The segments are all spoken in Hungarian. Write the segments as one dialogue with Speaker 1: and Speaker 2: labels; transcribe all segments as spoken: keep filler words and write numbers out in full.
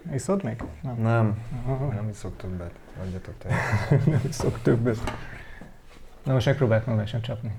Speaker 1: Iszod még?
Speaker 2: Nem. Nem, uh-huh. nem iszok többet. Adjatok te.
Speaker 1: Nem iszok többet. Na most megpróbálok normálisan csapni.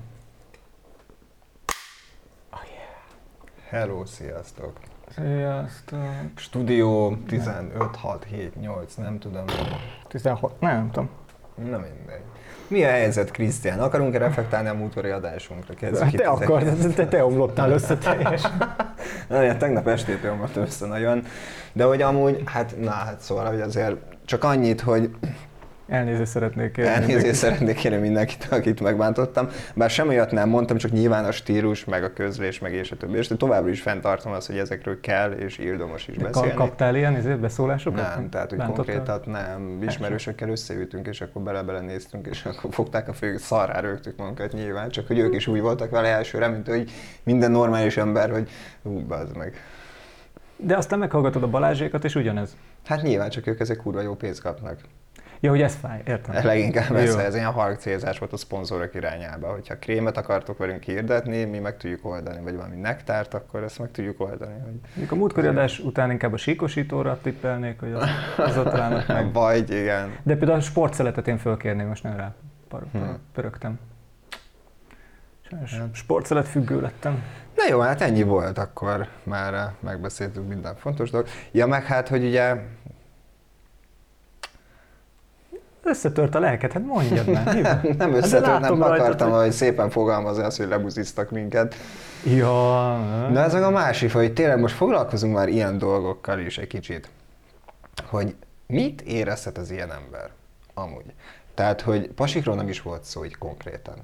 Speaker 2: Oh yeah. Hello, sziasztok.
Speaker 1: Sziasztok.
Speaker 2: Stúdió tizenöt, hat, hét, nyolc, nem tudom.
Speaker 1: tizenhat, nem, nem tudom.
Speaker 2: Na mindegy. Mi a helyzet, Krisztián? Akarunk-e reflektálni a múltkori adásunkra?
Speaker 1: Hát te akarsz, te, te omlottál össze teljesen.
Speaker 2: Na, tegnap estét omlott össze nagyon. De hogy amúgy, hát na, hát szóval, hogy azért csak annyit, hogy
Speaker 1: Elnézést szeretnék kérni.
Speaker 2: Elnézést szeretnék kérni mindenkit, akit megbántottam. Bár semmi olyat nem mondtam, csak nyilván a stílus, meg a közlés, meg és a többi. És továbbra is fenntartom azt, hogy ezekről kell, és ildomos is beszélni.
Speaker 1: Kaptál ilyen ezért beszólásokat?
Speaker 2: Nem, tehát hogy konkrétat nem. Ismerősökkel összeültünk, és akkor bele-bele néztünk, és akkor fogták a fő, szarrá rögtük magunkat nyilván. Csak hogy ők is úgy voltak vele elsőre, mint hogy minden normális ember, hogy hú, bazd meg.
Speaker 1: De aztán meghallgatod a Balázsékat, és ugyanez.
Speaker 2: Hát nyilván, csak ők ezek kurva jó pénzt kapnak.
Speaker 1: Ja, hogy ez fáj, értem.
Speaker 2: Leginkább ez, ez ilyen harcélzás volt a szponzorok irányába. Hogyha krémet akartok velünk hirdetni, mi meg tudjuk oldani, vagy valami nektárt, akkor ezt meg tudjuk oldani. Hogy...
Speaker 1: A múltkori adás után inkább a síkosítóra tippelnék, hogy az, az ott rának meg.
Speaker 2: Vagy, igen.
Speaker 1: De például a sportszeletet én fölkérném, most nem rá par-
Speaker 2: hmm.
Speaker 1: pörögtem. Sajnos sportszelet függő lettem.
Speaker 2: Na jó, hát ennyi volt, akkor már megbeszéltük minden fontos dolgot. Ja, meg hát, hogy ugye...
Speaker 1: Összetört a lelket, hát mondjad már.
Speaker 2: nem, nem összetört, nem akartam, hogy szépen fogalmazni azt, hogy lebuziztak minket.
Speaker 1: Ja.
Speaker 2: De ez meg a másik, hogy tényleg most foglalkozunk már ilyen dolgokkal is egy kicsit. Hogy mit érezhet az ilyen ember amúgy. Tehát, hogy pasikról nem is volt szó így konkrétan.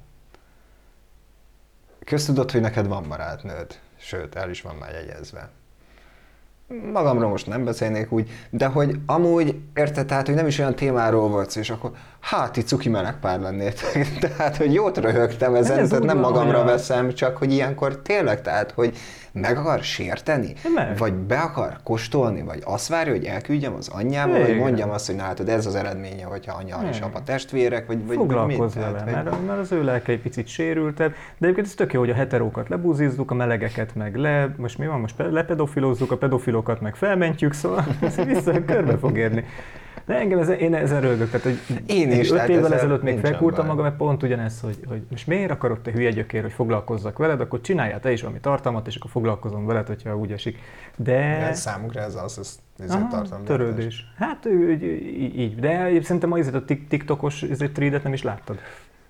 Speaker 2: Köztudod, hogy neked van barátnőd, sőt, el is van már jegyezve. Magamról most nem beszélnék úgy, de hogy amúgy, érted, tehát, hogy nem is olyan témáról volt szó, és akkor hát, itt cuki melegpár lennétek. Tehát, hogy jót röhögtem ezen, ez tehát nem magamra olyan veszem, csak hogy ilyenkor tényleg, tehát, hogy meg akar sérteni,
Speaker 1: meg.
Speaker 2: Vagy be akar kóstolni, vagy azt várja, hogy elküldjem az anyjába,
Speaker 1: igen.
Speaker 2: Vagy mondjam azt, hogy na hát ez az eredménye, hogyha anya igen. És apa testvérek, vagy, vagy
Speaker 1: foglalkozz vele, vagy... mert, mert az ő lelke egy picit sérültebb, de egyébként ez tök jó, hogy a heterókat lebuzizzuk, a melegeket meg le, most mi van, most lepedofilózzuk, a pedofilokat meg felmentjük, szóval ez vissza körbe fog érni. De engem ezen, én ezen rögök, tehát hogy
Speaker 2: én is,
Speaker 1: öt évvel ezelőtt még
Speaker 2: felkúrtam
Speaker 1: felkúrtam magam, mert pont ugyanez, hogy, hogy most miért akarod te hülye gyökér, hogy foglalkozzak veled, akkor csináljál te is valami tartalmat, és akkor foglalkozom veled, hogyha úgy esik. De...
Speaker 2: de számukra ez az, ez, ez aha, tartalom.
Speaker 1: Törődés. Hát így, így, de szerintem ma a TikTokos threadet nem is láttad.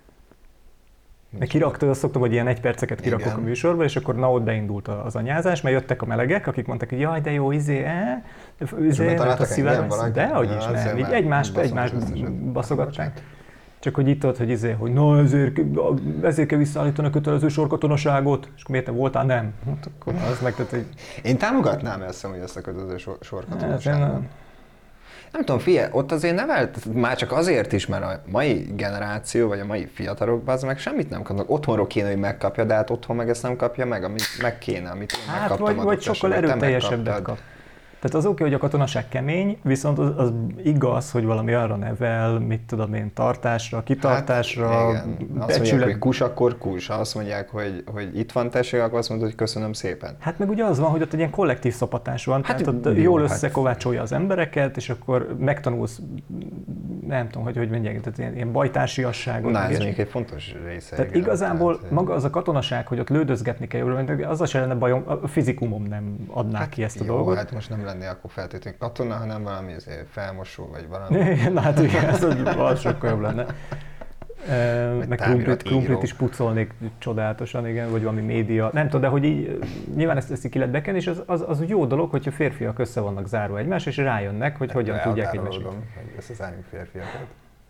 Speaker 1: Mert kiraktad, azt szoktam, hogy ilyen egy perceket kirakok igen. a műsorba, és akkor na ott beindult az anyázás, mert jöttek a melegek, akik mondták, hogy jaj, de jó, izé, eh, izé, a szívem, de hogy is nem, így egymást, egymást baszogatták. Csak hogy itt ott, hogy izé, hogy na ezért, ezért kell visszaállítani a kötelező sorkatonaságot, és akkor miért te voltál? Nem. Hát akkor az meg, tehát, hogy...
Speaker 2: Én támogatnám ezt, hogy ezt a kötelező sorkatonaságot. Nem tudom, figyelj, ott azért nevelt, már csak azért is, mert a mai generáció, vagy a mai fiatalok, az meg semmit nem kapnak. Otthonról kéne, hogy megkapja, de hát otthon meg ezt nem kapja meg, amit meg kéne, amit én
Speaker 1: hát
Speaker 2: megkaptam.
Speaker 1: Vagy, vagy sokkal erőteljesebbet kap. Tehát az oké, hogy a katonaság kemény, viszont az, az igaz, hogy valami arra nevel, mit tudom én, tartásra, kitartásra,
Speaker 2: hát, igen. Azt mondják, hogy kus, akkor kus. Ha azt mondják, hogy, hogy itt van tessék, akkor azt mondod, hogy köszönöm szépen.
Speaker 1: Hát meg ugye az van, hogy ott egy ilyen kollektív szopatás van, hát, tehát ott jó, jól összekovácsolja az embereket, és akkor megtanulsz, nem tudom, hogy hogy mondják, tehát ilyen, ilyen bajtársiasságot.
Speaker 2: Na, ez mondjuk egy fontos része.
Speaker 1: Tehát igen, igazából tehát, maga az a katonaság, hogy ott lődözgetni kell, az se lenne bajom, a fizikumom nem adná hát ki ezt a
Speaker 2: jó,
Speaker 1: dolgot.
Speaker 2: Hát most nem lenné akkor feltétlenül katona, hanem valami felmosó, vagy valami.
Speaker 1: Na hát igen, az, az sokkal jobb lenne. E, meg krumplit, krumplit is pucolnék csodálatosan, igen, vagy valami média. Nem tudom, de hogy így, nyilván ezt, ezt ki lehet bekenni, és az, az, az jó dolog, hogyha férfiak össze vannak zárva egymás, és rájönnek, hogy de hogyan tudják egymást.
Speaker 2: Összezárjuk férfiakat.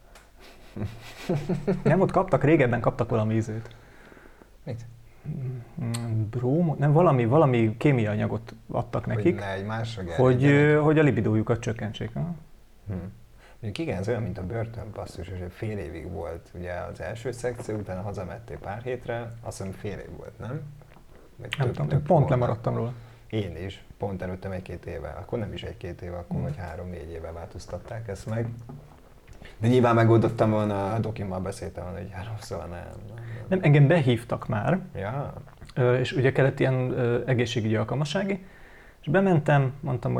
Speaker 1: Nem, ott kaptak, régebben kaptak valami ízét.
Speaker 2: Mit?
Speaker 1: Bróm, nem, valami, valami kémiai anyagot adtak
Speaker 2: hogy
Speaker 1: nekik,
Speaker 2: ne egymásra
Speaker 1: hogy, hogy a libidójukat csökkentsék. Hmm.
Speaker 2: Mondjuk igen, ez olyan, mint a börtönpasszus, és fél évig volt ugye az első szekció, utána hazamettél pár hétre, azt hiszem fél év volt, nem?
Speaker 1: Vagy nem több, tudom, több pont lemaradtam róla.
Speaker 2: Én is, pont előttem egy-két éve, akkor nem is egy-két éve, akkor hmm. vagy három-négy éve változtatták ezt meg. De nyilván megoldottam volna, a dokimmal beszéltem volna, hogy három szóval nem, nem, nem.
Speaker 1: Nem, engem behívtak már,
Speaker 2: ja.
Speaker 1: és ugye kellett ilyen egészségügyi alkalmassági, és bementem, mondtam, hogy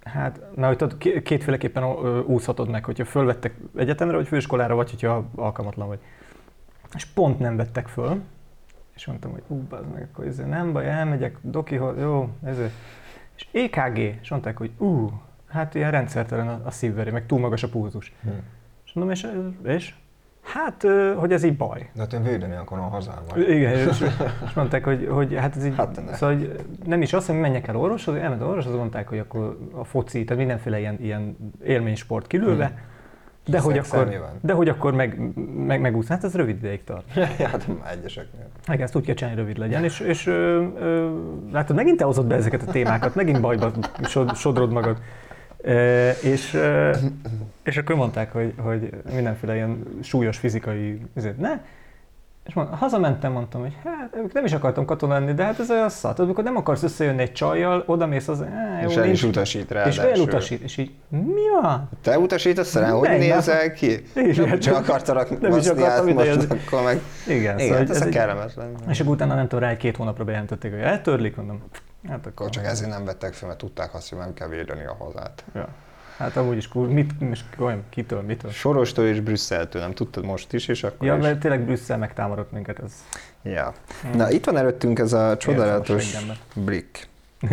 Speaker 1: Hát, mert hogy tudod, kétféleképpen úszhatod meg, hogyha fölvettek egyetemre, vagy főiskolára, vagy hogyha alkalmatlan vagy. És pont nem vettek föl, és mondtam, hogy ú, bazd meg, akkor ez nem baj, elmegyek, dokihoz, jó, ezért. És é ká gé, és mondták, hogy ú, hát ilyen rendszertelen a, a szívveri, meg túl magas a pulzus. Hmm. És mondom, és, és? Hát, hogy ez így baj.
Speaker 2: De hát én védeni akarom a hazámat.
Speaker 1: Igen, és, és mondták, hogy, hogy hát ez így,
Speaker 2: hát
Speaker 1: szóval, hogy nem is azt, hogy menjek el orvoshoz, elment orvoshoz, mondták, hogy akkor a foci, tehát mindenféle ilyen, ilyen élménysport kilülve, hmm. de, hogy akkor, de hogy akkor meg, meg, megúszni, hát ez rövid ideig tart.
Speaker 2: Hát már egyeseknél.
Speaker 1: Igen, ezt úgy kell csinálni, rövid legyen, és, és ö, ö, látod, megint te hozott be ezeket a témákat, megint bajba sod, sodrod magad. E, és, e, és akkor mondták, hogy, hogy mindenféle ilyen súlyos fizikai ezért ne. És mond, hazamentem, mondtam, hogy hát nem is akartam katona lenni, de hát ez olyan szat. Amikor nem akarsz összejönni egy csajjal, odamész az... Á, jó,
Speaker 2: és el is utasít rá.
Speaker 1: És elutasít, és így mi van?
Speaker 2: Te utasítasz rá, hogy nézel ki?
Speaker 1: Igen.
Speaker 2: Nem csak akartalak baszni át most, akkor meg...
Speaker 1: Igen,
Speaker 2: igen,
Speaker 1: szóval
Speaker 2: ez a kellemetlen.
Speaker 1: És akkor utána nem tudom, rá egy két hónapra bejelentették, hogy eltörlik, mondom.
Speaker 2: Hát akkor csak ezért nem vettek fel, mert tudták azt, hogy nem kell védeni a hazát.
Speaker 1: Ja. Hát amúgy is, mit, most olyan, kitől, mitől?
Speaker 2: Sorostól és Brüsszeltől, nem tudtad most is, és akkor
Speaker 1: ja,
Speaker 2: is.
Speaker 1: mert tényleg Brüsszel megtámadott minket, ez...
Speaker 2: Ja. Hmm. Na, itt van előttünk ez a csodálatos brick.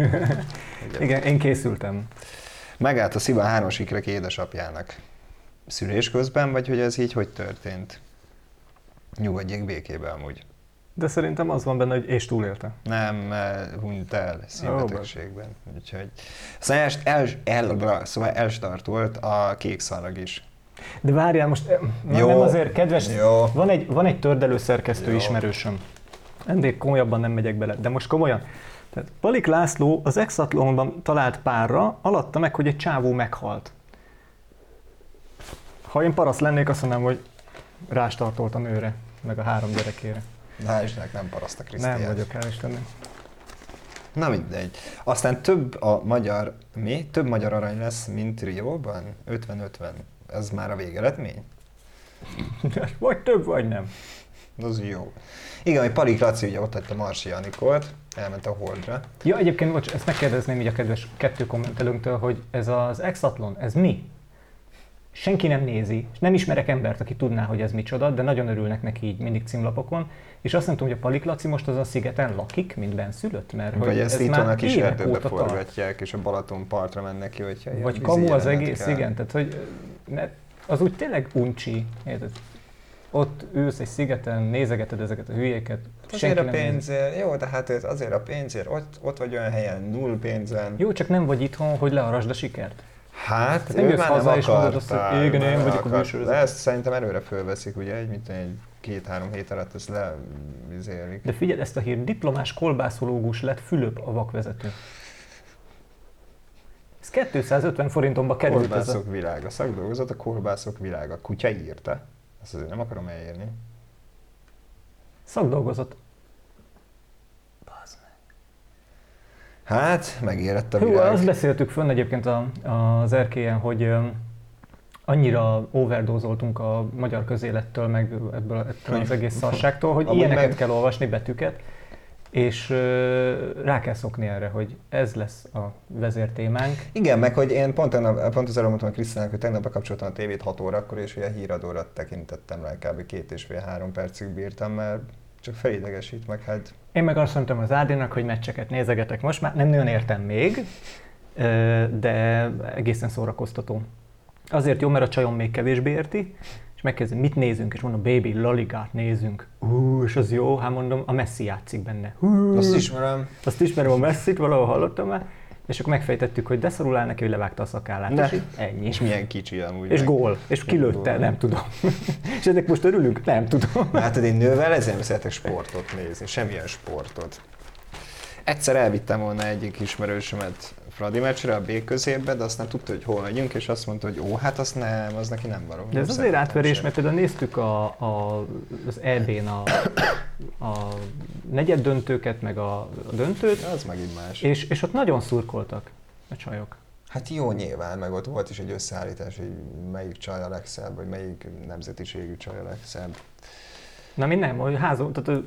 Speaker 1: Igen, én készültem.
Speaker 2: Megállt a szíva három sikrek édesapjának. Szülés közben, vagy hogy ez így hogy történt? Nyugodjék békébe amúgy.
Speaker 1: De szerintem az van benne, hogy és túlélte.
Speaker 2: Nem, hunyt el szívbetegségben. Oh, úgyhogy... Szóval, el, el, szóval elstartolt a kék szarag is.
Speaker 1: De várjál, most jó, nem azért, kedves, jó. Van, egy, van egy tördelő szerkesztő jó. ismerősöm. Ennél komolyabban nem megyek bele, de most komolyan. Tehát Palik László az Exatlonban talált párra, alatta meg, hogy egy csávó meghalt. Ha én parasz lennék, azt mondanám, hogy rástartolt a nőre, meg a három gyerekére.
Speaker 2: Hál' Istennek nem paraszt a Krisztián.
Speaker 1: Nem vagyok, hál' Istennek.
Speaker 2: Na mindegy. Aztán több a magyar, mi? Több magyar arany lesz, mint Rióban? ötven-ötven. Ez már a végeredmény?
Speaker 1: Vagy több, vagy nem.
Speaker 2: Az jó. Igen, hogy Palik Laci ugye ott hagyta Marsi Anikolt, elment a Holdra.
Speaker 1: Ja, egyébként, bocs, ezt megkérdezném így a kedves kettő kommentelőnktől, hogy ez az Exatlon, ez mi? Senki nem nézi, és nem ismerek embert, aki tudná, hogy ez micsoda, de nagyon örülnek neki így mindig címlapokon. És azt nem tudom, hogy a Palik Laci most az a szigeten lakik, mint benszülött, mert
Speaker 2: vagy
Speaker 1: hogy
Speaker 2: ezt
Speaker 1: ez
Speaker 2: itt
Speaker 1: már
Speaker 2: a kis erdőbe forgatják,
Speaker 1: tart.
Speaker 2: És a Balaton partra mennek ki, hogyha
Speaker 1: vagy kamu az egész, kell. Igen, tehát hogy mert az úgy tényleg uncsi, érted? Ott ülsz egy szigeten, nézegeted ezeket a hülyéket.
Speaker 2: Azért a pénzért, jó, de hát azért a pénzért, ott, ott vagy olyan helyen, null pénzen.
Speaker 1: Jó, csak nem vagy itthon, hogy learasd a sikert.
Speaker 2: Hát,
Speaker 1: tehát nem jössz haza és mondod azt, hogy igen, én vagyok a bűsöröző.
Speaker 2: De ezt szerintem előre fölveszik, ugye, egy, mint egy két-három hét alatt ezt levizélik.
Speaker 1: De figyelj ezt a hír, diplomás kolbászológus lett Fülöp a vakvezető. Ez kétszázötven forintomba került.
Speaker 2: Kolbászok világa, szakdolgozat a kolbászok világa. Kutya írta. Ezt azért nem akarom elérni.
Speaker 1: Szakdolgozat.
Speaker 2: Bazd meg. Hát, megérett a
Speaker 1: Hú,
Speaker 2: világ.
Speaker 1: azt beszéltük fönn egyébként a, az erkélyen, hogy um, annyira overdózoltunk a magyar közélettől, meg ebből, ebből az egész szarságtól, hogy ilyeneket meg... kell olvasni, betűket, és uh, rá kell szokni erre, hogy ez lesz a vezértémánk.
Speaker 2: Igen, meg hogy én pont, pont az előbb mondtam a Krisztiának, hogy tegnap bekapcsoltam a tévét hat órakor, és ugye a híradóra tekintettem rá, kb. két és fél három percig bírtam, mert csak felidegesít meg, hát...
Speaker 1: Én meg azt mondtam az Ádinak, hogy meccseket nézegetek most, már nem nagyon értem még, de egészen szórakoztató. Azért jó, mert a csajom még kevésbé érti, és megkezdem, mit nézünk, és mondom, baby, Laligát nézünk. Hú, és az jó, hát mondom, a Messi játszik benne. Hú,
Speaker 2: azt ismerem.
Speaker 1: Azt ismerem a Messit, valahol hallottam már. És akkor megfejtettük, hogy de szarul áll neki, hogy levágta a szakállát,
Speaker 2: de.
Speaker 1: És így ennyi.
Speaker 2: És milyen kicsi amúgy.
Speaker 1: És
Speaker 2: meg.
Speaker 1: gól, és kilőtte, nem tudom. És ezek most örülünk? Nem tudom.
Speaker 2: Látod, én nővel ezért nem szeretek sportot nézni, semmilyen sportot. Egyszer elvittem volna egyik ismerősömet Fradi meccsre a B középbe, de aztán tudta, hogy hol megyünk, és azt mondta, hogy ó, hát azt nem, az neki nem való.
Speaker 1: De ez azért átverés, sem. Mert például néztük a, a, az é bén a, a negyed döntőket, meg a, a döntőt,
Speaker 2: az meg így más.
Speaker 1: És, és ott nagyon szurkoltak a csajok.
Speaker 2: Hát jó, nyilván, meg ott volt is egy összeállítás, hogy melyik csaj a legszebb, vagy melyik nemzetiségű csaj a legszebb.
Speaker 1: Na mi nem, hogy házon, tehát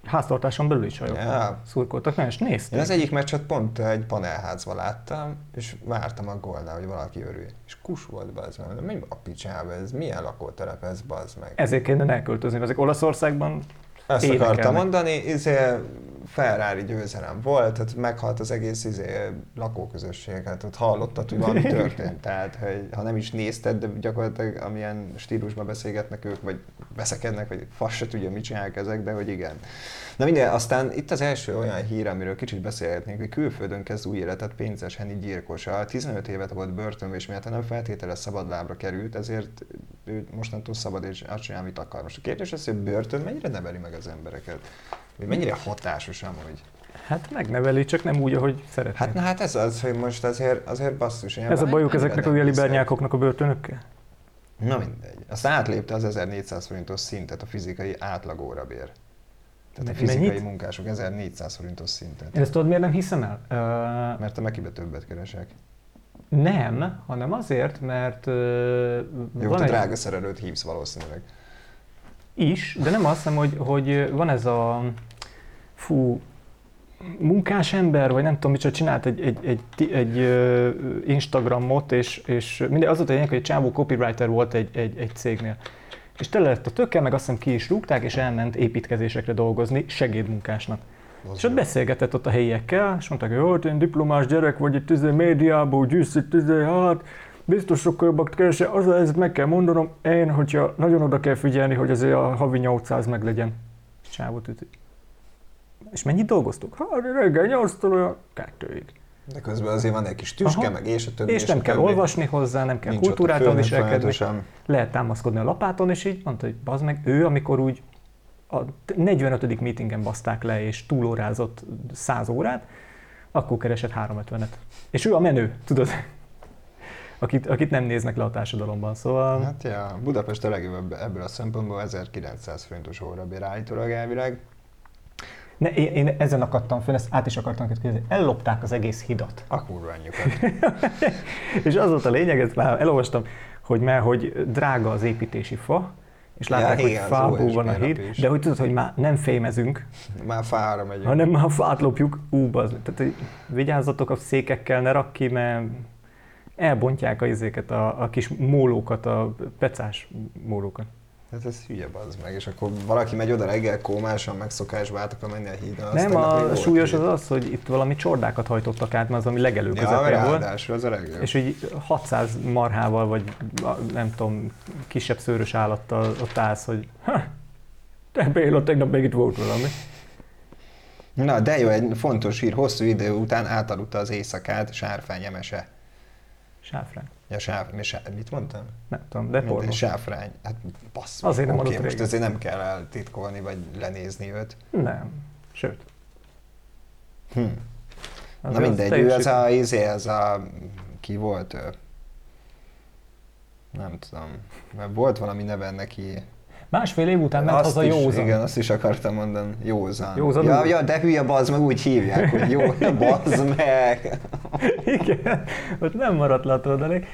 Speaker 1: háztartáson belül is hajók
Speaker 2: Ja.
Speaker 1: szurkoltak, nagyon, és nézték.
Speaker 2: Én az egyik meccset pont egy panelházban láttam, és vártam a gólnál, hogy valaki örül. És kus volt, bazd meg. De mi a picsába, ez milyen lakótelep ez, bazd meg.
Speaker 1: Ezért kéne elköltözni, ezek Olaszországban
Speaker 2: Ezt
Speaker 1: énekelnek.
Speaker 2: akartam mondani, izé Ferrari győzelem volt, tehát meghalt az egész izé lakóközösség, hát ott hallottad, hogy valami történt, tehát hogy, ha nem is nézted, de gyakorlatilag amilyen stílusban beszélgetnek ők, vagy veszekednek, vagy fasz se tudja, mit csinálják ezek, de hogy igen. Na minden, aztán itt az első olyan hír, amiről kicsit beszélhetnénk, hogy külföldön kezd új életet Pénzes Henny gyilkosa. tizenöt évet volt börtönben, és miatt nem feltétlenül szabadlábra került, ezért ő mostantól szabad, és azt csinál, amit akar. Most a kérdés az, hogy börtön mennyire neveli meg az embereket? Vagy mennyire hatásos amúgy?
Speaker 1: Hát megneveli, csak nem úgy, ahogy szeretnék.
Speaker 2: Hát na hát ez az, hogy most azért, azért basszus.
Speaker 1: Ez a bajuk ezeknek a libernyákoknak a börtönökkel?
Speaker 2: Na mindegy. Aztán átlépte az ezernégyszáz forintos szintet a fizikai átlagórabér. Tehát a fizikai
Speaker 1: Mennyit?
Speaker 2: munkások ezernégyszáz forintos szintet.
Speaker 1: Én ezt tudod, miért nem hiszem el? Uh,
Speaker 2: Mert a Mekibe többet keresek.
Speaker 1: nem, hanem azért, mert uh,
Speaker 2: Jó,
Speaker 1: van
Speaker 2: te
Speaker 1: egy...
Speaker 2: drága szerelőt hívsz valószínűleg.
Speaker 1: is, de nem azt hiszem, hogy, hogy van ez a fú, munkás ember, vagy nem tudom micsoda, csinált egy, egy, egy, egy Instagramot, és, és minden, az volt a lényeg, hogy egy csávó copywriter volt egy, egy, egy cégnél. És tele lett a tökkel, meg azt hiszem ki is rúgták, és elment építkezésekre dolgozni segédmunkásnak.
Speaker 2: Az
Speaker 1: És ott beszélgetett ott a helyiekkel, és mondták, hogy jó, én diplomás gyerek vagy, itt izé médiából gyűjsz, itt izé, hát biztos sokkal jobbat keresel, az a helyzet, meg kell mondanom, én, hogyha nagyon oda kell figyelni, hogy azért a havi nyolcszáz meg legyen. És csávót üti. És mennyit dolgoztuk? Hát reggel nyolctól olyan kettőig.
Speaker 2: De közben azért van egy kis tüske,
Speaker 1: Aha.
Speaker 2: meg és a többi.
Speaker 1: És nem kell
Speaker 2: többi.
Speaker 1: olvasni hozzá, nem kell
Speaker 2: Nincs ott a
Speaker 1: kultúráltan
Speaker 2: főnök
Speaker 1: viselkedni.
Speaker 2: folyamatosan.
Speaker 1: Lehet támaszkodni a lapáton, és így mondta, hogy bazd meg, ő amikor úgy a negyvenötödik meetingen baszták le, és túlórázott száz órát, akkor keresett háromszázötvenet. És ő a menő, tudod? Akit, akit nem néznek le a társadalomban, szóval...
Speaker 2: Hát ja, Budapest a legjobb ebből a szempontból ezerkilencszáz forintos órabér állítólag elvileg.
Speaker 1: Ne, én, én ezen akadtam föl, ezt át is akartam kérdezni. Ellopták az egész hidat.
Speaker 2: A kurva anyjukat.
Speaker 1: És az volt a lényeg, ezt már elolvastam, hogy mert hogy drága az építési fa, és látták,
Speaker 2: Ja,
Speaker 1: hogy
Speaker 2: igen, az
Speaker 1: fából
Speaker 2: o es bé
Speaker 1: van a
Speaker 2: nap
Speaker 1: híd,
Speaker 2: is.
Speaker 1: de hogy tudod, hogy már nem fémezünk,
Speaker 2: Már fára megyünk.
Speaker 1: hanem már fát lopjuk, ú, bazd. Tehát hogy vigyázzatok a székekkel, ne rakj ki, mert elbontják a izéket, a, a kis mólókat, a pecás mólókat.
Speaker 2: Hát ez hülye bazd meg, és akkor valaki megy oda reggel kómásan, meg szokásba át akar menni a hídon. azt
Speaker 1: Nem,
Speaker 2: tegnap még
Speaker 1: a
Speaker 2: volt
Speaker 1: súlyos
Speaker 2: híd.
Speaker 1: az az, hogy itt valami csordákat hajtottak át, mert az, ami legelő
Speaker 2: Ja,
Speaker 1: közepén volt.
Speaker 2: ráadásul az a legjobb.
Speaker 1: És így hatszáz marhával, vagy nem tudom, kisebb szőrös állattal ott állsz, hogy ha, te Béla, tegnap még itt volt valami.
Speaker 2: Na, de jó, egy fontos hír, hosszú idő után átaludta az éjszakát Sárfány Emese.
Speaker 1: Sáfrány.
Speaker 2: Ja, sáf, mi sá, mit mondtam?
Speaker 1: Nem tudom, de pornó.
Speaker 2: Mindegy, Sáfrány. Hát bassz.
Speaker 1: Azért nem
Speaker 2: Oké,
Speaker 1: adott
Speaker 2: most
Speaker 1: régen.
Speaker 2: azért nem kell eltitkolni, vagy lenézni őt.
Speaker 1: Nem. Sőt.
Speaker 2: Hm.
Speaker 1: Azért
Speaker 2: Na
Speaker 1: az
Speaker 2: mindegy, ő az
Speaker 1: teljesít-
Speaker 2: a, izé, az a, ki volt ő? Nem tudom, mert volt valami neve neki.
Speaker 1: Másfél év után ment haza
Speaker 2: is,
Speaker 1: Józan.
Speaker 2: Igen, azt is akartam mondani, Józan.
Speaker 1: Józan
Speaker 2: ja,
Speaker 1: úr.
Speaker 2: ja, de hülye bazd meg, úgy hívják, hogy jó, bazd meg.
Speaker 1: Igen, ott nem maradt le a tudalék.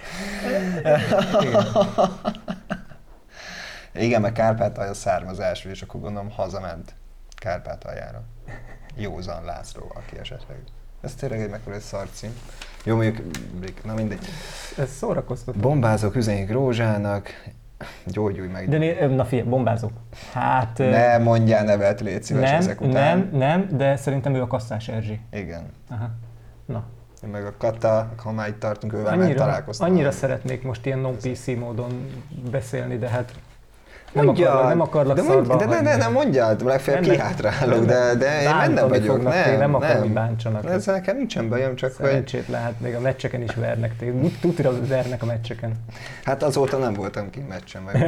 Speaker 2: Igen, meg Kárpátalja származású, és akkor gondolom hazament Kárpátaljára. Józan László, aki esetleg. Ez tényleg egy mekkora szarcím. Jó, mondjuk, na mindegy.
Speaker 1: Ez szórakoztató.
Speaker 2: Bombázok üzenik Rózsának, gyógyulj meg.
Speaker 1: De né, na figyelj, bombázok. Hát...
Speaker 2: Ne mondjál nevet, légy szíves
Speaker 1: nem,
Speaker 2: ezek után.
Speaker 1: nem, nem, de szerintem ő a Kasszás Erzsi.
Speaker 2: Igen.
Speaker 1: Aha. Na.
Speaker 2: Én meg a Kata, ha már itt tartunk, ővel már
Speaker 1: Annyira,
Speaker 2: találkoztam.
Speaker 1: annyira szeretnék most ilyen non-pé cé módon beszélni, de hát nem
Speaker 2: Mondjad,
Speaker 1: akarlak, nem akarlak
Speaker 2: de,
Speaker 1: szarba
Speaker 2: mondj, de, de, de
Speaker 1: hagyni.
Speaker 2: nem mondjad, legfeljebb
Speaker 1: Nem,
Speaker 2: kihátrálok, de, de én
Speaker 1: bántani
Speaker 2: benne vagyok.
Speaker 1: fognak
Speaker 2: Nem,
Speaker 1: téged, nem akarom,
Speaker 2: nem.
Speaker 1: hogy bántsanak.
Speaker 2: Ezzel nekem nincsen bajom, csak hogy...
Speaker 1: Szerencsét lehet, még a meccseken is vernek téged. Tutira vernek a meccseken.
Speaker 2: Hát azóta nem voltam ki meccsen meg.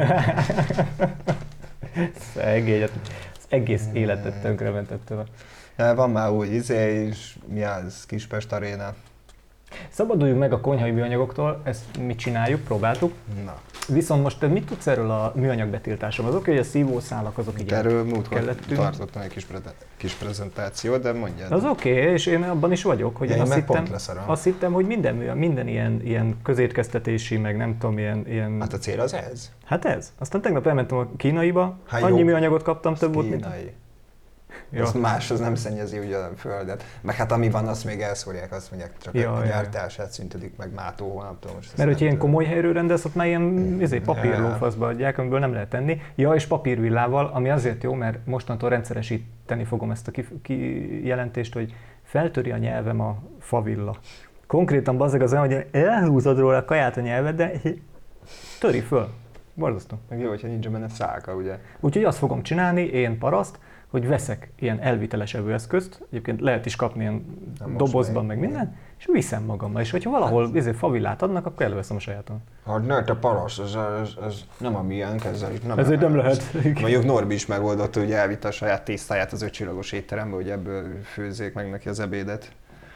Speaker 1: Szegény, az egész életet tönkrementettél.
Speaker 2: Ja, van már új izé is, mi az, Kispest Aréna.
Speaker 1: Szabaduljunk meg a konyhai műanyagoktól, ezt mi csináljuk, próbáltuk.
Speaker 2: Na,
Speaker 1: Viszont most te mit tudsz erről a műanyag betiltásról? Azok, hogy a szívószálak azok így
Speaker 2: erről múltkor
Speaker 1: kellettünk.
Speaker 2: tartottam egy kis, pre- kis prezentációt, de mondjad.
Speaker 1: Az oké, okay, és én abban is vagyok, hogy
Speaker 2: Ja,
Speaker 1: én
Speaker 2: én
Speaker 1: azt,
Speaker 2: meg pont
Speaker 1: hittem,
Speaker 2: leszarom.
Speaker 1: azt hittem, hogy minden, műanyag, minden ilyen, ilyen közétkeztetési, meg nem tudom, ilyen... ilyen...
Speaker 2: Hát a cél az ez?
Speaker 1: Hát ez. Aztán tegnap elmentem a kínaiba,
Speaker 2: Hát
Speaker 1: annyi
Speaker 2: jó.
Speaker 1: műanyagot kaptam, több volt, mint...
Speaker 2: Kínai.
Speaker 1: Ja.
Speaker 2: Az más, az nem szennyezi ugye a földet. Meg hát ami van, azt még elszórják, azt mondják, csak
Speaker 1: Ja,
Speaker 2: a
Speaker 1: ja,
Speaker 2: gyártását szüntetik meg mátó hónaptól. Most
Speaker 1: Mert hogy ilyen
Speaker 2: tudom.
Speaker 1: komoly helyről rendelsz, ott már ilyen izé, papírlófaszba adják, amiből nem lehet tenni. Ja, és papírvillával, ami azért jó, mert mostantól rendszeresíteni fogom ezt a kijelentést, hogy feltöri a nyelvem a favilla. Konkrétan bazzeg az olyan, hogy elhúzod róla a kaját a nyelved, de töri föl. Borzasztó.
Speaker 2: Meg jó, hogyha nincs benne szálka, ugye?
Speaker 1: Úgyhogy azt fogom csinálni, én paraszt, hogy veszek ilyen elviteles evőeszközt, egyébként lehet is kapni ilyen
Speaker 2: Nem
Speaker 1: dobozban,
Speaker 2: még.
Speaker 1: meg minden, és viszem magammal. És hogyha valahol hát, ezért favillát adnak, akkor előveszem a sajátom.
Speaker 2: Hát ne, te paraszt, ez, ez, ez nem a miénk, ezzel itt nem
Speaker 1: Ezért nem lehet.
Speaker 2: Mondjuk Norbi is megoldotta, hogy elvitte a saját tésztáját az ötcsillagos étterembe, hogy ebből főzzék meg neki az ebédet.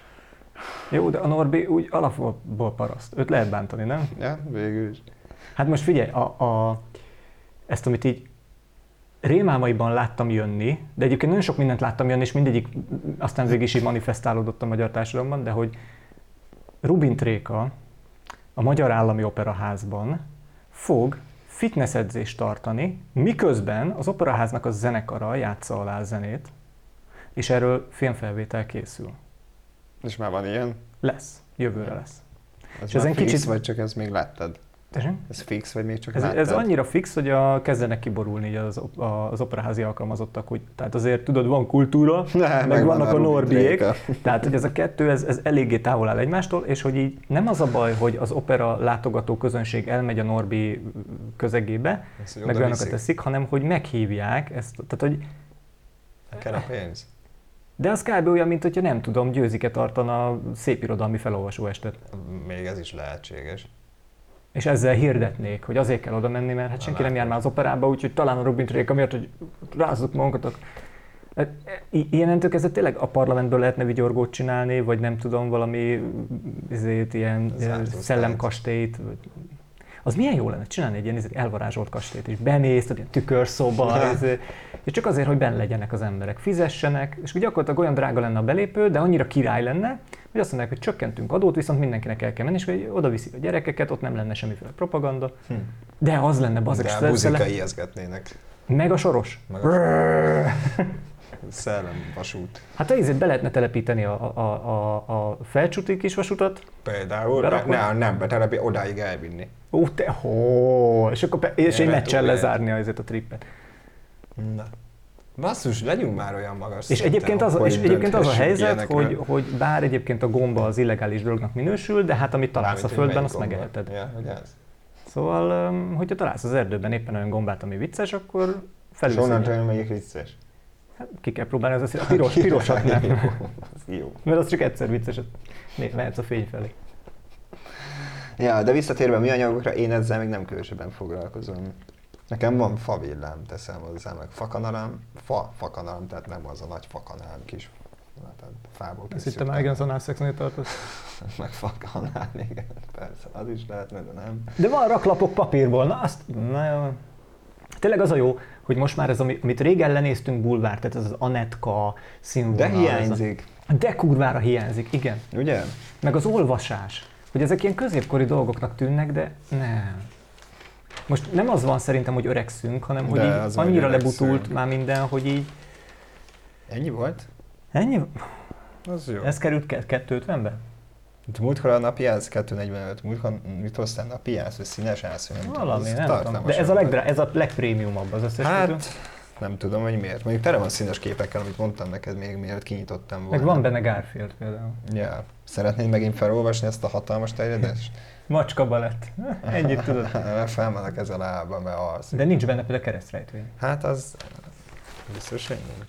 Speaker 1: Jó, de a Norbi úgy alapból paraszt. Őt lehet bántani, nem?
Speaker 2: Ja, végül is.
Speaker 1: Hát most figyelj, a, a, ezt, amit így rémálmaiban láttam jönni, de egyébként nagyon sok mindent láttam jönni, és mindegyik aztán végig is így manifestálódott a magyar társadalomban, de hogy Rubin Tréka a Magyar Állami Operaházban fog fitnessedzést tartani, miközben az operaháznak a zenekara játsza alá a zenét, és erről filmfelvétel készül.
Speaker 2: És már van ilyen?
Speaker 1: Lesz, jövőre lesz.
Speaker 2: Ez
Speaker 1: És
Speaker 2: már
Speaker 1: ezen
Speaker 2: fix,
Speaker 1: kicsit-
Speaker 2: vagy csak ezt még láttad?
Speaker 1: Tessék?
Speaker 2: Ez fix, vagy még csak
Speaker 1: Ez,
Speaker 2: láttad?
Speaker 1: ez annyira fix, hogy a, kezdenek kiborulni így az, op- a- az operaházi alkalmazottak, hogy tehát azért tudod, van kultúra,
Speaker 2: Ne,
Speaker 1: meg,
Speaker 2: meg van
Speaker 1: vannak
Speaker 2: a
Speaker 1: a
Speaker 2: Rubin
Speaker 1: Norbiék,
Speaker 2: Tréka.
Speaker 1: tehát hogy ez a kettő, ez, ez eléggé távol áll egymástól, és hogy így nem az a baj, hogy az opera látogató közönség elmegy a Norbi közegébe,
Speaker 2: Ezt, hogy
Speaker 1: meg
Speaker 2: oda
Speaker 1: olyanokat
Speaker 2: viszik.
Speaker 1: teszik, hanem hogy meghívják ezt, tehát hogy
Speaker 2: Kell a pénz?
Speaker 1: de az kb. Olyan, mint hogyha nem tudom, Győzike tartana szépirodalmi felolvasó estet.
Speaker 2: Még ez is lehetséges.
Speaker 1: És ezzel hirdetnék, hogy azért kell oda menni, mert hát senki nem jár már az operába, úgyhogy talán a Rubin Tréka miatt, hogy rázzuk magunkat. a- Hát, i- Ilyennentől kezdve tényleg a parlamentből lehetne vigyorgót csinálni, vagy nem tudom, valami ezért, ilyen
Speaker 2: Zárt
Speaker 1: szellemkastélyt. vagy- Az milyen jó lenne csinálni egy ilyen ezért elvarázsolt kastélyt, és bemész, tudod, ilyen tükörszoba, ezért, és csak azért, hogy benn legyenek az emberek, fizessenek, és gyakorlatilag olyan drága lenne a belépő, de annyira király lenne, hogy azt mondják, hogy csökkentünk adót, viszont mindenkinek el kell menni, és hogy oda viszik a gyerekeket, ott nem lenne semmiféle propaganda.
Speaker 2: Hm.
Speaker 1: De az lenne, bazeg,
Speaker 2: De
Speaker 1: és
Speaker 2: a
Speaker 1: tele-
Speaker 2: buzika ijeszgetnének.
Speaker 1: meg a soros.
Speaker 2: Meg a szellem vasút.
Speaker 1: Hát ezért be lehetne telepíteni a, a, a, a felcsúti kis vasutat.
Speaker 2: Például,
Speaker 1: Berakod?
Speaker 2: ne, nem betelepi, odáig elvinni.
Speaker 1: Ó, te hó, és akkor pe- és egy
Speaker 2: Jöhet
Speaker 1: meccsen
Speaker 2: úgy,
Speaker 1: lezárni azért a trippet.
Speaker 2: Na. Basszus, legyünk már olyan magas
Speaker 1: És
Speaker 2: szinten,
Speaker 1: egyébként az,
Speaker 2: hogy
Speaker 1: és egyébként az a
Speaker 2: dönthessünk
Speaker 1: helyzet,
Speaker 2: ilyenekről.
Speaker 1: hogy, hogy bár egyébként a gomba az illegális drognak minősül, de hát amit találsz a
Speaker 2: Mármint, hogy
Speaker 1: földben,
Speaker 2: melyik
Speaker 1: azt
Speaker 2: gomba.
Speaker 1: megeheted.
Speaker 2: Ja, hogy ez.
Speaker 1: Szóval, öm, hogyha találsz az erdőben éppen olyan gombát, ami vicces, akkor
Speaker 2: És
Speaker 1: felülsz.
Speaker 2: onnan
Speaker 1: egy-
Speaker 2: tudom, melyik vicces.
Speaker 1: Hát, ki kell próbálni, az az a piros, pirosat nem.
Speaker 2: Jó, az jó.
Speaker 1: Mert az csak egyszer vicces, né, mehetsz a fény felé.
Speaker 2: Ja, de visszatérve a műanyagokra, én ezzel még nem különösebben foglalkozom. Nekem van favillám, teszem hozzá, meg fakanalam, fa fakanalam, tehát nem az a nagy fakanál kis, tehát fából
Speaker 1: Ezt
Speaker 2: készült.
Speaker 1: hittem Ágen Szanál szexnél tartasz.
Speaker 2: Meg fakanál, igen, persze, az is lehetne, de nem.
Speaker 1: De van raklapok papírból, na azt, na jó. Tényleg az a jó, hogy most már ez, ami- amit régen lenéztünk bulvár, tehát ez az Anetka színvonal.
Speaker 2: De
Speaker 1: ez a-
Speaker 2: hiányzik,
Speaker 1: De kurvára hiányzik, igen.
Speaker 2: ugye?
Speaker 1: Meg az olvasás, hogy ezek ilyen középkori dolgoknak tűnnek, de nem. Most nem az van szerintem, hogy öregszünk, hanem hogy
Speaker 2: De
Speaker 1: így
Speaker 2: az, hogy
Speaker 1: annyira
Speaker 2: öregszünk.
Speaker 1: lebutult már minden, hogy így
Speaker 2: Ennyi volt?
Speaker 1: ennyi?
Speaker 2: Az jó.
Speaker 1: Ez került ke- kettőötvenbe?
Speaker 2: Múltkor a napi jelz kettő negyvenöt, múltkor mit hoztál napi jelz, vagy színes állsz, vagy nem tudom,
Speaker 1: Valami,
Speaker 2: az
Speaker 1: nem tudom.
Speaker 2: tartalmas
Speaker 1: De ez a,
Speaker 2: volt.
Speaker 1: legdrá- ez a legprémiumabb az összes közül.
Speaker 2: Hát, nem tudom, hogy miért. Mondjuk tele van színes képekkel, amit mondtam neked még mielőtt kinyitottam volna.
Speaker 1: Meg van benne Garfield például.
Speaker 2: Ja. Szeretnéd megint felolvasni ezt a hatalmas terjedést?
Speaker 1: Macska balett. Ennyit tudod.
Speaker 2: Felmennek ez a lába, mert az.
Speaker 1: De nincs benne például keresztrejtvény.
Speaker 2: Hát az biztos, hogy nincs.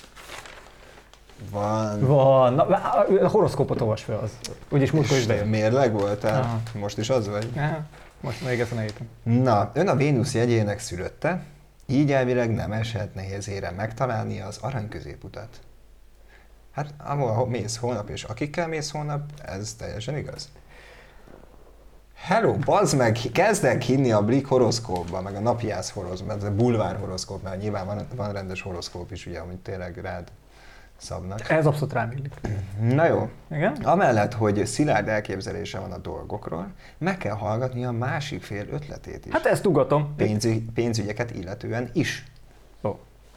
Speaker 2: Van.
Speaker 1: Van. Na, a horoszkópot olvas fel az. Úgyis múltkor is bejön.
Speaker 2: Mérleg voltál?
Speaker 1: Aha.
Speaker 2: Most is az vagy?
Speaker 1: Aha. Most még ezen a héten.
Speaker 2: Na, ön a Vénusz jegyének szülötte, így elvileg nem eshet nehézére megtalálni az arany középutat. Hát, ahol mész holnap, és akikkel mész holnap, ez teljesen igaz. Hello, bazd meg, kezdek hinni a Blik horoszkópba, meg a napiász horoszkópba, ez a bulvár horoszkóp, mert nyilván van, van rendes horoszkóp is, ugye, amit tényleg rád szabnak.
Speaker 1: Ez abszolút rám illik.
Speaker 2: Na jó,
Speaker 1: Igen?
Speaker 2: amellett, hogy szilárd elképzelése van a dolgokról, meg kell hallgatni a másik fél ötletét is.
Speaker 1: Hát ezt ugatom.
Speaker 2: Pénzügy, pénzügyeket illetően is.
Speaker 1: Ó.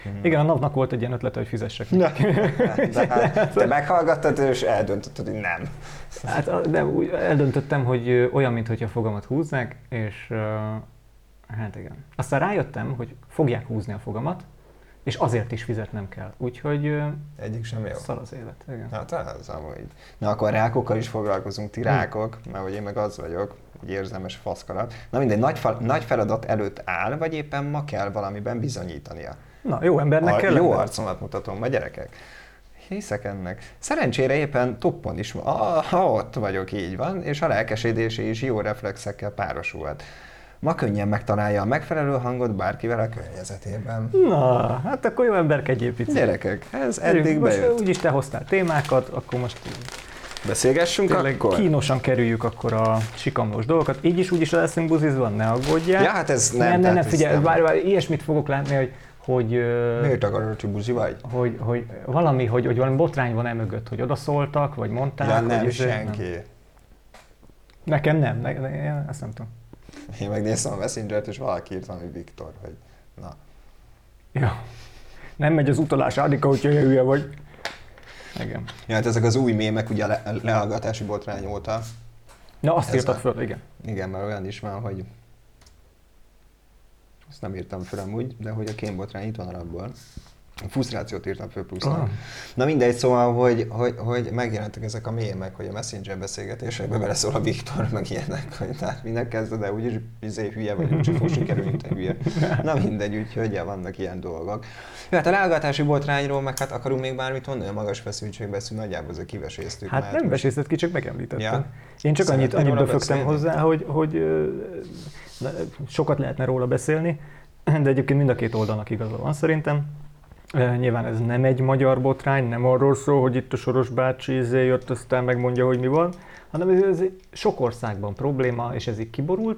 Speaker 2: Hmm.
Speaker 1: Igen, a napnak volt egy ilyen ötlete, hogy fizessek.
Speaker 2: Na, de hát te meghallgattad, és eldöntötted, hogy nem.
Speaker 1: Hát de úgy eldöntöttem, hogy olyan, mintha a fogamat húznák, és hát igen. Aztán rájöttem, hogy fogják húzni a fogamat, és azért is fizetnem kell. Úgyhogy
Speaker 2: egyik sem jó.
Speaker 1: Szar az élet. Igen.
Speaker 2: Hát az amúgy. Na akkor rákokkal is foglalkozunk, ti rákok, mert hogy én meg az vagyok, egy érzelmes faszkalat. Na mindegy, nagy, fa- nagy feladat előtt áll, vagy éppen ma kell valamiben bizonyítania.
Speaker 1: Na, jó embernek
Speaker 2: a,
Speaker 1: kell
Speaker 2: Jó
Speaker 1: lenni.
Speaker 2: arcomat mutatom, ma gyerekek. Hiszek ennek. Szerencsére éppen toppon is, ah, ott vagyok, így van, és a lelkesedése is jó reflexekkel párosulhat. Ma könnyen megtalálja a megfelelő hangot bárkivel a környezetében.
Speaker 1: Na, hát akkor jó emberkedjél picit.
Speaker 2: Gyerekek, ez eddig
Speaker 1: most
Speaker 2: bejött.
Speaker 1: úgyis te hoztál témákat, akkor most
Speaker 2: Beszélgessünk akkor?
Speaker 1: kínosan kerüljük akkor a sikamlós dolgokat. Így is úgyis leszünk buzizva, ne aggódjál.
Speaker 2: Ja, hát ez nem.
Speaker 1: Nem, nem, nem, figyelj,
Speaker 2: nem.
Speaker 1: várj, várj, ilyesmit fogok látni, hogy hogy,
Speaker 2: Miért akarod, hogy buzi vagy?
Speaker 1: hogy, hogy valami, hogy, hogy valami botrány van emögött, hogy odaszóltak, vagy mondták.
Speaker 2: Ja, nem,
Speaker 1: hogy
Speaker 2: senki.
Speaker 1: Nem. Nekem nem, ne, ne, én ezt nem tudom.
Speaker 2: Én megnéztem a Messengert, és valaki írt valami Viktor, hogy na.
Speaker 1: Ja. Nem megy az utalás, Adika, hogyha hülye vagy. Igen.
Speaker 2: Ja, hát ezek az új mémek ugye a le- lehallgatási botrány óta.
Speaker 1: Na, azt
Speaker 2: Ez
Speaker 1: írtad
Speaker 2: a-
Speaker 1: föl, igen.
Speaker 2: Igen, mert olyan is van, hogy azt nem írtam föl amúgy, de hogy a kémbotrány itt van alapból. A frusztrációt írtam föl plusznak.
Speaker 1: Ah.
Speaker 2: Na mindegy, szóval, hogy, hogy, hogy megjelentek ezek a mémek, hogy a Messenger beszélgetésekbe beleszól a Viktor, meg ilyenek, hogy tehát minek kezded, de úgyis izé hülye vagy, úgyis fog sikerülni, te hülye. Na mindegy, úgyhogy ja, vannak ilyen dolgok. Ja, hát a lehallgatási botrányról meg hát akarunk még bármit mondani, a magas feszültségbe ezt nagyjából azért kiveséztük.
Speaker 1: Hát
Speaker 2: mert
Speaker 1: nem
Speaker 2: most-
Speaker 1: besészed ki, csak megemlítettem.
Speaker 2: Ja.
Speaker 1: Én csak annyit,
Speaker 2: Szeretnél
Speaker 1: annyit
Speaker 2: róla
Speaker 1: befögtem
Speaker 2: beszélni?
Speaker 1: hozzá, hogy, hogy ö, na, sokat lehetne róla beszélni, de egyébként mind a két oldalnak igaza van szerintem. E, nyilván ez nem egy magyar botrány, nem arról szól, hogy itt a Soros bácsi izé jött, aztán megmondja, hogy mi van, hanem ez, ez sok országban probléma, és ez így kiborult,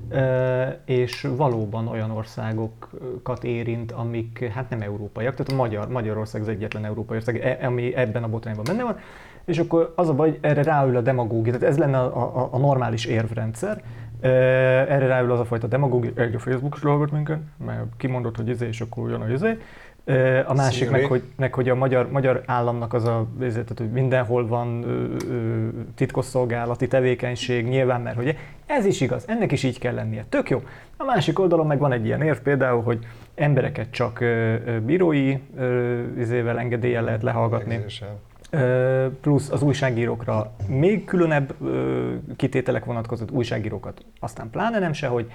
Speaker 1: e, és valóban olyan országokat érint, amik hát nem európaiak, tehát a Magyar, Magyarország az egyetlen európai ország, e, ami ebben a botrányban benne van, és akkor az a baj, erre ráül a demagógia, tehát ez lenne a, a, a normális érvrendszer, erre ráül az a fajta demagógia, egy a Facebookos dolgot minket, mert kimondott, hogy izé, és akkor jön a izé. A másik meg hogy, meg, hogy a magyar, magyar államnak az a, tehát, hogy mindenhol van ö, ö, titkosszolgálati tevékenység, nyilván, mert hogy ez is igaz, ennek is így kell lennie, tök jó. A másik oldalon meg van egy ilyen érv például, hogy embereket csak ö, ö, bírói ö, izével, engedéllyel lehet lehallgatni.
Speaker 2: Meggyőzősen.
Speaker 1: Plusz az újságírókra még különebb kitételek vonatkozott, újságírókat aztán pláne nem sehogy,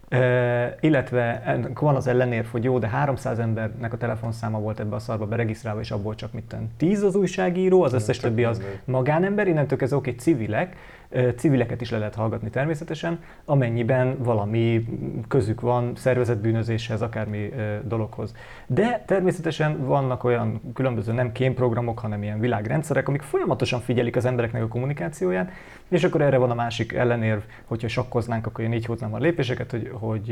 Speaker 1: illetve ennek van az ellenérv, hogy jó, de háromszáz embernek a telefonszáma volt ebbe a szarba beregisztrálva, és abból csak mitten tíz az újságíró, az összes többi az magánember, innentől ez oké, civilek, civileket is le lehet hallgatni természetesen, amennyiben valami közük van szervezetbűnözéshez, akármi dologhoz. De természetesen vannak olyan különböző nem kémprogramok, hanem ilyen világrendszerek, amik folyamatosan figyelik az embereknek a kommunikációját, és akkor erre van a másik ellenérv, hogyha sakkoznánk, akkor én így hoznám a lépéseket, hogy, hogy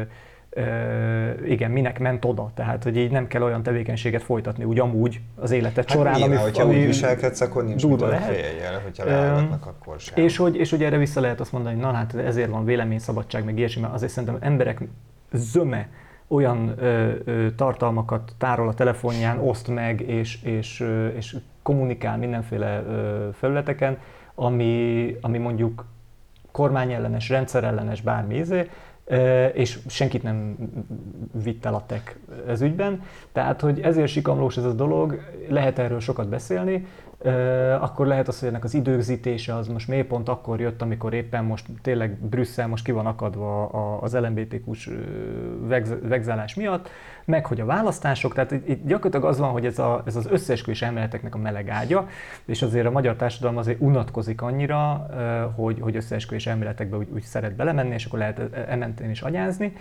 Speaker 1: Uh, igen, minek ment oda, tehát hogy így nem kell olyan tevékenységet folytatni úgy amúgy az életed
Speaker 2: Hát
Speaker 1: során,
Speaker 2: nyilván,
Speaker 1: ami,
Speaker 2: hogyha
Speaker 1: ami
Speaker 2: úgy viselkedsz, akkor nincs
Speaker 1: durva
Speaker 2: mit
Speaker 1: lehet.
Speaker 2: féljel, hogyha leállgatnak, akkor sem.
Speaker 1: És hogy, és hogy erre vissza lehet azt mondani, hogy na hát ezért van véleményszabadság, meg ilyesmi, mert azért szerintem emberek zöme olyan ö, ö, tartalmakat tárol a telefonján, oszt meg, és, és, ö, és kommunikál mindenféle ö, felületeken, ami, ami mondjuk kormányellenes, rendszerellenes, bármi izé, és senkit nem vitt el a tech ez ügyben. Tehát, hogy ezért sikamlós ez a dolog, lehet erről sokat beszélni, akkor lehet az, hogy ennek az időzítése az most miért pont akkor jött, amikor éppen most tényleg Brüsszel most ki van akadva az el em bé té kú-s vegzálás miatt, meg hogy a választások, tehát itt gyakorlatilag az van, hogy ez, a, ez az összeesküvés elméleteknek a meleg ágya, és azért a magyar társadalom azért unatkozik annyira, hogy, hogy összeesküvés elméletekbe úgy, úgy szeret belemenni, és akkor lehet ementén is agyázni.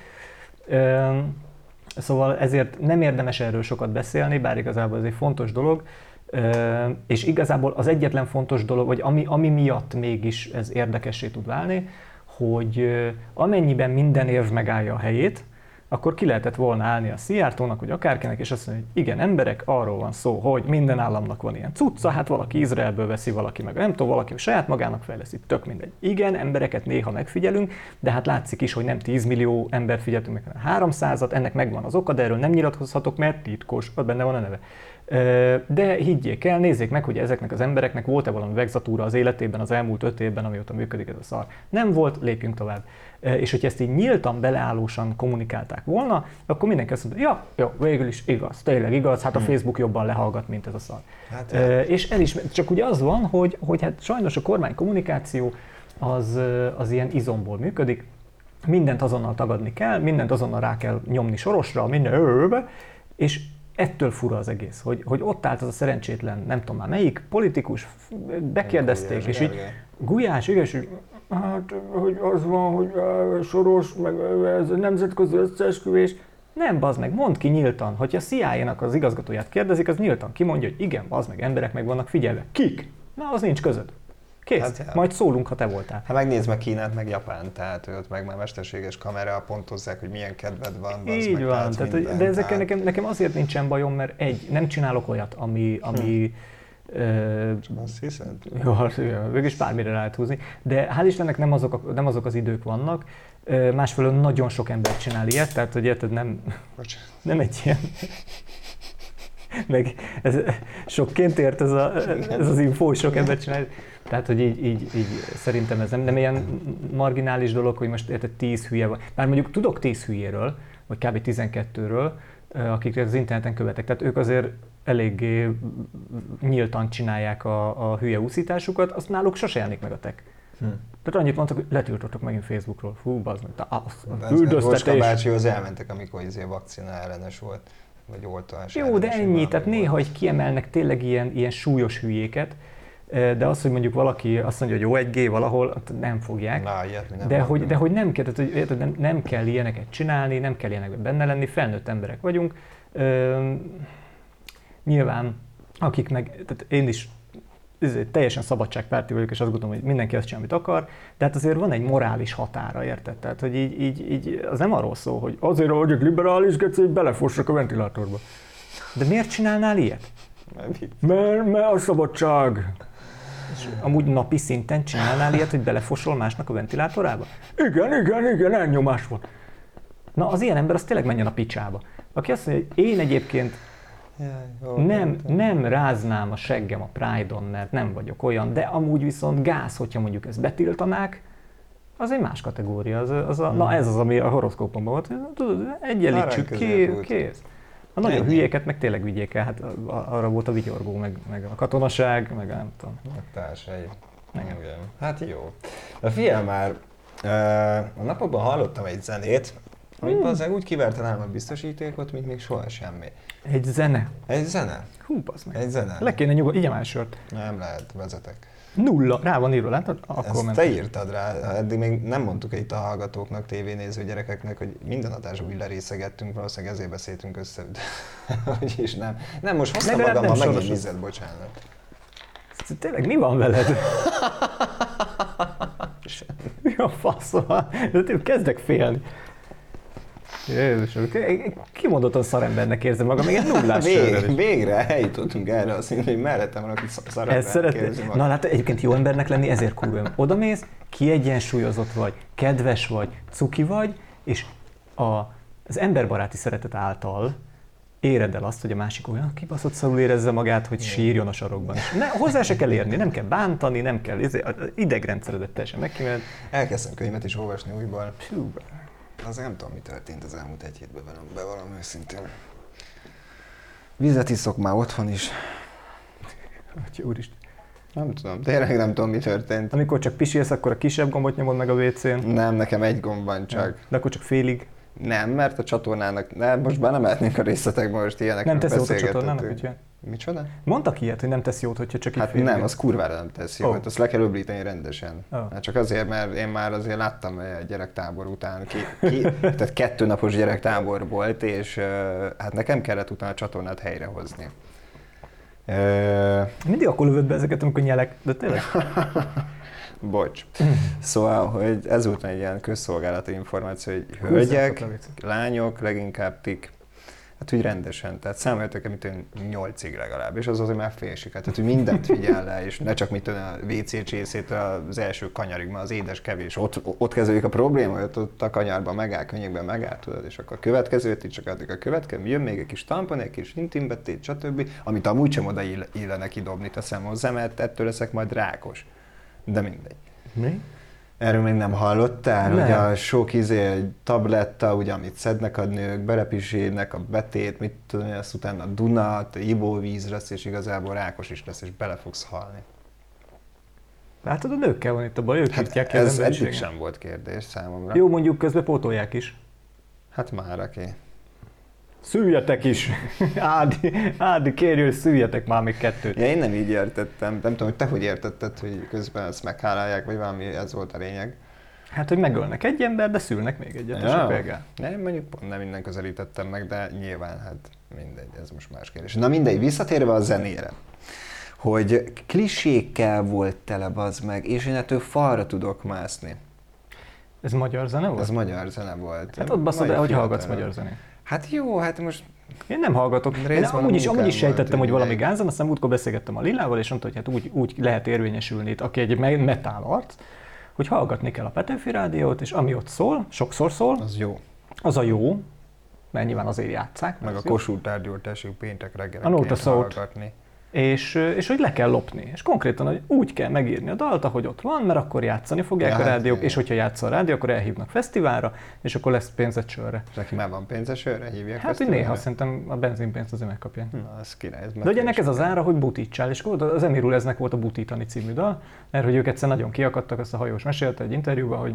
Speaker 1: Szóval ezért nem érdemes erről sokat beszélni, bár igazából ez egy fontos dolog, és igazából az egyetlen fontos dolog, vagy ami, ami miatt mégis ez érdekessé tud válni, hogy amennyiben minden érv megállja a helyét, akkor ki lehetett volna állni a Szijjártónak, vagy akárkinek, és azt mondani, hogy igen, emberek, arról van szó, hogy minden államnak van ilyen cucca, hát valaki Izraelből veszi, valaki meg nem tudom, valaki saját magának fejleszi, tök mindegy. Igen, embereket néha megfigyelünk, de hát látszik is, hogy nem tíz millió ember figyeltünk meg, hanem háromszázat, ennek megvan az oka, de erről nem nyilatkozhatok, mert titkos, benne van a neve. De higgyék el, nézzék meg, hogy ezeknek az embereknek volt-e valami vegzatúra az életében az elmúlt öt évben, amióta működik ez a szar. Nem volt, lépjünk tovább. És hogyha ezt így nyíltan, beleállósan kommunikálták volna, akkor mindenki azt mondta, ja, jó, végül is igaz, tényleg igaz, hát a Facebook jobban lehallgat, mint ez a szar. Hát, e, és el is, csak ugye az van, hogy, hogy hát sajnos a kormány kommunikáció az, az ilyen izomból működik, mindent azonnal tagadni kell, mindent azonnal rá kell nyomni sorosra, minden őrbe, és ettől fura az egész, hogy, hogy ott állt az a szerencsétlen, nem tudom már melyik, politikus, bekérdezték, Gulyás, és így Gulyás, igen, és így, hát, hogy az van, hogy Soros, meg ez a nemzetközi összeesküvés. Nem, bazd meg, mondd ki nyíltan, hogyha a C I A-nak az igazgatóját kérdezik, az nyíltan kimondja, hogy igen, bazd meg, emberek meg vannak figyelve. Kik? Na, az nincs között. Kész, hát, majd szólunk, ha te voltál.
Speaker 2: Hát megnézd meg Kínát, meg Japán, tehát ott meg már mesterséges kamera pontozzák, hogy milyen kedved van.
Speaker 1: Így
Speaker 2: meg,
Speaker 1: van, tehát, tehát,
Speaker 2: minden,
Speaker 1: de ezekkel nekem, nekem azért nincsen bajom, mert egy, nem csinálok olyat, ami... ami hm. ö,
Speaker 2: azt hiszed?
Speaker 1: Jó, végülis bármire lehet húzni, de hál' Istennek nem azok, a, nem azok az idők vannak, másfelől nagyon sok ember csinál ilyet, tehát hogy érted, nem, nem egy ilyen... meg ez, sokként ért ez, a, ez az info, hogy sok ember csinál. Tehát, hogy így, így, így szerintem ez nem, nem ilyen marginális dolog, hogy most érted tíz hülye van. Bár mondjuk tudok tíz hülyéről, vagy kb. tizenkettőről, akiket az interneten követek. Tehát ők azért eléggé nyíltan csinálják a, a hülye úszításukat, azt náluk sose jelenik meg a tech. Hm. Tehát annyit mondtak, hogy letiltottak megint Facebookról. Fú, bazd meg,
Speaker 2: üldöztetés. Bácsihoz elmentek, amikor izé vakcina ellenes volt, vagy oltás.
Speaker 1: Jó, de ennyi, tehát néha hogy kiemelnek tényleg ilyen, ilyen súlyos hülyéket, de az, hogy mondjuk valaki azt mondja, hogy jó, egy G valahol, nem fogják.
Speaker 2: Na, ilyet, nem
Speaker 1: de, hogy, de hogy nem kell, tehát, hogy nem, nem kell ilyeneket csinálni, nem kell ilyenekben benne lenni, felnőtt emberek vagyunk. Üm, nyilván, akik meg, tehát én is teljesen szabadságpárti vagyok, és azt gondolom, hogy mindenki azt csinál, amit akar, de hát azért van egy morális határa, érted? Tehát, hogy így, így, így az nem arról szól, hogy azért vagyok liberális, geci, hogy belefossak a ventilátorba. De miért csinálnál ilyet? Mert, mert a szabadság. És amúgy napi szinten csinálnál ilyet, hogy belefosol másnak a ventilátorába? Igen, igen, igen, elnyomás volt. Na, az ilyen ember az tényleg menjen a picsába. Aki azt mondja, hogy én egyébként Jaj, jó, nem, nem ráznám a seggem a Pride-on, mert nem vagyok olyan, de amúgy viszont gáz, hogyha mondjuk ezt betiltanák, az egy más kategória. Az, az a, hmm. Na ez az, ami a horoszkópomban volt. Tudod, egyenlítsük ki, kész. A nagyon hülyéket meg tényleg vigyék el, hát arra volt a vigyorgó, meg, meg a katonaság, meg nem tudom.
Speaker 2: A társai. Igen. Hát jó. De figyelj már, a napokban hallottam egy zenét, amit hmm. bazzeg úgy kiverte nálam a biztosítékot, mint még soha semmi.
Speaker 1: Egy zene?
Speaker 2: Egy zene?
Speaker 1: Hú, bazd meg.
Speaker 2: Egy zene.
Speaker 1: Le kéne nyugodni, igyem el sört.
Speaker 2: Nem lehet, vezetek.
Speaker 1: Nulla, rá van írva, látod? Akkor
Speaker 2: Ezt
Speaker 1: ment.
Speaker 2: te írtad rá, eddig még nem mondtuk itt a hallgatóknak, tévénéző gyerekeknek, hogy minden adásban úgy lerészegettünk, valószínűleg ezért beszéltünk össze, és nem. Nem, most hoztam magammal megint vizet, bocsánat.
Speaker 1: Tényleg mi van veled? Mi a fasz van? Kezdek félni. Jézusom, kimondottan szarembernek érzem magam, még egy nullás
Speaker 2: Vég, Végre eljutottunk erre a szintre, hogy mellettem valaki szarembernek érzem magam.
Speaker 1: Na hát egyébként jó embernek lenni ezért kurva. Odamész, kiegyensúlyozott vagy, kedves vagy, cuki vagy, és a, az emberbaráti szeretet által éred el azt, hogy a másik olyan kibaszott szarul érezze magát, hogy sírjon a sarokban. Ne, hozzá se kell érni, nem kell bántani, nem kell, idegrendszeredet teljesen megkímélt.
Speaker 2: Elkezdtem könyvet is olvasni újból. Azért nem tudom, mi történt az elmúlt egy hétben velem, bevallom őszintén. Vizet iszok már otthon is.
Speaker 1: Atya úristen.
Speaker 2: Nem tudom, tényleg nem tudom, mi történt.
Speaker 1: Amikor csak pisilsz, akkor a kisebb gombot nyomod meg a vécén?
Speaker 2: Nem, nekem egy gomb van csak.
Speaker 1: De akkor csak félig?
Speaker 2: Nem, mert a csatornának, de most be nem mehetnénk a részletekbe, most ilyenekről
Speaker 1: nem tesz jót a csatornának, hogy
Speaker 2: Micsoda?
Speaker 1: Mondtak ilyet, hogy nem tesz jót, hogyha csak
Speaker 2: hát
Speaker 1: így félig.
Speaker 2: Nem, az kurvára nem tesz jót, oh. Azt le kell öblíteni rendesen.
Speaker 1: Oh.
Speaker 2: Hát csak azért, mert én már azért láttam a gyerektábor után, ki, ki, tehát kettő napos gyerektábor volt, és hát nekem kellett utána a csatornát helyrehozni.
Speaker 1: Mindig akkor lövöd be ezeket, amikor nyelek, de tényleg?
Speaker 2: Bocs. Szóval, hogy ezúttal egy ilyen közszolgálati információ, hogy hölgyek, lányok, leginkább tik, hát úgy rendesen, tehát számoljatok el, mit olyan nyolcig legalább, és az azért már félsiket, tehát hogy mindent figyel le, és ne csak mit olyan a vé cé csészétől az első kanyarig, mert az édes kevés, ott, ott kezdődik a probléma, hogy ott a kanyarban megáll, könnyekben megáll, tudod, és akkor a következőt, így csak addig a következő, jön még egy kis tampon, egy kis intimbetét, stb., amit amúgy sem oda illene kidobni, teszem hozzá, mert ettől leszek majd rákos. De mindegy.
Speaker 1: Mi?
Speaker 2: Erről még nem hallottál,
Speaker 1: nem.
Speaker 2: hogy a sok izé, tabletta, ugye, amit szednek a nők, belepisélnek a betét, mit tudom, ezt utána a Dunat, a ivóvíz lesz, és igazából rákos is lesz, és bele fogsz halni.
Speaker 1: Látod, a nőkkel van itt a baj, ők
Speaker 2: Hát
Speaker 1: hívják
Speaker 2: ez eddig sem volt kérdés számomra.
Speaker 1: Jó, mondjuk közben pótolják is.
Speaker 2: Hát már aki.
Speaker 1: Szüljetek is! Ádi, Ádi kérjük, hogy szüljetek már még kettőt.
Speaker 2: Ja, én nem így értettem. Nem tudom, hogy te hogy értetted, hogy közben ezt meghálálják, vagy valami, ez volt a lényeg.
Speaker 1: Hát, hogy megölnek egy ember, de szülnek még egyet, ja. És akkor végel.
Speaker 2: Nem, mondjuk pont nem minden közelítettem meg, de nyilván hát mindegy, ez most más kérdés. Na mindegy, visszatérve a zenére. Hogy klisékkel volt tele, bazd meg, és én ettől falra tudok mászni.
Speaker 1: Ez magyar zene volt?
Speaker 2: Ez magyar zene volt.
Speaker 1: Hát ott baszod el, hogy hallgatsz magyar zenét.
Speaker 2: Hát jó, hát most...
Speaker 1: Én nem hallgatok. Én amúgy is, amúgy is sejtettem, hogy valami gázan, aztán múltkor beszélgettem a Lilával, és mondta, hogy hát úgy, úgy lehet érvényesülni itt, aki egy metal arc, hogy hallgatni kell a Petőfi Rádiót, és ami ott szól, sokszor szól,
Speaker 2: az jó.
Speaker 1: Az a jó, mert nyilván azért játsszák.
Speaker 2: Meg a Kossuth Tárgyújtásig péntek reggel
Speaker 1: kéne hallgatni. És, és hogy le kell lopni. És konkrétan hogy úgy kell megírni a dalt, ahogy ott van, mert akkor játszani fogják ja, a rádiók, hát, és hogyha játsz a rádió, akkor elhívnak fesztiválra, és akkor lesz pénzet sörre.
Speaker 2: És neki már van pénzet sörre, hívják
Speaker 1: hát fesztiválra? Hát néha szerintem a benzinpénzt azért megkapják.
Speaker 2: Na, az király. Ez
Speaker 1: de ugye ennek ez az ára, hogy butítsál, és az Emiruleznek volt a Butítani című dal, mert hogy ők egyszer nagyon kiakadtak, azt a hajós mesélte egy interjúban, hogy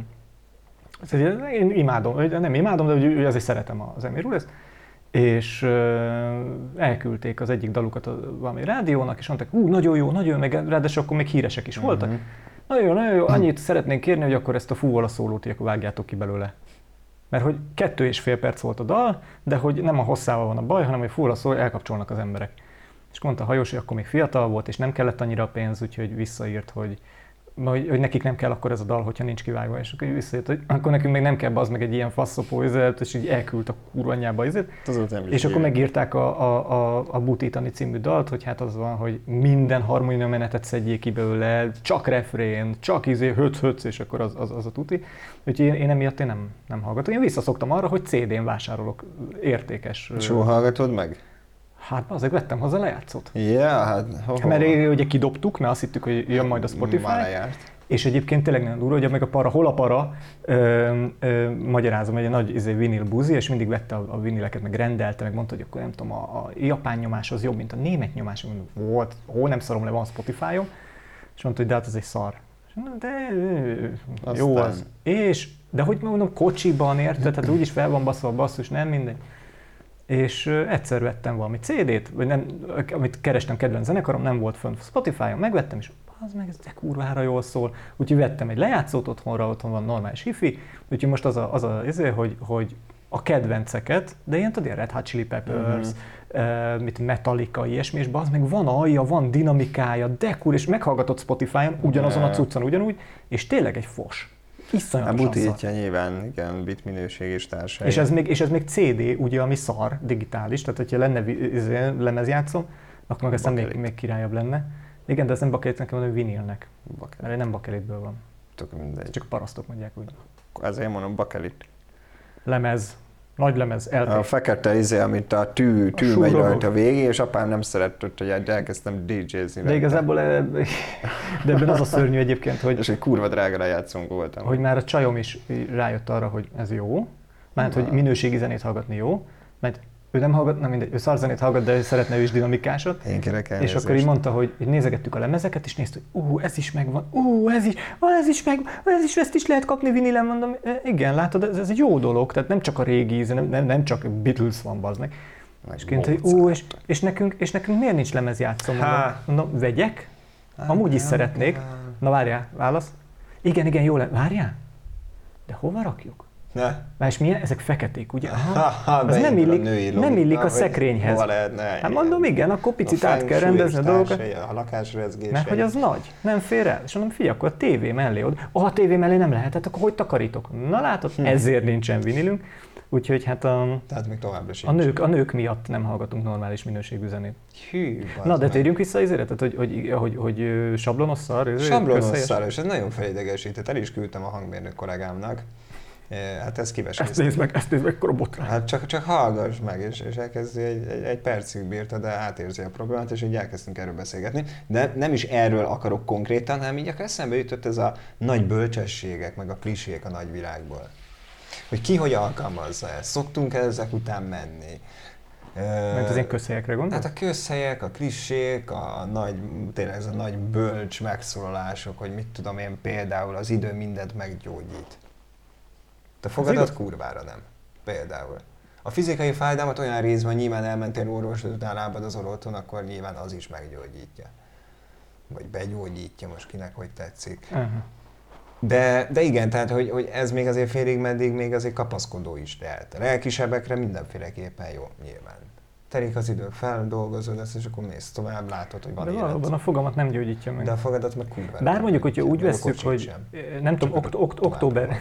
Speaker 1: én imádom, nem imádom, de azért szeretem az Emirulez. És uh, elküldték az egyik dalukat a valami rádiónak, és mondták, hú, nagyon jó, nagyon jó, meg ráadásul akkor még híresek is voltak. Uh-huh. Nagyon jó, nagyon jó, annyit szeretnénk kérni, hogy akkor ezt a fúval szólót így akkor vágjátok ki belőle. Mert hogy kettő és fél perc volt a dal, de hogy nem a hosszával van a baj, hanem hogy fúval szól, elkapcsolnak az emberek. És mondta a hajós, hogy akkor még fiatal volt, és nem kellett annyira a pénz, úgyhogy visszaírt, hogy Hogy, hogy nekik nem kell akkor ez a dal, hogyha nincs kivágva, és akkor visszajött, hogy akkor nekünk még nem kell az meg egy ilyen faszopó izet, és így elküldt a kurva anyjába izet. És akkor megírták a, a, a, a Butítani című dalt, hogy hát az van, hogy minden harmónia menetet szedjék ki belőle, csak refrén, csak izé, höc-höc, és akkor az, az, az a tuti. Úgyhogy én, én emiatt én nem, nem hallgatom. Én visszaszoktam arra, hogy cé dén vásárolok értékes.
Speaker 2: És hol hallgatod meg?
Speaker 1: Hát azért vettem hozzá lejátszót.
Speaker 2: Ja, hát ho, ho.
Speaker 1: Mert ugye kidobtuk, mert azt hittük, hogy jön majd a Spotify. És egyébként tényleg nagyon durva, hogy meg a para, hol a para, ö, ö, magyarázom, hogy egy nagy izé, vinil buzi, és mindig vette a, a vinileket, meg rendelte, meg mondta, hogy akkor nem tudom, a, a japán nyomás az jobb, mint a német nyomás, volt, hol nem szarom le, van Spotify-om, és mondta, hogy de hát ez egy szar. De aztán. Jó az. És, de hogy mondom, kocsiban érted, tehát úgyis fel van baszva a basszus, nem mindegy. És uh, egyszer vettem valami cé dét, vagy nem, amit kerestem kedvenc zenekarom, nem volt fönn Spotify-on, megvettem, és az meg ez de kurvára jól szól. Úgyhogy vettem egy lejátszót otthonra, otthon van normális hifi, úgyhogy most az a, az a izé, hogy, hogy a kedvenceket, de ilyen tudod, ilyen Red Hot Chili Peppers, uh-huh. uh, mit Metallica, ilyesmi, és az meg van alja, van dinamikája, de kur, és meghallgatott Spotify-on, ugyanazon a cuccon ugyanúgy, és tényleg egy fos. Iszonyatosan
Speaker 2: szar. Butítja nyilván, igen, bit minőség és társai.
Speaker 1: És ez, még, és ez még cé dé, ugye, ami szar, digitális, tehát hogyha lenne lemezjátszom, akkor meg aztán még, még királyabb lenne. Igen, de ez nem bakelitnek, hanem vinilnek. Bakelit. Mert nem bakelitből van.
Speaker 2: Tök mindegy.
Speaker 1: Csak parasztok mondják úgy.
Speaker 2: Ezért mondom bakelit.
Speaker 1: Lemez. Nagy lemez, el té.
Speaker 2: A fekete izé, amit a tű, tű a megy rajta végig, és apám nem szeretett, hogy elkezdtem dé jézni.
Speaker 1: De igazából, de ebben az a szörnyű egyébként, hogy...
Speaker 2: És egy kurva drága lejátszónk voltam.
Speaker 1: Hogy már a csajom is rájött arra, hogy ez jó, mert hogy minőségi zenét hallgatni jó, mert ő nem hallgat, nem mindegy, ő szarzenét hallgat, de ő szeretne ő is dinamikásot.
Speaker 2: Én kérek
Speaker 1: És akkor így mondta, hogy nézegettük a lemezeket, és néztük, hogy ú, ez is megvan, ú, ez is, ez is meg, ez is, ezt is lehet kapni vinilen, mondom, igen, látod, ez, ez egy jó dolog, tehát nem csak a régi, nem, nem, nem csak Beatles van, bazd meg. És kint, hogy ú, és, és, nekünk, és nekünk miért nincs lemezjátszó? Mondom, mondom, vegyek? Amúgy is szeretnék. Na várjál, válasz. Igen, igen, jó le, várjál? De hova rakjuk?
Speaker 2: Ne.
Speaker 1: Más milyen? Ezek feketék, ugye?
Speaker 2: Ha, ha,
Speaker 1: az nem illik,
Speaker 2: a
Speaker 1: nem illik a
Speaker 2: hogy
Speaker 1: szekrényhez.
Speaker 2: Lehetne,
Speaker 1: hát mondom, igen, akkor picit át kell rendezni a dolgokat.
Speaker 2: A lakásrezgés.
Speaker 1: Mert hogy az nagy, nem fér el. És mondom, figyelj, akkor a tévé mellé oda. Ah, a tévé mellé nem lehet, akkor hogy takarítok? Na látod, hm. ezért nincsen vinilünk. Úgyhogy hát a,
Speaker 2: Tehát még továbbra
Speaker 1: a, nők, a nők miatt nem hallgatunk normális minőségű zenét.
Speaker 2: Hű,
Speaker 1: na, de térjünk vissza izére, tehát hogy, hogy, hogy, hogy sablonosszal.
Speaker 2: Sablonosszal, és ez nagyon felidegesített. El is küldtem a hangmérnök kollégámnak. Hát ez kivesészte.
Speaker 1: Ezt nézd meg, ezt nézd meg, korobotrány.
Speaker 2: Hát csak, csak hallgass meg, és, és elkezdi, egy, egy, egy percig bírta, de átérzi a problémát, és így elkezdtünk erről beszélgetni. De nem is erről akarok konkrétan, hanem így akkor eszembe jutott ez a nagy bölcsességek, meg a klisék a nagyvilágból. Hogy ki hogy alkalmazza ezt, szoktunk ezek után menni.
Speaker 1: Mert az ilyen közhelyekre gondolsz?
Speaker 2: Hát a közhelyek, a klisék, a nagy, tényleg ez a nagy bölcs megszólalások, hogy mit tudom én, például az idő mindent meggyógyít. Te fogadat kurvára nem. Például. A fizikai fájdalmat olyan részben nyilván elmentél orvoshoz, utána lábad az orvoson, akkor nyilván az is meggyógyítja. Vagy begyógyítja, most kinek hogy tetszik. Uh-huh. De, de igen, tehát hogy, hogy ez még azért félig meddig még azért kapaszkodó is lehet. A lelkisebbekre mindenféleképpen jó, nyilván. Telik az idő, feldolgozod ezt, és akkor mész tovább, látod, hogy van
Speaker 1: de
Speaker 2: élet. De
Speaker 1: valóban a fogamat nem gyógyítja meg.
Speaker 2: De a fogadat meg kurvára.
Speaker 1: Bár mondjuk, hogyha úgy vesszük, hogy sem. nem tudom, okt- okt- október,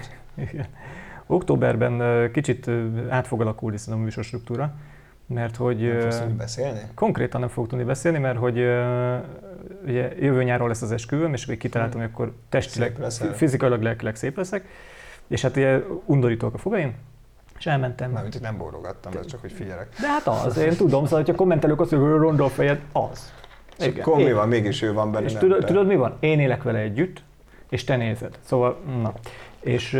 Speaker 1: októberben kicsit át fog alakulni a műsorstruktúra, mert hogy...
Speaker 2: Nem fogsz tudni beszélni?
Speaker 1: Konkrétan nem fogok tudni beszélni, mert hogy ugye jövő nyáron lesz az esküvőm, és akkor kitaláltam, hogy akkor testileg, fizikailag, lelkileg szép leszek, és hát ugye undorítók a fogaim, és elmentem.
Speaker 2: Mármint, hogy nem bólogattam, ez csak hogy figyelek.
Speaker 1: De hát az, én tudom, szóval, hogyha kommentelők azt mondják, hogy ronda a fejed, az.
Speaker 2: Igen. Akkor mi van, mégis ő van benne.
Speaker 1: És tudod, tudod mi van? Én élek vele együtt, és te nézed. Szóval, na. És,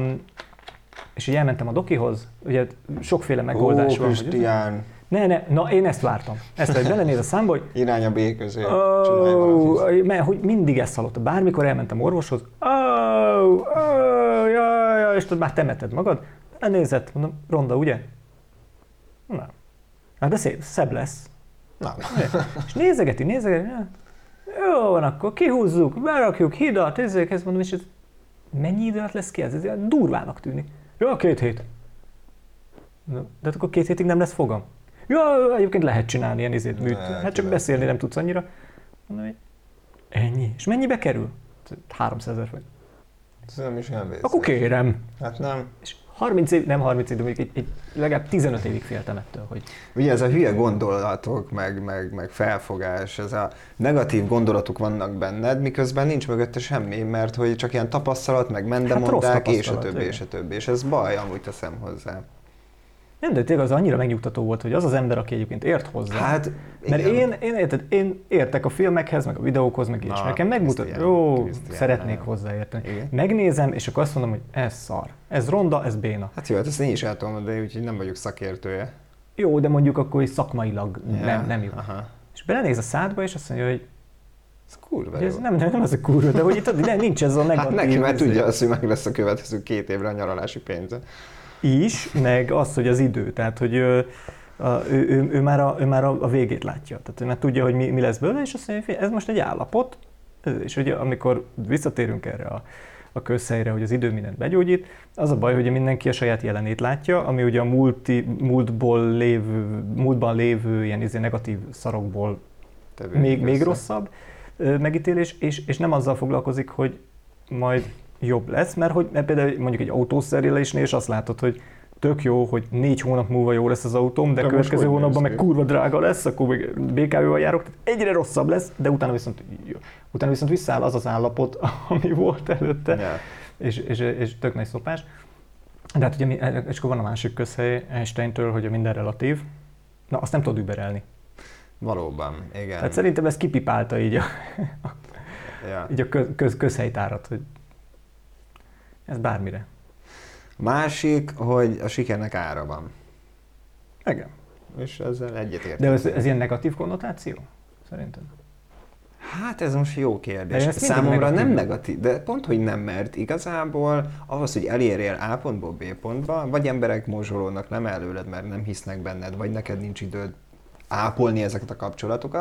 Speaker 1: és így elmentem a dokihoz, ugye sokféle megoldás
Speaker 2: Ó,
Speaker 1: van.
Speaker 2: Krisztián.
Speaker 1: Ne, ne, na én ezt vártam. Ezt, hogy belenéz a számba, hogy...
Speaker 2: Irány a B közé.
Speaker 1: Oh, mert hogy mindig ezt hallottam. Bármikor elmentem orvoshoz, oh, oh, jaj, jaj, és tudod, már temeted magad. Lenézett, mondom, ronda, ugye? Na. Hát de szép, szebb lesz.
Speaker 2: Na.
Speaker 1: És nézegeti, nézegeti. Jó van, akkor kihúzzuk, berakjuk, hidat, ezért ezt mondom, és ez mennyi idő alatt lesz ki ez? Ez durvának tűnik. Jó, két hét. De hát akkor két hétig nem lesz fogam. Jó, egyébként lehet csinálni ilyen izét, műt. Hát csak beszélni nem tudsz annyira. Mondom, hogy ennyi. És mennyibe kerül? háromszázezer vagy.
Speaker 2: Ez nem is olyan vészes.
Speaker 1: Akkor kérem.
Speaker 2: Hát nem. És
Speaker 1: harminc év, nem harminc év, de mondjuk egy, egy, legalább tizenöt évig féltem ettől, hogy...
Speaker 2: Ugye ez a hülye gondolatok, meg, meg, meg felfogás, ez a negatív gondolatok vannak benned, miközben nincs mögötte semmi, mert hogy csak ilyen tapasztalat, meg mendemondák, hát és a többi, és a többi. És ez baj, amúgy teszem hozzá.
Speaker 1: Nem, de tényleg az annyira megnyugtató volt, hogy az az ember, aki egyébként ért hozzá.
Speaker 2: Hát,
Speaker 1: mert én, én, érted, én értek a filmekhez, meg a videókhoz, meg és nekem megmutat, jó, szeretnék hozzáérteni. Igen. Megnézem, és akkor azt mondom, hogy ez szar. Ez ronda, ez béna.
Speaker 2: Hát jó, hát ezt én is el tudom mondani, úgyhogy nem vagyok szakértője.
Speaker 1: Jó, de mondjuk akkor is szakmailag ja, nem, nem jó.
Speaker 2: Aha.
Speaker 1: És belenéz a szádba, és azt mondja, hogy
Speaker 2: ez kurva
Speaker 1: ez nem, nem, nem az a kurva, de hogy itt nem, nincs ez a negatív...
Speaker 2: Hát neki, mert tudja azt, hogy meg lesz a következő két évre a nyaralási pénze.
Speaker 1: Is, meg az, hogy az idő, tehát hogy ő, ő, ő, ő, már, a, ő már a végét látja, tehát ő már tudja, hogy mi, mi lesz belőle, és azt mondja, hogy ez most egy állapot, és ugye amikor visszatérünk erre a, a közhelyre, hogy az idő mindent begyógyít, az a baj, hogy mindenki a saját jelenét látja, ami ugye a múlti, múltból lévő, múltban lévő ilyen izé negatív szarokból még, még rosszabb megítélés, és, és nem azzal foglalkozik, hogy majd jobb lesz, mert hogy mert például mondjuk egy autószerelésnél is azt látod, hogy tök jó, hogy négy hónap múlva jó lesz az autóm, de, de következő hónapban meg kurva drága lesz, akkor még bé ká vé-val járok, tehát egyre rosszabb lesz, de utána viszont, utána viszont visszaáll az az állapot, ami volt előtte, yeah. és, és, és tök nagy szopás. De hát ugye, és akkor van a másik közhely Einsteintől, hogy a minden relatív, na azt nem tudod überelni.
Speaker 2: Valóban, igen.
Speaker 1: Tehát szerintem ez kipipálta így a,
Speaker 2: yeah.
Speaker 1: így a köz, köz, közhelytárat, hogy ez bármire.
Speaker 2: Másik, hogy a sikernek ára van.
Speaker 1: Igen.
Speaker 2: És ezzel egyetértek.
Speaker 1: De ez, ez ilyen negatív konnotáció? Szerinted?
Speaker 2: Hát ez most jó kérdés. Számomra negatív. Nem negatív, de pont, hogy nem, mert igazából ahhoz, hogy elérjél A pontból B pontba, vagy emberek morzsolódnak nem előled, mert nem hisznek benned, vagy neked nincs időd ápolni ezeket a kapcsolatokat,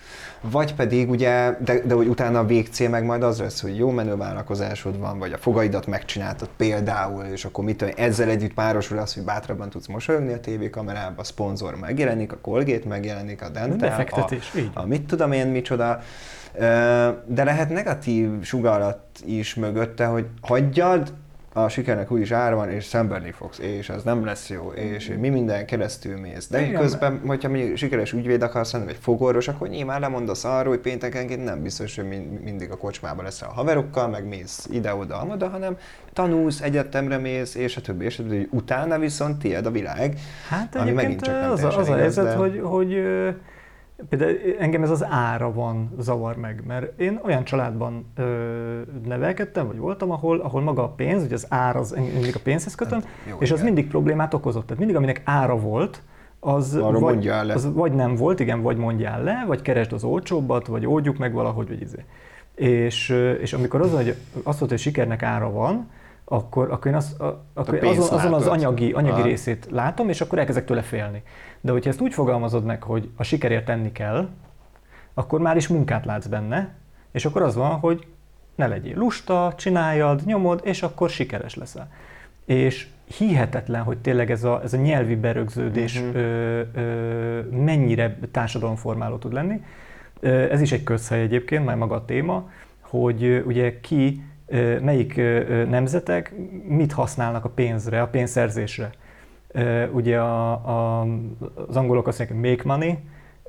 Speaker 2: Vagy pedig ugye, de, de hogy utána a végcél meg majd az lesz, hogy jó menő vállalkozásod van, vagy a fogaidat megcsináltad például, és akkor mit tudom, ezzel együtt párosul az, hogy bátrabban tudsz mosolyogni a tévékamerában, a szponzor megjelenik, a Colgate megjelenik, a Dental,
Speaker 1: befektetés,
Speaker 2: a,
Speaker 1: így.
Speaker 2: a mit tudom én micsoda. De lehet negatív sugallat is mögötte, hogy hagyjad, a sikernek úgyis ára van, és szenvedni fogsz, és az nem lesz jó, és mi minden keresztül mész. De igen, közben, hogyha mondjuk sikeres ügyvéd akarsz lenni, vagy fogorvos, akkor nyilván lemondasz arról, hogy péntekenként nem biztos, hogy mindig a kocsmában leszel a haverokkal, meg mész ide-oda, amoda, hanem tanulsz, egyetemre mész, és a többi, és a többi. Utána viszont tiéd a világ,
Speaker 1: hát
Speaker 2: ami megint csak nem
Speaker 1: az, a, az
Speaker 2: igaz,
Speaker 1: a helyzet,
Speaker 2: de...
Speaker 1: hogy, hogy például engem ez az ára van zavar meg, mert én olyan családban ö, nevelkedtem, vagy voltam, ahol, ahol maga a pénz, ugye az ár, az mindig a pénzhez kötöm, hát, jó, és az igen. mindig problémát okozott. Tehát mindig, aminek ára volt, az vagy, az vagy nem volt, igen, vagy mondjál le, vagy keresd az olcsóbbat, vagy oldjuk meg valahogy, vagy izé. És, és amikor az, hogy azt mondta, hogy sikernek ára van, akkor, akkor én az, a, akkor azon, azon az anyagi, anyagi részét látom, és akkor elkezdek tőle félni. De hogyha ezt úgy fogalmazod meg, hogy a sikerért tenni kell, akkor már is munkát látsz benne, és akkor az van, hogy ne legyél lusta, csináljad, nyomod, és akkor sikeres leszel. És hihetetlen, hogy tényleg ez a, ez a nyelvi berögződés uh-huh. ö, ö, mennyire társadalomformáló tud lenni. Ez is egy közhely egyébként, már maga a téma, hogy ugye ki, melyik nemzetek mit használnak a pénzre, a pénzszerzésre. Ugye a, a, az angolok azt mondják, make money,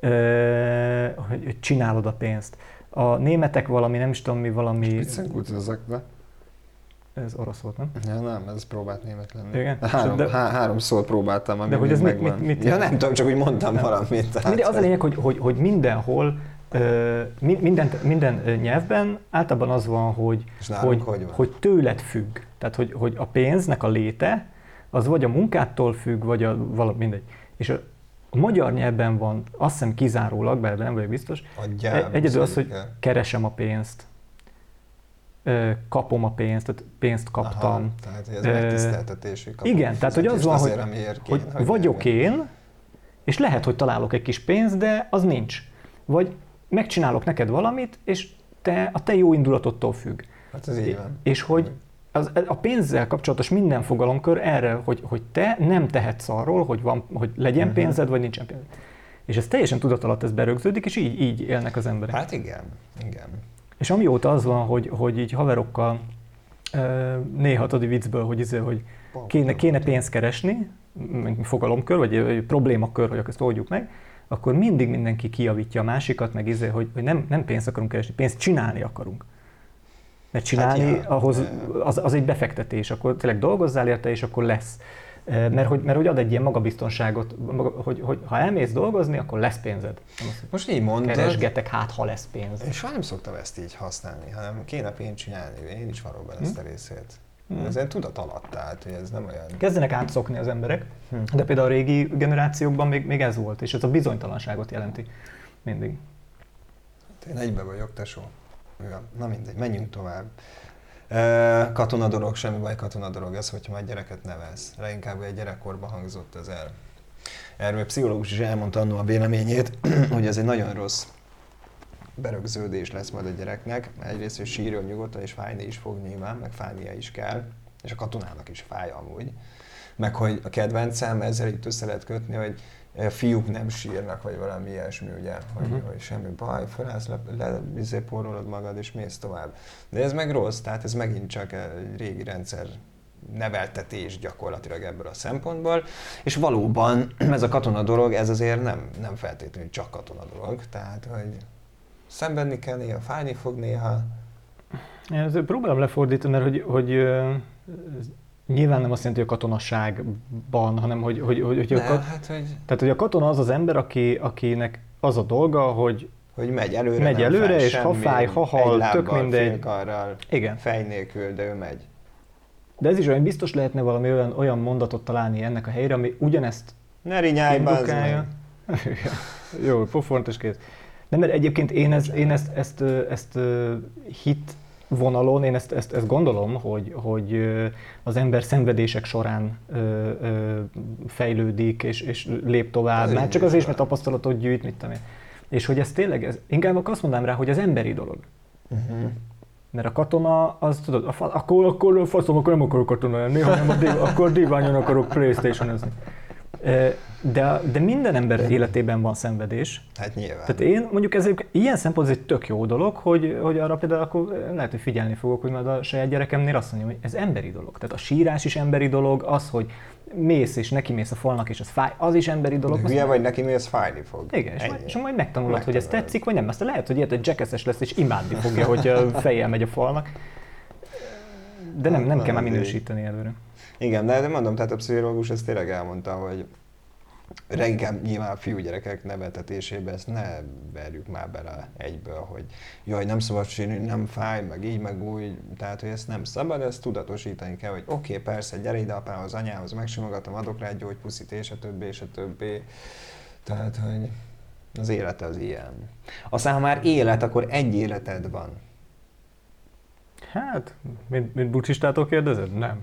Speaker 1: hogy csinálod a pénzt. A németek valami, nem is tudom mi, valami...
Speaker 2: be.
Speaker 1: Ez orosz volt, nem?
Speaker 2: Ja, nem, ez próbált német lenni.
Speaker 1: Igen?
Speaker 2: Három,
Speaker 1: de,
Speaker 2: há, háromszor próbáltam, ami
Speaker 1: de hogy ez mit,
Speaker 2: megvan.
Speaker 1: mit, mit
Speaker 2: ja, nem tudom, csak úgy mondtam nem. valamit. Tehát,
Speaker 1: de az a lényeg, hogy, hogy, hogy mindenhol, minden, minden nyelvben általában az van, hogy, hogy, hogy, hogy tőled függ. Tehát, hogy, hogy a pénznek a léte, az vagy a munkától függ, vagy a valami, mindegy. És a, a magyar nyelvben van, azt hiszem kizárólag, bár nem vagyok biztos,
Speaker 2: Adjál,
Speaker 1: egyedül az, hogy keresem a pénzt, kapom a pénzt, tehát pénzt kaptam.
Speaker 2: Aha, tehát ez uh, megtiszteltetés, hogy kapom.
Speaker 1: Igen, tehát hogy az van,
Speaker 2: azért,
Speaker 1: hogy,
Speaker 2: kéne,
Speaker 1: hogy,
Speaker 2: hogy
Speaker 1: vagyok én, és lehet, hogy találok egy kis pénzt, de az nincs. Vagy megcsinálok neked valamit, és te, a te jó indulatottól függ.
Speaker 2: Hát ez így van.
Speaker 1: És hogy az, a pénzzel kapcsolatos minden fogalomkör erre, hogy, hogy te nem tehetsz arról, hogy, van, hogy legyen uh-huh. pénzed, vagy nincsen pénzed. És ez teljesen tudat alatt ez berögződik, és így, így élnek az emberek.
Speaker 2: Hát igen, igen. És
Speaker 1: amióta az van, hogy, hogy így haverokkal néha tudod viccből, hogy, izé, hogy kéne, kéne pénzt keresni, fogalomkör, vagy problémakör, hogy ezt oldjuk meg, akkor mindig mindenki kijavítja a másikat, meg izé, hogy, hogy nem, nem pénzt akarunk keresni, pénzt csinálni akarunk. Mert csinálni, hát, ja, ahhoz, az, az egy befektetés, akkor tényleg dolgozzál érte, és akkor lesz. Mert hogy, mert hogy ad egy ilyen magabiztonságot, hogy, hogy ha elmész dolgozni, akkor lesz pénzed.
Speaker 2: Most így mondod.
Speaker 1: Keresgetek, hát ha lesz pénz.
Speaker 2: És soha nem szoktam ezt így használni, hanem kéne pénzt csinálni, én is valóban hm? ezt a részét. Hmm. Ez egy tudat alatt, tehát hogy ez nem olyan...
Speaker 1: Kezdenek átszokni az emberek, hmm. de például a régi generációkban még, még ez volt, és ez a bizonytalanságot jelenti mindig.
Speaker 2: Hát én egybe vagyok, tesó. Na mindegy, menjünk tovább. Katonadolog, semmi baj, katonadolog ez, hogyha már gyereket nevelsz. Leginkább egy gyerekkorban hangzott ez el. Erről a pszichológus is elmondta annól a véleményét, hogy ez egy nagyon rossz berögződés lesz majd a gyereknek. Egyrészt, hogy sírjon nyugodtan, és fájni is fog nyilván, meg fájnia is kell, és a katonának is fáj amúgy. Meg hogy a kedvencem, ezzel itt össze lehet kötni, hogy a fiúk nem sírnak, vagy valami ilyesmi, ugye, hogy, uh-huh. hogy semmi baj, felállsz, le, le porolod magad, és mész tovább. De ez meg rossz, tehát ez megint csak egy régi rendszer neveltetés gyakorlatilag ebből a szempontból, és valóban ez a katona dolog, ez azért nem, nem feltétlenül csak katona dolog, tehát hogy szenvedni kell néha, fájni fog néha.
Speaker 1: Én azért próbálom lefordítani, mert hogy, hogy nyilván nem azt jelenti, hogy a katonasságban, hanem hogy, hogy, hogy, hogy,
Speaker 2: ne,
Speaker 1: a kat...
Speaker 2: hát, hogy...
Speaker 1: Tehát, hogy a katona az az ember, aki, akinek az a dolga, hogy
Speaker 2: hogy megy előre,
Speaker 1: megy előre
Speaker 2: fáj
Speaker 1: és
Speaker 2: semmi,
Speaker 1: ha fáj, ha hal, tök mindegy.
Speaker 2: Félkarral,
Speaker 1: igen.
Speaker 2: Fej nélkül, de ő megy.
Speaker 1: De ez is olyan, biztos lehetne valami olyan, olyan mondatot találni ennek a helyre, ami ugyanezt
Speaker 2: ne rinyálj, bazd meg!
Speaker 1: Jó, pofont és kész. Nem, mert egyébként én, ez, én ezt, ezt, ezt, ezt hit vonalon, én ezt, ezt, ezt gondolom, hogy, hogy az ember szenvedések során ö, ö, fejlődik és, és lép tovább. Már csak azért is, mert tapasztalatot gyűjt, mit tudom én. És hogy ez tényleg, ez, inkább azt mondanám rá, hogy az emberi dolog.
Speaker 2: Uh-huh.
Speaker 1: Mert a katona, az tudod, a fa, akkor, akkor faszom, akkor nem akarok katona lenni, hanem a div, akkor diványon akarok PlayStation-ezni. De, de minden ember életében van szenvedés.
Speaker 2: Hát nyilván.
Speaker 1: Tehát én mondjuk ez ilyen szempontból ez egy tök jó dolog, hogy, hogy arra például akkor lehet, hogy figyelni fogok, hogy majd a saját gyerekemnél azt mondjam, hogy ez emberi dolog. Tehát a sírás is emberi dolog, az, hogy mész és neki mész a falnak és az fáj, az is emberi dolog.
Speaker 2: Hülye vagy, neki mész, fájni fog.
Speaker 1: Igen, és majd, és majd megtanulod, hogy ez tetszik, vagy nem. Aztán lehet, hogy ilyet, hogy Jackass-es lesz és imádni fogja, hogy fejjel megy a falnak. De nem, nem kell már minősíteni előre.
Speaker 2: Igen, de mondom, tehát a pszichológus ezt tényleg elmondta, hogy inkább nyilván a fiúgyerekek neveltetésébe ezt ne verjük már bele egyből, hogy jaj, nem szabad sírni, nem fáj, meg így, meg úgy, tehát hogy ezt nem szabad, ezt tudatosítani kell, hogy oké, okay, persze, gyere ide apához, anyához, megsimogatom, adok rá egy gyógypuszit, és a többi, és a többi. Tehát, hogy az élet az ilyen. Aztán, ha már élet, akkor egy életed van.
Speaker 1: Hát, mint, mint buddhistától kérdezed? Nem.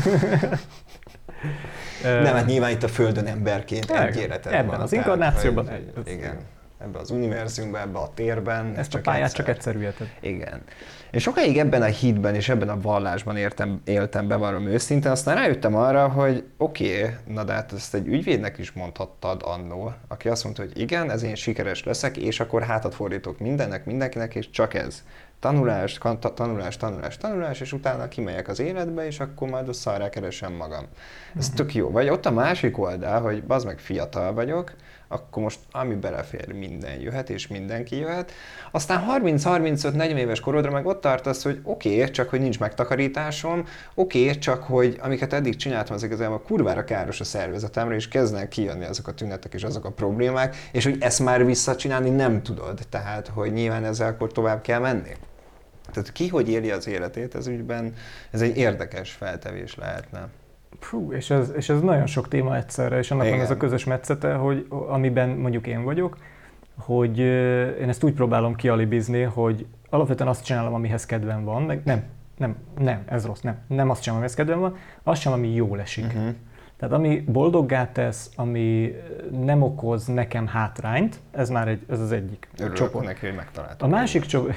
Speaker 2: Nem, hát nyilván itt a Földön emberként egy életed
Speaker 1: ebben
Speaker 2: van.
Speaker 1: Az inkarnációban
Speaker 2: tehát,
Speaker 1: egy.
Speaker 2: Igen, ebben az univerzumban, ebben a térben.
Speaker 1: Ezt a pályát egyszer. Csak egyszer üljeted.
Speaker 2: Igen. És sokáig ebben a hitben és ebben a vallásban értem, éltem, bevallom őszintén, aztán rájöttem arra, hogy oké, okay, na de hát ezt egy ügyvédnek is mondhattad annól, aki azt mondta, hogy igen, ez én sikeres leszek, és akkor hátat fordítok mindennek, mindenkinek, és csak ez. Tanulás, tanulás, tanulás, tanulás, és utána kimegyek az életbe, és akkor majd a szarrá keresem magam. Ez uh-huh. tök jó. Vagy ott a másik oldal, hogy bazd meg fiatal vagyok, akkor most ami belefér, minden jöhet, és mindenki jöhet. Aztán harminc-harmincöt-negyven éves korodra meg ott tartasz, hogy oké, okay, csak hogy nincs megtakarításom, oké, okay, csak hogy amiket eddig csináltam, az igazából kurvára káros a szervezetemre, és kezdenek kijönni azok a tünetek és azok a problémák, és hogy ezt már visszacsinálni nem tudod. Tehát, hogy nyilván ezzel akkor tovább kell menni. Tehát ki hogy éli az életét, ez ügyben, ez egy érdekes feltevés lehetne.
Speaker 1: Fú, és ez, és ez nagyon sok téma egyszerre, és annak Igen. van ez a közös metszete, hogy amiben mondjuk én vagyok, hogy én ezt úgy próbálom kialibizni, hogy alapvetően azt csinálom, amihez kedvem van, meg nem, nem, nem, ez rossz, nem, nem azt csinálom, amihez kedvem van, azt sem, ami jól esik. Uh-huh. Tehát ami boldoggá tesz, ami nem okoz nekem hátrányt, ez már egy, ez az egyik
Speaker 2: Örülök
Speaker 1: csoport.
Speaker 2: neki, hogy megtaláltam.
Speaker 1: A másik csoport,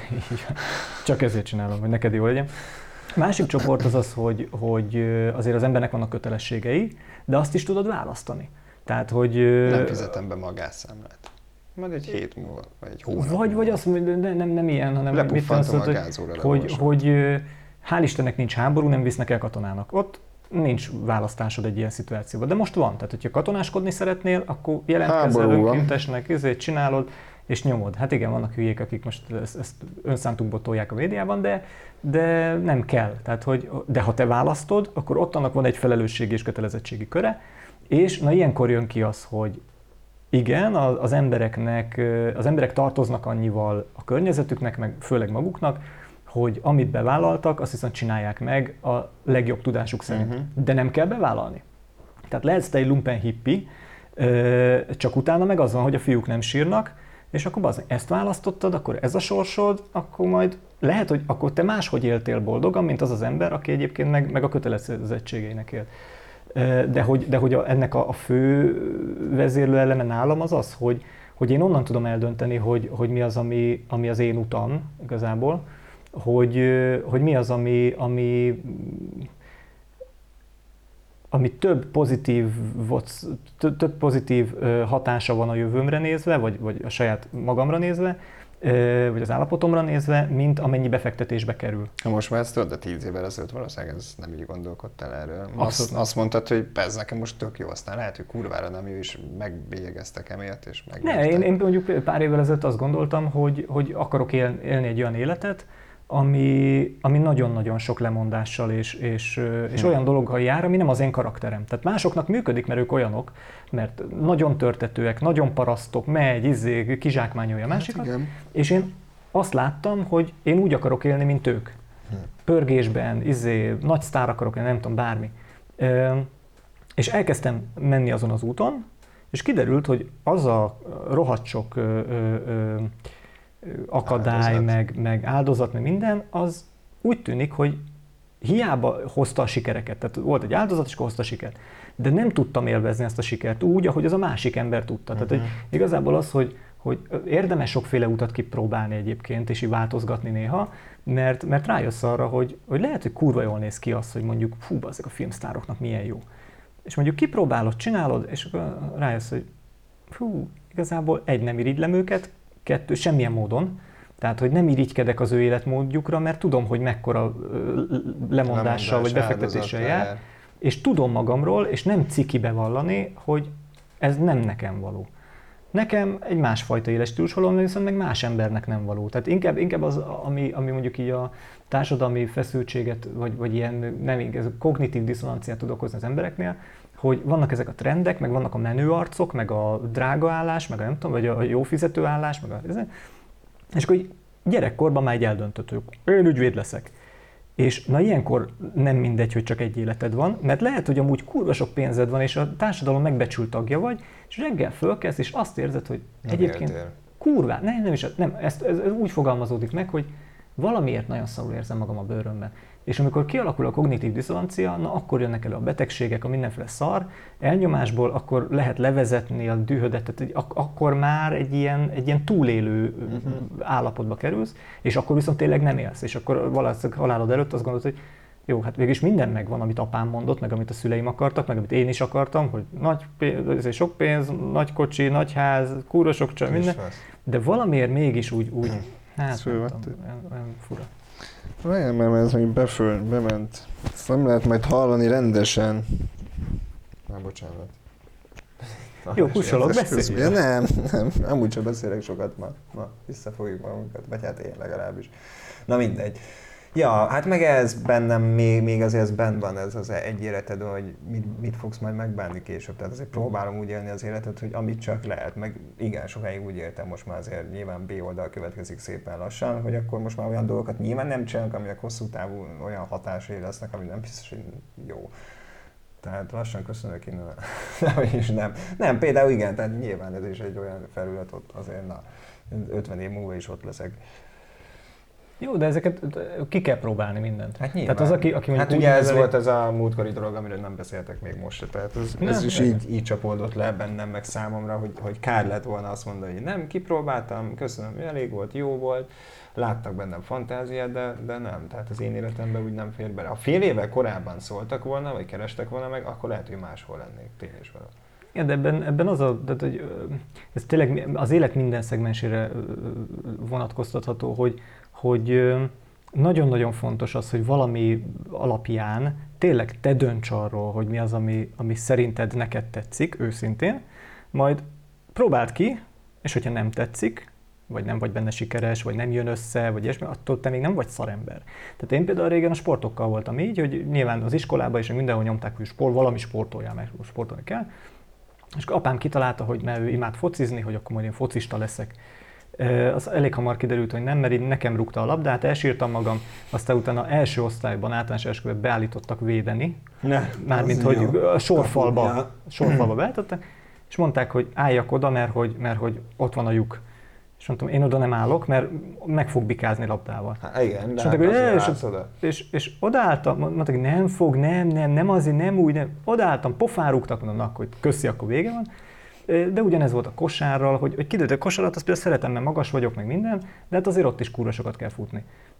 Speaker 1: csak ezért csinálom, hogy neked jó legyen. A másik csoport az az, hogy, hogy azért az embernek vannak kötelességei, de azt is tudod választani. Tehát, hogy...
Speaker 2: Nem fizetem be magánszámlát. Majd egy hét múlva, vagy egy hónap
Speaker 1: Vagy, vagy azt mondja, nem, nem, nem ilyen, hanem
Speaker 2: lepuffantom a
Speaker 1: gázóra, hogy, hogy hál' Istennek nincs háború, nem visznek el katonának. Ott nincs választásod egy ilyen szituációban. De most van. Tehát, hogyha katonáskodni szeretnél, akkor jelentkezzel önkéntesnek, ezért csinálod, és nyomod. Hát igen, vannak hülyék, akik most ezt, ezt önszántukból tolják a médiában, de, de nem kell. Tehát, hogy, de ha te választod, akkor ott annak van egy felelősségi és kötelezettségi köre, és na ilyenkor jön ki az, hogy igen, az embereknek, az emberek tartoznak annyival a környezetüknek, meg főleg maguknak, hogy amit bevállaltak, azt viszont csinálják meg a legjobb tudásuk szerint. Uh-huh. De nem kell bevállalni. Tehát lehetsz te egy lumpen hippi, csak utána meg az van, hogy a fiúk nem sírnak, és akkor az, ezt választottad, akkor ez a sorsod, akkor majd lehet, hogy akkor te máshogy éltél boldogan, mint az az ember, aki egyébként meg, meg a kötelezettségeinek élt. De hogy, de hogy a, ennek a, a fő vezérlő eleme nálam az az, hogy, hogy én onnan tudom eldönteni, hogy, hogy mi az, ami, ami az én utam igazából, hogy, hogy mi az, ami, ami, ami több pozitív, több pozitív hatása van a jövőmre nézve, vagy, vagy a saját magamra nézve, vagy az állapotomra nézve, mint amennyi befektetésbe kerül.
Speaker 2: Ha most már ezt tudod, de tíz évvel ezelőtt valószínűleg ez nem így gondolkodtál erről. Azt, azt mondtad, hogy ez nekem most tök jó, aztán lehet, hogy kurvára nem jó, és megbélyegeztek emiatt, és megnéztek.
Speaker 1: Ne, én, én mondjuk pár évvel ezelőtt azt gondoltam, hogy, hogy akarok él, élni egy olyan életet, ami, ami nagyon-nagyon sok lemondással és, és, és hmm. olyan dologgal jár, ami nem az én karakterem. Tehát másoknak működik, mert ők olyanok, mert nagyon törtetőek, nagyon parasztok, megy, izé, kizsákmányolja a másikat, hát és én azt láttam, hogy én úgy akarok élni, mint ők. Hmm. Pörgésben, izé, nagy sztár akarok élni, nem tudom, bármi. E, és elkezdtem menni azon az úton, és kiderült, hogy az a rohadt sok ö, ö, ö, akadály, áldozat. Meg, meg áldozat, meg minden, az úgy tűnik, hogy hiába hozta a sikereket. Tehát volt egy áldozat, és akkor hozta a sikert. De nem tudtam élvezni ezt a sikert úgy, ahogy az a másik ember tudta. Uh-huh. Tehát hogy igazából az, hogy, hogy érdemes sokféle utat kipróbálni egyébként, és így változgatni néha, mert, mert rájössz arra, hogy, hogy lehet, hogy kurva jól néz ki az, hogy mondjuk fú, ezek a filmsztároknak milyen jó. És mondjuk kipróbálod, csinálod, és akkor rájössz, hogy fú, igazából egy, nem irigylem őket, kettő, semmilyen módon, tehát, hogy nem irigykedek az ő életmódjukra, mert tudom, hogy mekkora lemondással vagy befektetéssel jár, és tudom magamról, és nem ciki bevallani, hogy ez nem nekem való. Nekem egy másfajta életstílus való, viszont meg más embernek nem való. Tehát inkább, inkább az, ami, ami mondjuk így a társadalmi feszültséget, vagy, vagy ilyen nem, ez a kognitív diszonanciát tud okozni az embereknél, hogy vannak ezek a trendek, meg vannak a menő arcok, meg a drága állás, meg a nem tudom, vagy a jó fizető állás, meg a, és akkor gyerekkorban már egy eldöntöttük, én ügyvéd leszek. És na ilyenkor nem mindegy, hogy csak egy életed van, mert lehet, hogy amúgy kurva sok pénzed van, és a társadalom megbecsült tagja vagy, és reggel fölkelsz, és azt érzed, hogy nem egyébként értél. Kurvá, nem, nem is, nem, ezt, ez, ez úgy fogalmazódik meg, hogy valamiért nagyon szarul érzem magam a bőrömben. És amikor kialakul a kognitív diszonancia, na akkor jönnek elő a betegségek, a mindenféle szar, elnyomásból, akkor lehet levezetni a dühödet, tehát ak- akkor már egy ilyen, egy ilyen túlélő uh-huh. állapotba kerülsz, és akkor viszont tényleg nem élsz, és akkor valószínűleg halálod előtt azt gondolod, hogy jó, hát végülis minden megvan, amit apám mondott, meg amit a szüleim akartak, meg amit én is akartam, hogy nagy pénz, sok pénz, nagy kocsi, nagy ház, kurva sok csaj, minden, de valamiért mégis úgy, úgy hát nem tudom, olyan, olyan fura.
Speaker 3: Olyan, mert ez még beföl, bement. Ezt nem lehet majd hallani rendesen.
Speaker 2: Már bocsánat.
Speaker 1: Jó, kussolok, beszélj.
Speaker 3: Ja, nem, nem, amúgy sem beszélek sokat ma. Na, visszafogjuk magunkat, vagy hát én legalábbis. Na mindegy. Ja, hát meg ez bennem, még, még azért ez benn van, ez az egy életed, hogy mit, mit fogsz majd megbánni később. Tehát azért próbálom úgy élni az életet, hogy amit csak lehet. Meg igen, sokáig úgy éltem, most már azért nyilván B oldal következik szépen lassan, hogy akkor most már olyan dolgokat nyilván nem csinálunk, aminek hosszú távú olyan hatásai lesznek, ami nem biztos, hogy jó. Tehát lassan köszönök innen. Nem, is nem. Nem, például igen, tehát nyilván ez is egy olyan felület ott azért, na, ötven év múlva is ott leszek.
Speaker 1: Jó, de ezeket ki kell próbálni mindent.
Speaker 2: Hát nyilván.
Speaker 1: Tehát az, aki, aki
Speaker 2: hát ugye ez volt ez a múltkori dolog, amiről nem beszéltek még most se. Tehát ez, ez is így, így csapódott le bennem, meg számomra, hogy, hogy kár lett volna azt mondani, hogy nem, kipróbáltam, köszönöm, elég volt, jó volt, láttak bennem fantáziát, de, de nem. Tehát az én életemben úgy nem fér bele. Ha fél évvel korábban szóltak volna, vagy kerestek volna meg, akkor lehet, hogy máshol lennék, tényleg is valami.
Speaker 1: Igen, de ebben, ebben az a, tehát, hogy ez tényleg az élet minden szegmensére vonatkoztatható, hogy, hogy nagyon-nagyon fontos az, hogy valami alapján tényleg te dönts arról, hogy mi az, ami, ami szerinted neked tetszik, őszintén, majd próbáld ki, és hogyha nem tetszik, vagy nem vagy benne sikeres, vagy nem jön össze, vagy ilyesmi, attól te még nem vagy szarember. Tehát én például régen a sportokkal voltam így, hogy nyilván az iskolában is mindenhol nyomták, hogy sport, valami sportoljál, meg sportolni kell, és apám kitalálta, hogy mert ő imád focizni, hogy akkor majd én focista leszek. Az elég hamar kiderült, hogy nem, mert így nekem rúgta a labdát, elsírtam magam, aztán utána első osztályban, általános elsőben beállítottak védeni, ne, mármint hogy jó. a sorfalba, sorfalba beállítottak, és mondták, hogy álljak oda, mert hogy, mert hogy ott van a lyuk. És mondtam, én oda nem állok, mert meg fog bikázni labdával.
Speaker 2: Há, igen, de
Speaker 1: és, mondták, hogy, és, oda. És, és odaálltam, mondták, hogy nem fog, nem, nem, nem azért, nem úgy, nem. Odaálltam, pofán rúgtak, mondom, na, akkor köszi, akkor vége van. De ugyanez volt a kosárral, hogy, hogy kiderült, a kosarat, azt például szeretem, mert magas vagyok, meg minden, de hát azért ott is kurva sokat kell futni.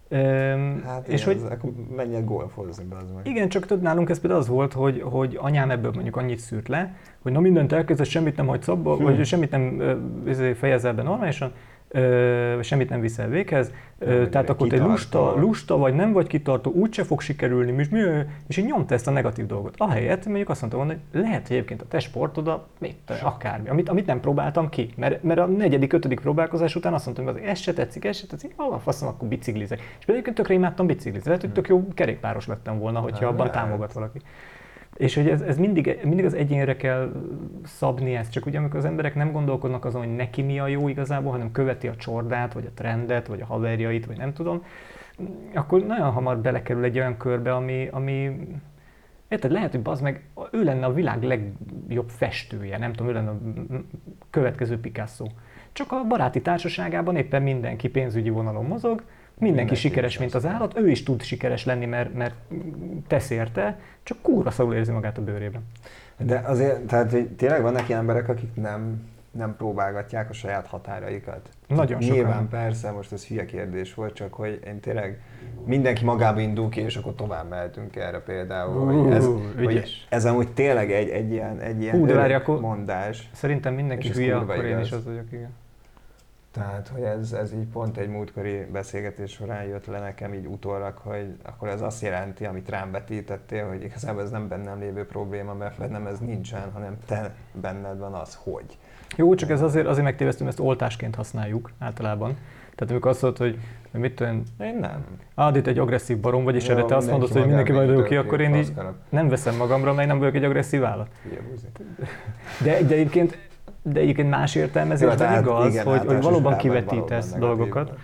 Speaker 2: Hát és igen, hogy, akkor menjek golfozni be az meg.
Speaker 1: Igen, csak tudod, nálunk ez például az volt, hogy, hogy anyám ebből mondjuk annyit szűrt le, hogy na mindent elkezdett, semmit nem hagysz abba, hmm. vagy semmit nem fejezel be normálisan, Ö, semmit nem viszel véghez, ö, tehát akkor te lusta, lusta vagy, nem vagy kitartó, úgyse fog sikerülni, és, mi, és így nyomta ezt a negatív dolgot. Ahelyett mondjuk azt mondtam volna, hogy lehet, hogy egyébként a te sportod, mit, akármi, amit, amit nem próbáltam ki, mert, mert a negyedik, ötödik próbálkozás után azt mondtam, hogy ez se tetszik, ez se tetszik, ah, faszom, akkor biciklizek. És például tökre imádtam biciklizni, lehet, hogy tök jó kerékpáros lettem volna, hogyha abban támogat valaki. És hogy ez, ez mindig, mindig az egyénre kell szabni ezt, csak ugye amikor az emberek nem gondolkodnak azon, hogy neki mi a jó igazából, hanem követi a csordát, vagy a trendet, vagy a haverjait, vagy nem tudom, akkor nagyon hamar belekerül egy olyan körbe, ami, ami érted, lehet, hogy bazd meg, ő lenne a világ legjobb festője, nem tudom, ő lenne a következő Picasso. Csak a baráti társaságában éppen mindenki pénzügyi vonalon mozog, mindenki Minden sikeres, mint az állat, ő is tud sikeres lenni, mert, mert tesz érte, csak kurva szarul érzi magát a bőrében.
Speaker 2: De azért, tehát tényleg vannak ilyen emberek, akik nem
Speaker 3: nem próbálgatják a saját határaikat.
Speaker 1: Nagyon
Speaker 3: Nyilván
Speaker 1: sokan.
Speaker 3: persze, most ez hülye kérdés volt, csak hogy én tényleg mindenki magába indul ki, és akkor tovább mehetünk erre például.
Speaker 1: Uh,
Speaker 3: hogy ez,
Speaker 1: ügyes.
Speaker 3: hogy ez amúgy tényleg egy, egy ilyen, egy ilyen
Speaker 1: Hú, de várj,
Speaker 3: örök
Speaker 1: akkor
Speaker 3: mondás.
Speaker 1: Szerintem mindenki
Speaker 3: És ez
Speaker 1: hülye,
Speaker 3: kurva
Speaker 1: akkor én
Speaker 3: igaz.
Speaker 1: is az vagyok, igen.
Speaker 3: Tehát, hogy ez, ez így pont egy múltkori beszélgetés során jött le nekem így utólag, hogy akkor ez azt jelenti, amit rám vetítettél, hogy igazából ez nem bennem lévő probléma, mert bennem ez nincsen, hanem te benned van az, hogy.
Speaker 1: Jó, csak ez azért, azért megtévesztünk, ezt oltásként használjuk általában. Tehát amikor azt mondod, hogy hogy mit tudom,
Speaker 3: Én nem.
Speaker 1: Ád itt egy agresszív barom vagy, és
Speaker 3: Jó,
Speaker 1: erre te azt mondod, hogy mindenki
Speaker 3: magába
Speaker 1: majd ki,
Speaker 3: indul
Speaker 1: akkor
Speaker 3: ki,
Speaker 1: én így
Speaker 3: faszkalap.
Speaker 1: nem veszem magamra, mert nem vagyok egy agresszív állat.
Speaker 3: Hülye buzi.
Speaker 1: De, de, egyébként, de egyébként más értelmezésben
Speaker 3: tehát
Speaker 1: igaz,
Speaker 3: igen,
Speaker 1: hogy, hogy
Speaker 3: általános
Speaker 1: valóban
Speaker 3: iskolában
Speaker 1: kivetítesz
Speaker 3: valóban
Speaker 1: dolgokat.
Speaker 3: negatív.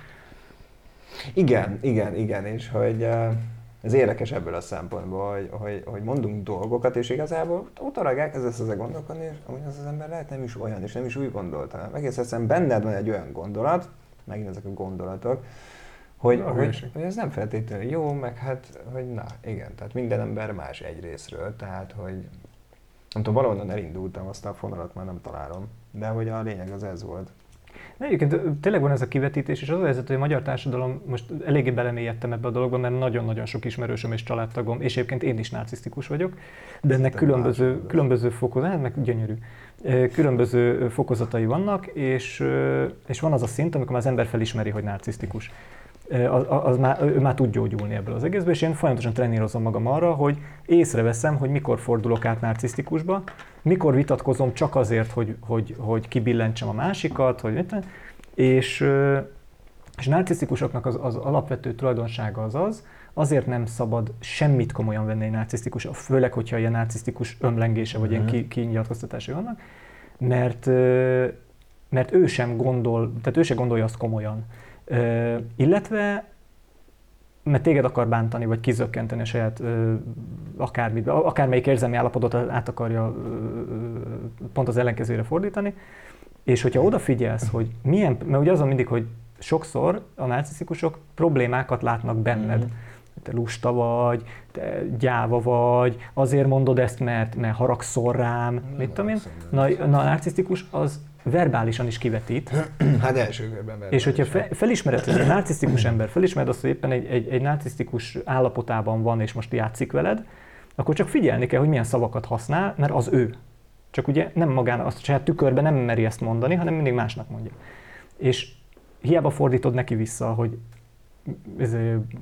Speaker 3: Igen, igen, igen, és hogy eh, ez érdekes ebből a szempontból, hogy, hogy, hogy mondunk dolgokat, és igazából utólag elkezdesz ezzel gondolkodni, és amúgy az az ember lehet nem is olyan, és nem is úgy gondolta, hanem egész egyszerűen benned van egy olyan gondolat, megint ezek a gondolatok, hogy,
Speaker 1: Na,
Speaker 3: hogy, hogy ez nem feltétlenül jó, meg hát, hogy na, igen, tehát minden ember más egy részről, tehát, hogy nem tudom, valahonnan elindultam, azt a fonalat már nem találom, de hogy a lényeg az ez volt.
Speaker 1: De egyébként tényleg van ez a kivetítés, és az a helyzet, hogy a magyar társadalom, most eléggé belemélyedtem ebbe a dologba, mert nagyon-nagyon sok ismerősöm és családtagom, és egyébként én is narcisztikus vagyok, de ennek különböző, különböző fokozatai, meg gyönyörű, különböző fokozatai vannak, és, és van az a szint, amikor már az ember felismeri, hogy narcisztikus. Az, az már, ő már tud gyógyulni ebből az egészből, és én folyamatosan trenírozom magam arra, hogy észreveszem, hogy mikor fordulok át narcisztikusba, mikor vitatkozom csak azért, hogy, hogy, hogy kibillentsem a másikat, hogy mit, és, és narcisztikusoknak az, az alapvető tulajdonsága az az, azért nem szabad semmit komolyan venni egy narcisztikus, főleg, hogyha ilyen narcisztikus ömlengése vagy ilyen ki, kinyilatkoztatásai vannak, mert, mert ő sem gondol, tehát ő sem gondolja azt komolyan. Uh, illetve, mert téged akar bántani, vagy kizökkenteni a saját uh, akármit, akármelyik érzelmi állapotot át akarja uh, pont az ellenkezőre fordítani, és hogyha odafigyelsz, hogy milyen, mert ugye azon mindig, hogy sokszor a narcisztikusok problémákat látnak benned. Mm-hmm. Te lusta vagy, te gyáva vagy, azért mondod ezt, mert, mert haragszol rám, nem mit tudom én. Na, na a narcisztikus az verbálisan is kivetít.
Speaker 3: Hát első körben verbálisan.
Speaker 1: És hogyha fe, felismered, hogy egy narcisztikus ember, felismered azt, hogy éppen egy, egy, egy narcisztikus állapotában van, és most játszik veled, akkor csak figyelni kell, hogy milyen szavakat használ, mert az ő. Csak ugye nem magának, azt a saját tükörben nem meri ezt mondani, hanem mindig másnak mondja. És hiába fordítod neki vissza, hogy ez,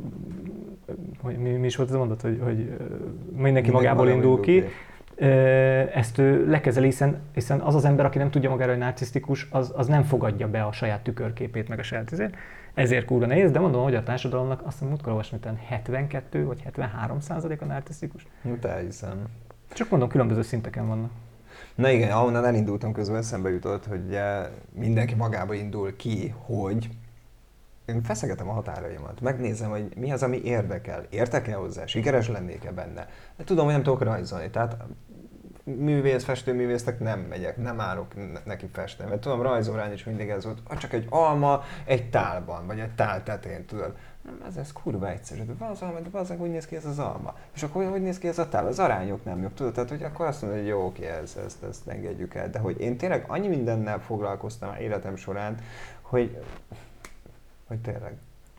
Speaker 1: hogy mi, mi is volt ez a mondat, hogy, hogy mindenki magából indul ki, ezt ő lekezeli, hiszen, hiszen az az ember, aki nem tudja magára, hogy narcisztikus, az, az nem fogadja be a saját tükörképét, meg a saját ezért. Ezért kurva nehéz, de mondom, hogy a társadalomnak azt hiszem múltkor olvasni, hogy hetvenkettő vagy hetvenhárom százalék a narcisztikus.
Speaker 3: Jut elhiszem.
Speaker 1: Csak mondom, különböző szinteken vannak.
Speaker 3: Na igen, ahonnan elindultam, közben eszembe jutott, hogy mindenki magába indul ki, hogy én feszegetem a határaimat, megnézem, hogy mi az, ami érdekel. Értek-e hozzá? Sikeres lennék-e benne? De tudom, hogy nem tudok rajzolni, tehát művész, festőművésznek nem megyek, nem állok neki festeni, mert tudom, rajzórán is mindig ez volt, csak egy alma egy tálban, vagy egy tál tetején, tudod. Nem, ez, ez kurva egyszerű, de van az alma, de az, hogy néz ki ez az alma. És akkor hogy néz ki ez a tál? Az arányok nem jobb, tudod? Tehát, hogy akkor azt mondod, hogy jó, oké, ezt, ezt, ezt engedjük el. De hogy én tényleg annyi mindennel foglalkoztam életem során, hogy hogy tényleg.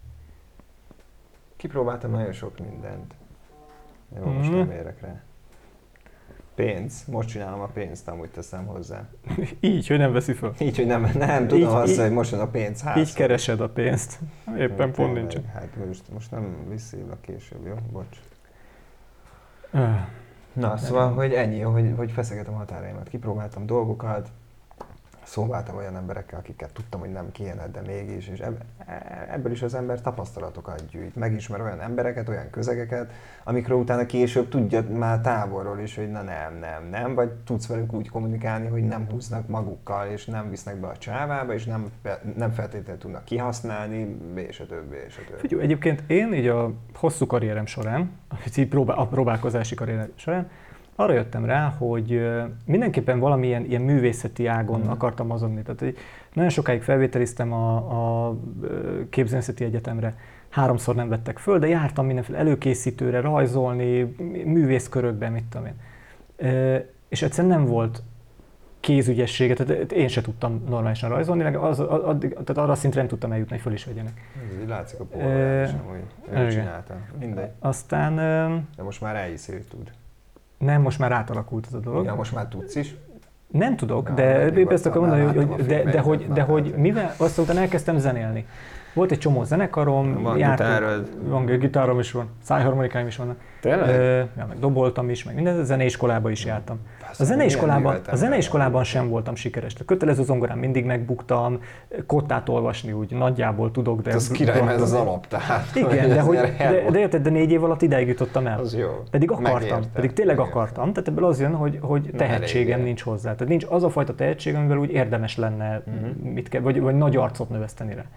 Speaker 3: Kipróbáltam nagyon sok mindent. Jó, most
Speaker 1: Mm-hmm.
Speaker 3: nem érek rá. Pénz. Most csinálom a pénzt, amúgy teszem hozzá.
Speaker 1: Így, hogy nem veszi fel.
Speaker 3: Így, hogy nem, nem tudom
Speaker 1: Így-
Speaker 3: azt,
Speaker 1: így-
Speaker 3: hogy most van a pénz házon.
Speaker 1: Így keresed a pénzt. Éppen
Speaker 3: Hát,
Speaker 1: pont
Speaker 3: tényleg,
Speaker 1: nincs.
Speaker 3: Hát most, most nem visszahívlak később, jó? Bocs.
Speaker 1: Öh.
Speaker 3: Na, szóval, hogy ennyi, hogy, hogy feszegetem a határaimat. Kipróbáltam dolgokat, szóváltam olyan emberekkel, akiket tudtam, hogy nem kéne, de mégis, és ebb, ebből is az ember tapasztalatokat gyűjt. Megismer olyan embereket, olyan közegeket, amikről utána később tudja már távolról is, hogy na nem, nem, nem, vagy tudsz velük úgy kommunikálni, hogy nem húznak magukkal, és nem visznek be a csávába, és nem, nem feltétlenül tudnak kihasználni, és a többi, és a többi.
Speaker 1: Figyelj, egyébként én így a hosszú karrierem során, így próbál, a próbálkozási karrierem során, arra jöttem rá, hogy mindenképpen valamilyen ilyen művészeti ágon mm. akartam mozogni. Tehát, hogy nagyon sokáig felvételiztem a, a Képzőművészeti Egyetemre. Háromszor nem vettek föl, de jártam mindenféle előkészítőre, rajzolni, művészkörökben, mit tudom én. És egyszerűen nem volt kézügyességet, tehát én se tudtam normálisan rajzolni, meg az, addig, tehát arra a szintre nem tudtam eljutni, hogy föl is vegyenek.
Speaker 3: Ez így látszik a polgárán is, amúgy ő csinálta. Mindegy.
Speaker 1: Aztán...
Speaker 3: De most már elhiszi, hogy tud.
Speaker 1: Nem, most már átalakult ez a dolog.
Speaker 3: Ja, most már tudsz is?
Speaker 1: Nem tudok,
Speaker 3: Na,
Speaker 1: de ezt akarom mondani, hogy, hogy, de, de, hogy, de
Speaker 3: látom.
Speaker 1: hogy mivel aztán utána elkezdtem zenélni. Volt egy csomó zenekarom,
Speaker 3: Van
Speaker 1: jártunk,
Speaker 3: gitárod?
Speaker 1: van gitárom is van, szájharmonikáim is vannak.
Speaker 3: Tényleg?
Speaker 1: Ö, ja, meg doboltam is, meg minden, zeneiskolába is jártam. A zeneiskolában, a zeneiskolában sem voltam sikeres. A kötelező zongorán mindig megbuktam, kottát olvasni úgy nagyjából tudok, de...
Speaker 3: Ez király, mert ez az alap, tehát.
Speaker 1: Igen, de, hogy, de, de érted, de négy év alatt ideig jutottam el.
Speaker 3: Az jó.
Speaker 1: Pedig akartam,
Speaker 3: Megértem.
Speaker 1: pedig tényleg
Speaker 3: Megértem.
Speaker 1: akartam, tehát ebből az jön, hogy, hogy tehetségem
Speaker 3: elég,
Speaker 1: nincs hozzá. Tehát nincs az a fajta tehetség, amivel úgy érdemes lenne,
Speaker 3: Mhm.
Speaker 1: mit kell, vagy, vagy nagy arcot növeszteni rá.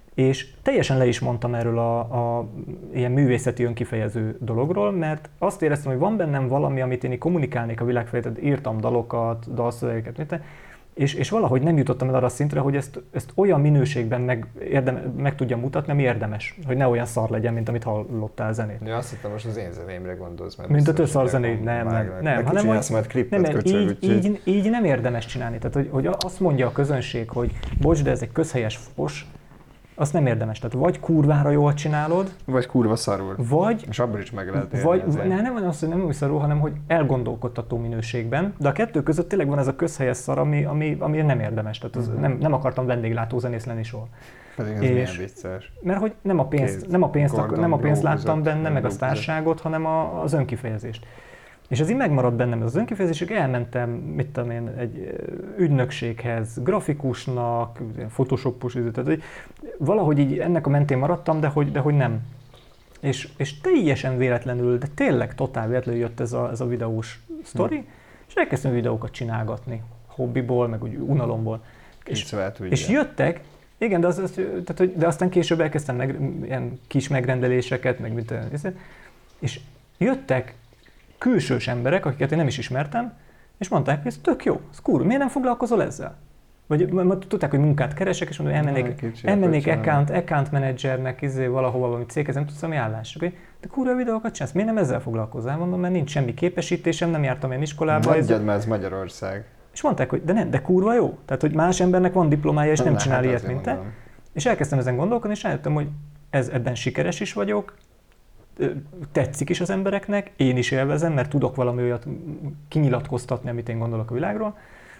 Speaker 1: És teljesen le is mondtam erről a, a ilyen művészeti önkifejező dologról, mert azt éreztem, hogy van bennem valami, amit én így kommunikálnék a világ felé, tehát írtam dalokat, dalszövegeket, mit, és, és valahogy nem jutottam el arra a szintre, hogy ezt, ezt olyan minőségben meg, érdeme, meg tudjam mutatni, ami érdemes, hogy ne olyan szar legyen, mint amit hallottál zenét.
Speaker 3: Ja, azt hittem, most az én zenémre gondolsz, mert
Speaker 1: Mint a
Speaker 3: biztos,
Speaker 1: te
Speaker 3: hogy
Speaker 1: szarzenéd, nem, nem,
Speaker 3: vágnak.
Speaker 1: nem,
Speaker 3: Neki
Speaker 1: hanem
Speaker 3: csinálsz
Speaker 1: hogy,
Speaker 3: majd klippet,
Speaker 1: nem,
Speaker 3: köcsög,
Speaker 1: így,
Speaker 3: úgyhogy-
Speaker 1: így, így nem érdemes csinálni. Tehát, hogy, hogy azt mondja a közönség, hogy bocs, de ez egy közhelyes fos, azt nem érdemes. Tehát vagy kurvára jól csinálod,
Speaker 3: Vagy kurva szarul.
Speaker 1: vagy,
Speaker 3: És abból is meg lehet élni
Speaker 1: vagy
Speaker 3: ezért.
Speaker 1: ne, nem van az, hogy nem úgy szarul, hanem hogy elgondolkodtató minőségben, de a kettő között tényleg van ez a közhelyes szar, ami, ami, ami nem érdemes. Tehát az, nem, nem akartam vendéglátó zenész lenni soha.
Speaker 3: Pedig ez
Speaker 1: és-
Speaker 3: milyen vicces.
Speaker 1: Mert hogy nem a pénzt,
Speaker 3: Kéz-
Speaker 1: nem a pénzt,
Speaker 3: Gordon
Speaker 1: nem a pénzt
Speaker 3: Blue
Speaker 1: láttam
Speaker 3: között,
Speaker 1: benne,
Speaker 3: nem
Speaker 1: meg a
Speaker 3: Blue között.
Speaker 1: sztárságot, hanem a, az önkifejezést. És ez így megmaradt bennem, ez az önkifejezés, és elmentem, mit tudom én, egy ö, ügynökséghez, grafikusnak, ilyen photoshopos, tehát hogy valahogy így ennek a mentén maradtam, de hogy, de hogy nem. És, és teljesen véletlenül, de tényleg totál véletlenül jött ez a, ez a videós sztori,
Speaker 3: Hm.
Speaker 1: és elkezdtem videókat csinálgatni, hobbiból, meg úgy unalomból. És,
Speaker 3: Kicvel tudja.
Speaker 1: és jöttek, igen, de, az, az, tehát, hogy, de aztán később elkezdtem meg, ilyen kis megrendeléseket, meg mit, és jöttek külsős emberek, akiket én nem is ismertem, és mondták, hogy ez tök jó, ez kurva, miért nem foglalkozol ezzel? Vagy m- tudták, hogy munkát keresek, és mondom, hogy elmennék,
Speaker 3: kicsi,
Speaker 1: elmennék
Speaker 3: akkor
Speaker 1: account, account managernek izé, valahova valami céghez, nem tudsz, ami állás. Akkor, de kurva videókat csinálsz, miért nem ezzel foglalkozzál? Mondom, mert nincs semmi képesítésem, nem jártam ilyen iskolába. ez-
Speaker 3: Mondjad, mert ez Magyarország.
Speaker 1: És mondták, hogy de nem, de kurva jó. Tehát, hogy más embernek van diplomája, és nem
Speaker 3: Na,
Speaker 1: csinál
Speaker 3: hát
Speaker 1: ilyet,
Speaker 3: azért
Speaker 1: mint te.
Speaker 3: mondom.
Speaker 1: És elkezdtem ezen gondolkodni, és rájöttem, hogy ez, ebben sikeres is vagyok, ö, tetszik is az embereknek, én is élvezem, mert tudok valami olyat kinyilatkoztatni, amit én gondolok a világról,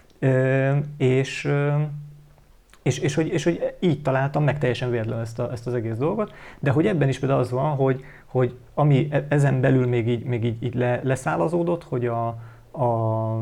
Speaker 1: Ö, és, ö, és, és, hogy, és hogy így találtam meg teljesen véletlenül ezt, a, ezt az egész dolgot, de hogy ebben is például az van, hogy, hogy ami e- ezen belül még így, még így, így le, leszálazódott, hogy a, a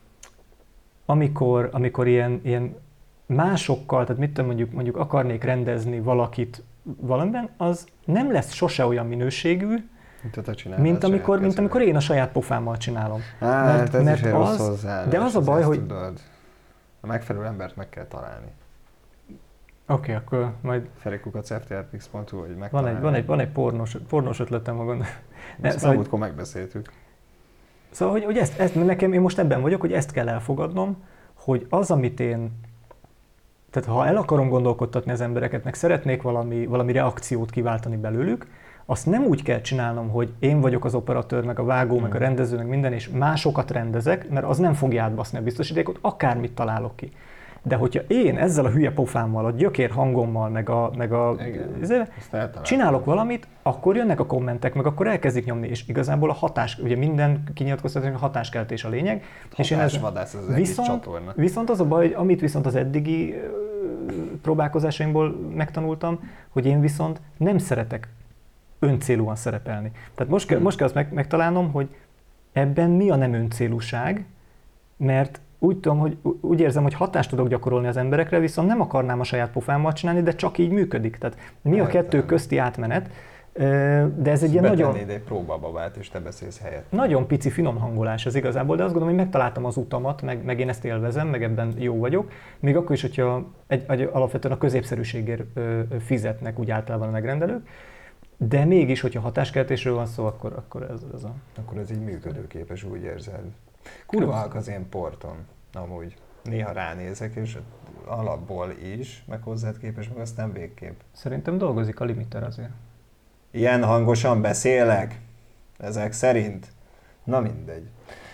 Speaker 1: amikor, amikor ilyen, ilyen másokkal, tehát mit tudom, mondjuk, mondjuk akarnék rendezni valakit valamiben, az nem lesz sose olyan minőségű,
Speaker 3: Mint a te csinálod
Speaker 1: mint
Speaker 3: a
Speaker 1: amikor,
Speaker 3: saját
Speaker 1: mint amikor
Speaker 3: kezedben.
Speaker 1: én a saját pofámmal csinálom.
Speaker 3: Á,
Speaker 1: Mert-
Speaker 3: mert, ez
Speaker 1: mert
Speaker 3: is egy rossz
Speaker 1: az-
Speaker 3: hozzáállás,
Speaker 1: de az a baj,
Speaker 3: ezt
Speaker 1: hogy-
Speaker 3: Tudod, a megfelelő embert meg kell találni.
Speaker 1: Oké, okay, akkor majd
Speaker 3: ferikukac f t r pix pont hu, hogy
Speaker 1: van
Speaker 3: megtalálni.
Speaker 1: egy, van egy, van egy pornos, pornos ötletem, ha gondolom. Ne,
Speaker 3: Ezt
Speaker 1: szóval,
Speaker 3: már
Speaker 1: hogy,
Speaker 3: múltkor megbeszéltük.
Speaker 1: szóval, hogy, hogy ezt, ezt, nekem, én most ebben vagyok, hogy ezt kell elfogadnom, hogy az, amit én, tehát ha el akarom gondolkodtatni az embereket, meg szeretnék valami, valami reakciót kiváltani belőlük, azt nem úgy kell csinálnom, hogy én vagyok az operatőr, meg a vágó, meg a rendező, meg minden, és másokat rendezek, mert az nem fogja átbaszni a biztosítékot, akármit találok ki. De hogyha én ezzel a hülye pofámmal, a gyökér hangommal, meg a, meg a
Speaker 3: Igen.
Speaker 1: izé,
Speaker 3: Ezt eltaláltam.
Speaker 1: csinálok valamit, akkor jönnek a kommentek, meg akkor elkezdik nyomni, és igazából a hatás, ugye minden kinyilatkoztatásnak a hatáskeltés a lényeg. És én ez,
Speaker 3: Hatásvadász az egész
Speaker 1: viszont,
Speaker 3: csatorna.
Speaker 1: viszont az a baj, hogy amit viszont az eddigi ö, próbálkozásaimból megtanultam, hogy én viszont nem szeretek öncélúan szerepelni. Tehát most kell,
Speaker 3: Hmm.
Speaker 1: most kell azt meg, megtalálnom, hogy ebben mi a nem öncélúság, mert úgy tudom, hogy úgy érzem, hogy hatást tudok gyakorolni az emberekre, viszont nem akarnám a saját pofámmal csinálni, de csak így működik. Tehát mi a
Speaker 3: Értem.
Speaker 1: kettő közti átmenet, ö, de ez egy ilyen nagyon,
Speaker 3: Betennéd egy próbababát, és te beszélsz helyett.
Speaker 1: nagyon pici finom hangolás ez igazából, de azt gondolom, hogy megtaláltam az utamat, meg, meg én ezt élvezem, meg ebben jó vagyok. Még akkor is, hogyha egy, egy, alapvetően a középszerűségért ö, ö, fizetnek úgy általában a megrendelők, de mégis, hogyha hatáskeltésről van szó, akkor, akkor ez, ez a...
Speaker 3: Akkor ez így működőképes, úgy érzed. Kurva halk az én portom, amúgy. Néha ránézek, és alapból is, meg hozzád képes, meg aztán végképp.
Speaker 1: Szerintem dolgozik a limiter azért.
Speaker 3: Ilyen hangosan beszélek? Ezek szerint? Na mindegy.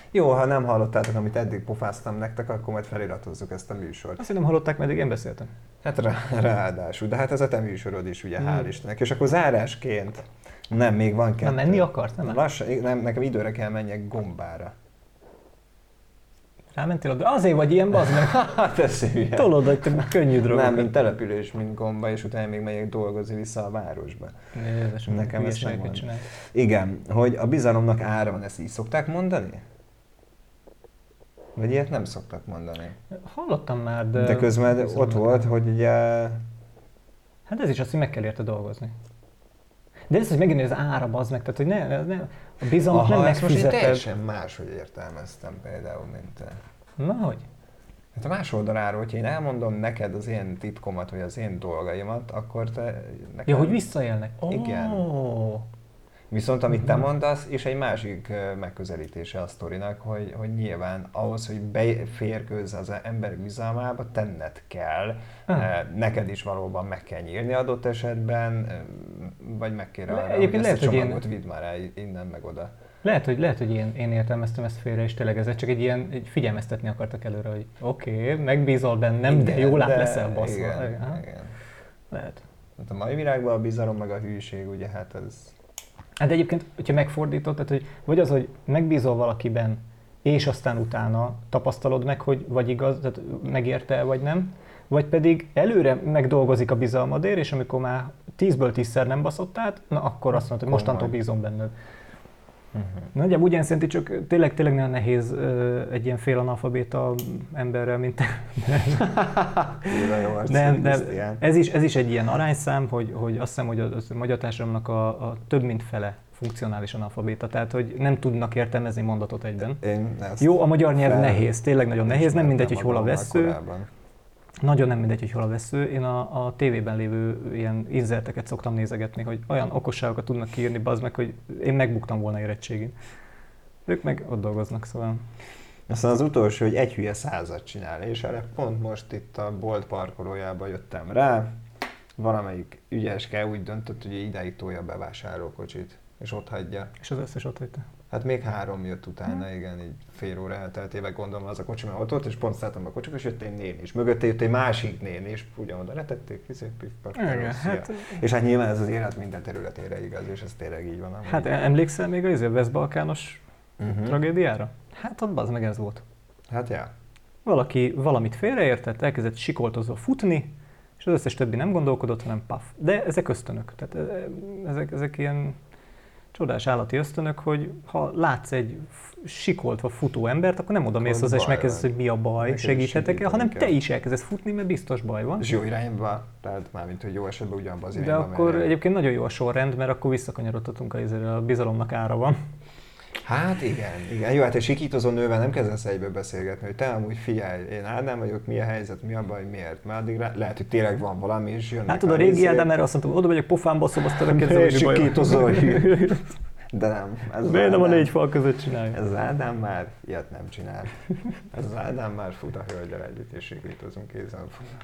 Speaker 3: Jó, ha nem hallottátok, amit eddig pofáztam nektek, akkor majd feliratozzuk ezt a műsort.
Speaker 1: Azt nem hallották, mert eddig én beszéltem.
Speaker 3: Hát rá, ráadásul, de hát ez a te műsorod is, ugye,
Speaker 1: Hmm.
Speaker 3: hál' Istennek. És akkor zárásként, nem, még van kettő.
Speaker 1: Nem menni akart, nem?
Speaker 3: Lassan, nem, nekem időre kell menjek Gombára.
Speaker 1: Rámentél oda? Azért vagy ilyen, bazd meg.
Speaker 3: Hát ez hülye.
Speaker 1: Tolod, hogy te könnyű drogokat.
Speaker 3: Nem, mint település, mint Gomba, és utána még megyek dolgozni vissza a városba.
Speaker 1: Nézd,
Speaker 3: Nekem ezt
Speaker 1: hülyeségeket
Speaker 3: megmond.
Speaker 1: csinálj.
Speaker 3: Igen, hogy a bizalomnak ára van, ezt így szokták mondani? Vagy ilyet nem szoktak mondani?
Speaker 1: Hallottam már, de...
Speaker 3: De közben
Speaker 1: bizalomnak
Speaker 3: ott volt,
Speaker 1: ára.
Speaker 3: hogy ugye...
Speaker 1: Hát ez is azt, hogy meg kell érte dolgozni. De ez, hogy megint az ára, bazd meg, tehát hogy ne, ne, a bizalmat nem
Speaker 3: ezt most én
Speaker 1: megfizeted.
Speaker 3: teljesen máshogy értelmeztem például, mint te.
Speaker 1: Na, hogy?
Speaker 3: Hát a más oldaláról, hogyha én elmondom neked az én titkomat, vagy az én dolgaimat, akkor te nekem...
Speaker 1: Ja, hogy visszaélnek. Oh.
Speaker 3: Igen. Viszont amit te mondasz, és egy másik ö, megközelítése a sztorinak, hogy, hogy nyilván ahhoz, hogy beférkőzz az emberek bizalmába, tenned kell,
Speaker 1: Ah.
Speaker 3: eh, neked is valóban meg kell nyílni adott esetben, eh, vagy meg kell
Speaker 1: Le-
Speaker 3: arra, hogy
Speaker 1: egyébként
Speaker 3: ezt a
Speaker 1: lehet, hogy
Speaker 3: csomagot
Speaker 1: én-
Speaker 3: vidd már el innen meg oda.
Speaker 1: Lehet, hogy, lehet, hogy én, én értelmeztem ezt félre, és tényleg ez csak egy ilyen, egy figyelmeztetni akartak előre, hogy oké, okay, megbízol bennem, de
Speaker 3: Igen,
Speaker 1: jól át
Speaker 3: de-
Speaker 1: leszel baszva.
Speaker 3: Igen,
Speaker 1: Aha.
Speaker 3: igen.
Speaker 1: Lehet.
Speaker 3: Hát a mai világban a bizalom meg a hűség, ugye hát ez...
Speaker 1: Hát de egyébként, hogyha megfordítod, tehát hogy vagy az, hogy megbízol valakiben, és aztán utána tapasztalod meg, hogy vagy igaz, tehát megérte vagy nem, vagy pedig előre megdolgozik a bizalmadért, és amikor már tízből tízszer nem baszott át, na akkor azt mondod, hogy mostantól bízom benned.
Speaker 3: Uh-huh.
Speaker 1: Nagyjából ugyan szerinti, csak tényleg, tényleg nagyon nehéz ö, egy ilyen félanalfabéta emberrel, mint te. Nem, nem, ez, is, ez is egy ilyen arányszám, hogy, hogy azt hiszem, hogy a, a magyar társadalomnak a, a több mint fele funkcionális analfabéta, tehát hogy nem tudnak értelmezni mondatot egyben.
Speaker 3: Én ezt
Speaker 1: Jó, a magyar nyelv
Speaker 3: fel-
Speaker 1: nehéz, tényleg nagyon nehéz, nem mindegy, hogy hol a
Speaker 3: magammal
Speaker 1: vessző.
Speaker 3: korábban.
Speaker 1: Nagyon nem mindegy, hogy hol a vessző. Én a, a tévében lévő ilyen inzerteket szoktam nézegetni, hogy olyan okosságokat tudnak kiírni, bazd meg, hogy én megbuktam volna érettségén. Ők meg ott dolgoznak, szóval...
Speaker 3: Aztán az utolsó, hogy egy hülye százat csinál, és erre pont most itt a bolt parkolójába jöttem rá. Valamelyik ügyeske úgy döntött, hogy ideig tolja a bevásárlókocsit, és ott hagyja.
Speaker 1: És az összes ott hagyta.
Speaker 3: Hát még három jött utána, igen, így fél óra elteltével gondolom az a kocsi, mert ott volt, és pont szálltam a kocsikba, és jött egy néni, és mögötte jött egy másik néni, és ugyanoda letették, hiszék, piff, paff,
Speaker 1: Igen,
Speaker 3: rossz,
Speaker 1: hát-
Speaker 3: ja. És hát nyilván ez az élet minden területére igaz, és ez tényleg így van. amúgy.
Speaker 1: Hát emlékszel még az West-Balkános
Speaker 3: Mhm.
Speaker 1: tragédiára? Hát ott bazd meg ez volt.
Speaker 3: Hát ja.
Speaker 1: Valaki valamit félreértett, elkezdett sikoltozva futni, és az összes többi nem gondolkodott, hanem paf. De ezek ösztönök. Tehát e, ezek, ezek ilyen csodás állati ösztönök, hogy ha látsz egy f- sikoltva futó embert, akkor nem oda mész
Speaker 3: Akkor
Speaker 1: hozzá, és
Speaker 3: baj
Speaker 1: megkezdesz,
Speaker 3: van.
Speaker 1: hogy mi a baj,
Speaker 3: Neked is
Speaker 1: segíthetek el,
Speaker 3: segíteni
Speaker 1: hanem
Speaker 3: kell.
Speaker 1: te is elkezdesz futni, mert biztos baj van.
Speaker 3: És jó irányba, tehát mármint, hogy jó esetben ugyanabba az
Speaker 1: De
Speaker 3: irányba
Speaker 1: akkor
Speaker 3: menjen.
Speaker 1: egyébként nagyon jó a sorrend, mert akkor visszakanyarodhatunk a, izére, a bizalomnak ára van.
Speaker 3: Hát igen, igen. Jó, hát egy sikítozó nővel nem kezdesz egyből beszélgetni, hogy te amúgy figyelj, én Ádám vagyok, mi a helyzet, mi a baj, miért? Mert addig rá- lehet, hogy tényleg van valami, és jönnek
Speaker 1: Hát tudod, a régi
Speaker 3: izék.
Speaker 1: Ádám erre azt mondtam, oda vagyok pofámba szobasztalak,
Speaker 3: Ne
Speaker 1: kezdve, hogy mi baj van.
Speaker 3: sikítozó hű. De nem. Ez az
Speaker 1: Miért nem a
Speaker 3: Ádám-
Speaker 1: négy fal között csinálja?
Speaker 3: Ez az Ádám már ilyet nem csinál. Ez az Ádám már fut a hölgyel együtt, és sikítozunk kézen.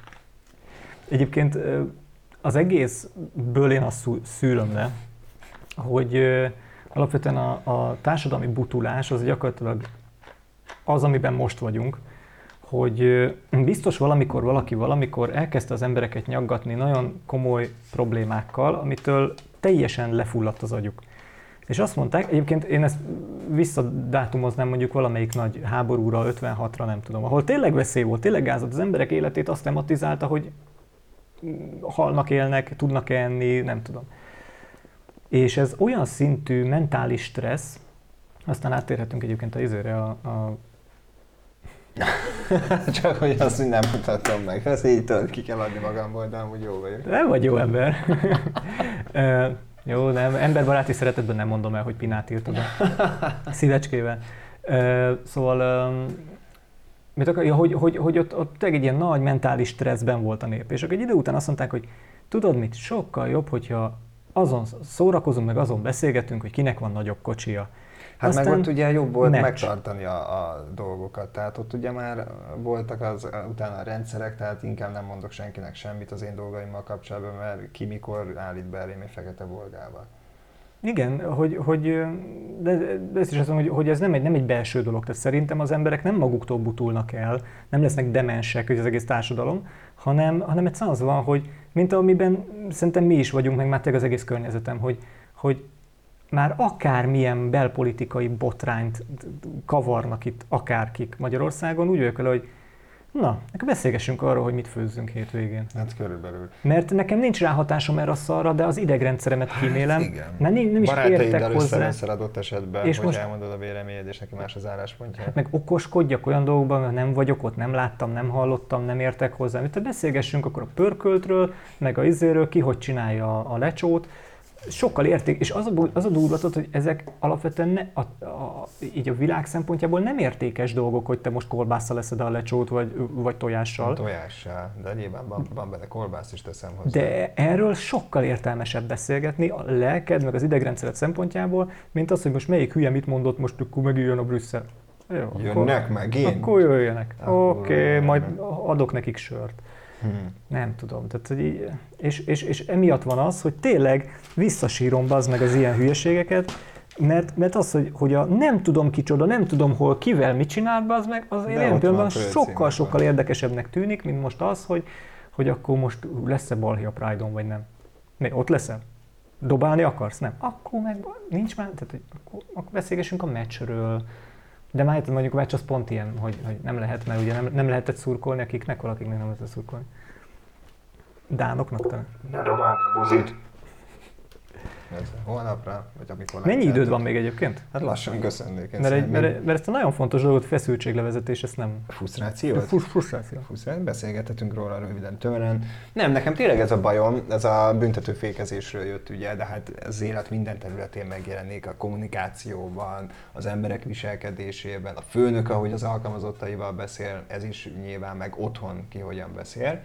Speaker 1: Egyébként ö, az egészből én azt szú- szűröm le, hogy ö, alapvetően a, a társadalmi butulás az gyakorlatilag az, amiben most vagyunk, hogy ö, biztos valamikor valaki valamikor elkezdte az embereket nyaggatni nagyon komoly problémákkal, amitől teljesen lefulladt az agyuk. És azt mondták, egyébként én ezt visszadátumoznám mondjuk valamelyik nagy háborúra, ötvenhatra, nem tudom, ahol tényleg veszély volt, tényleg gázott, az emberek életét azt tematizálta, hogy halnak, élnek, tudnak enni, nem tudom. És ez olyan szintű mentális stressz, aztán áttérhetünk egyébként a izére, a, a
Speaker 3: Csak hogy azt úgy nem mutattam meg. Ezt így tudod, ki kell adni magamból, de amúgy jó vagyok.
Speaker 1: nem vagy jó ember. Ö, jó, nem, emberbaráti szeretetben nem mondom el, hogy Pinát írtad a szívecskével. Ö, szóval, ö, mit akar, ja, hogy, hogy, hogy ott, ott tényleg egy ilyen nagy mentális stresszben volt a nép. És akkor egy idő után azt mondták, hogy tudod mit, sokkal jobb, hogyha azon szórakozunk, meg azon beszélgetünk, hogy kinek van nagyobb kocsia.
Speaker 3: Hát
Speaker 1: Aztán
Speaker 3: meg ott ugye jobb volt
Speaker 1: meccs.
Speaker 3: megtartani a, a dolgokat, tehát ott ugye már voltak az utána a rendszerek, tehát inkább nem mondok senkinek semmit az én dolgaimmal kapcsolatban, mert ki mikor állít be elém egy fekete volgával.
Speaker 1: Igen, hogy, hogy de, de ezt is azt mondom, hogy, hogy ez nem egy, nem egy belső dolog. Tehát szerintem az emberek nem maguktól butulnak el, nem lesznek demensek, hogy az egész társadalom, hanem, hanem egyszerűen az van, hogy mint amiben szerintem mi is vagyunk, meg már tényleg az egész környezetem, hogy, hogy már akármilyen belpolitikai botrányt kavarnak itt akárkik Magyarországon, úgy vagyok vele, hogy na, akkor beszélgessünk arról, hogy mit főzzünk hétvégén.
Speaker 2: Hát körülbelül.
Speaker 1: Mert nekem nincs rá hatásom erre a szarra, de az idegrendszeremet kímélem. Hát igen. Mert nem, nem is értek hozzá.
Speaker 2: Barátaiddal adott esetben,
Speaker 1: és
Speaker 2: hogy
Speaker 1: most
Speaker 2: elmondod a véleményed, és neki más az álláspontja.
Speaker 1: Hát meg okoskodjak olyan dolgokban, mert nem vagyok ott, nem láttam, nem hallottam, nem értek hozzá. Tehát beszélgessünk akkor a pörköltről, meg a izéről, ki hogy csinálja a, a lecsót. Sokkal érték, és az a, az a durvatot, hogy ezek alapvetően ne, a, a, így a világ szempontjából nem értékes dolgok, hogy te most kolbásszal leszed a lecsót, vagy, vagy tojással.
Speaker 2: Tojással, de nyilván van, van benne kolbász is, teszem hozzá.
Speaker 1: De erről sokkal értelmesebb beszélgetni a lelked, meg az idegrendszered szempontjából, mint az, hogy most melyik hülye mit mondott, most akkor megjön a Brüsszel.
Speaker 2: Jó, jönnek akkor, meg én?
Speaker 1: Akkor jöjjenek. Oké, okay, majd adok nekik sört. Hmm. Nem tudom. Tehát, hogy így, és, és, és emiatt van az, hogy tényleg visszasírom bazd meg az ilyen hülyeségeket, mert, mert az, hogy, hogy a nem tudom kicsoda, nem tudom hol, kivel mit csinál bazd meg, az én pillanatban sokkal-sokkal érdekesebbnek tűnik, mint most az, hogy, hogy akkor most lesz-e balhé a Pride-on, vagy nem. Mi, ott leszel? Dobálni akarsz? Nem. Akkor meg nincs már, tehát akkor, akkor beszélgessünk a meccsről. De már mondjuk a meccs az pont ilyen, hogy, hogy nem lehet, mert ugye nem, nem lehetett szurkolni, akiknek valakiknek nem lehetett szurkolni. Dánoknak talán.
Speaker 2: Ne dobálj a buzit! Holnapra, vagy amikor...
Speaker 1: Mennyi időd lehet, van még egyébként?
Speaker 2: Hát lassan köszönnék.
Speaker 1: Mert, egy, mert, mert ezt a nagyon fontos dolgot, feszültséglevezetés, ezt nem...
Speaker 2: Frusztrációt?
Speaker 1: Frusztráció.
Speaker 2: Frusztráció. Beszélgethetünk róla röviden, tömören. Nem, nekem tényleg ez a bajom, ez a büntetőfékezésről jött ugye, de hát az élet minden területén megjelenik, a kommunikációban, az emberek viselkedésében, a főnök, ahogy az alkalmazottaival beszél, ez is nyilván, meg otthon ki hogyan beszél.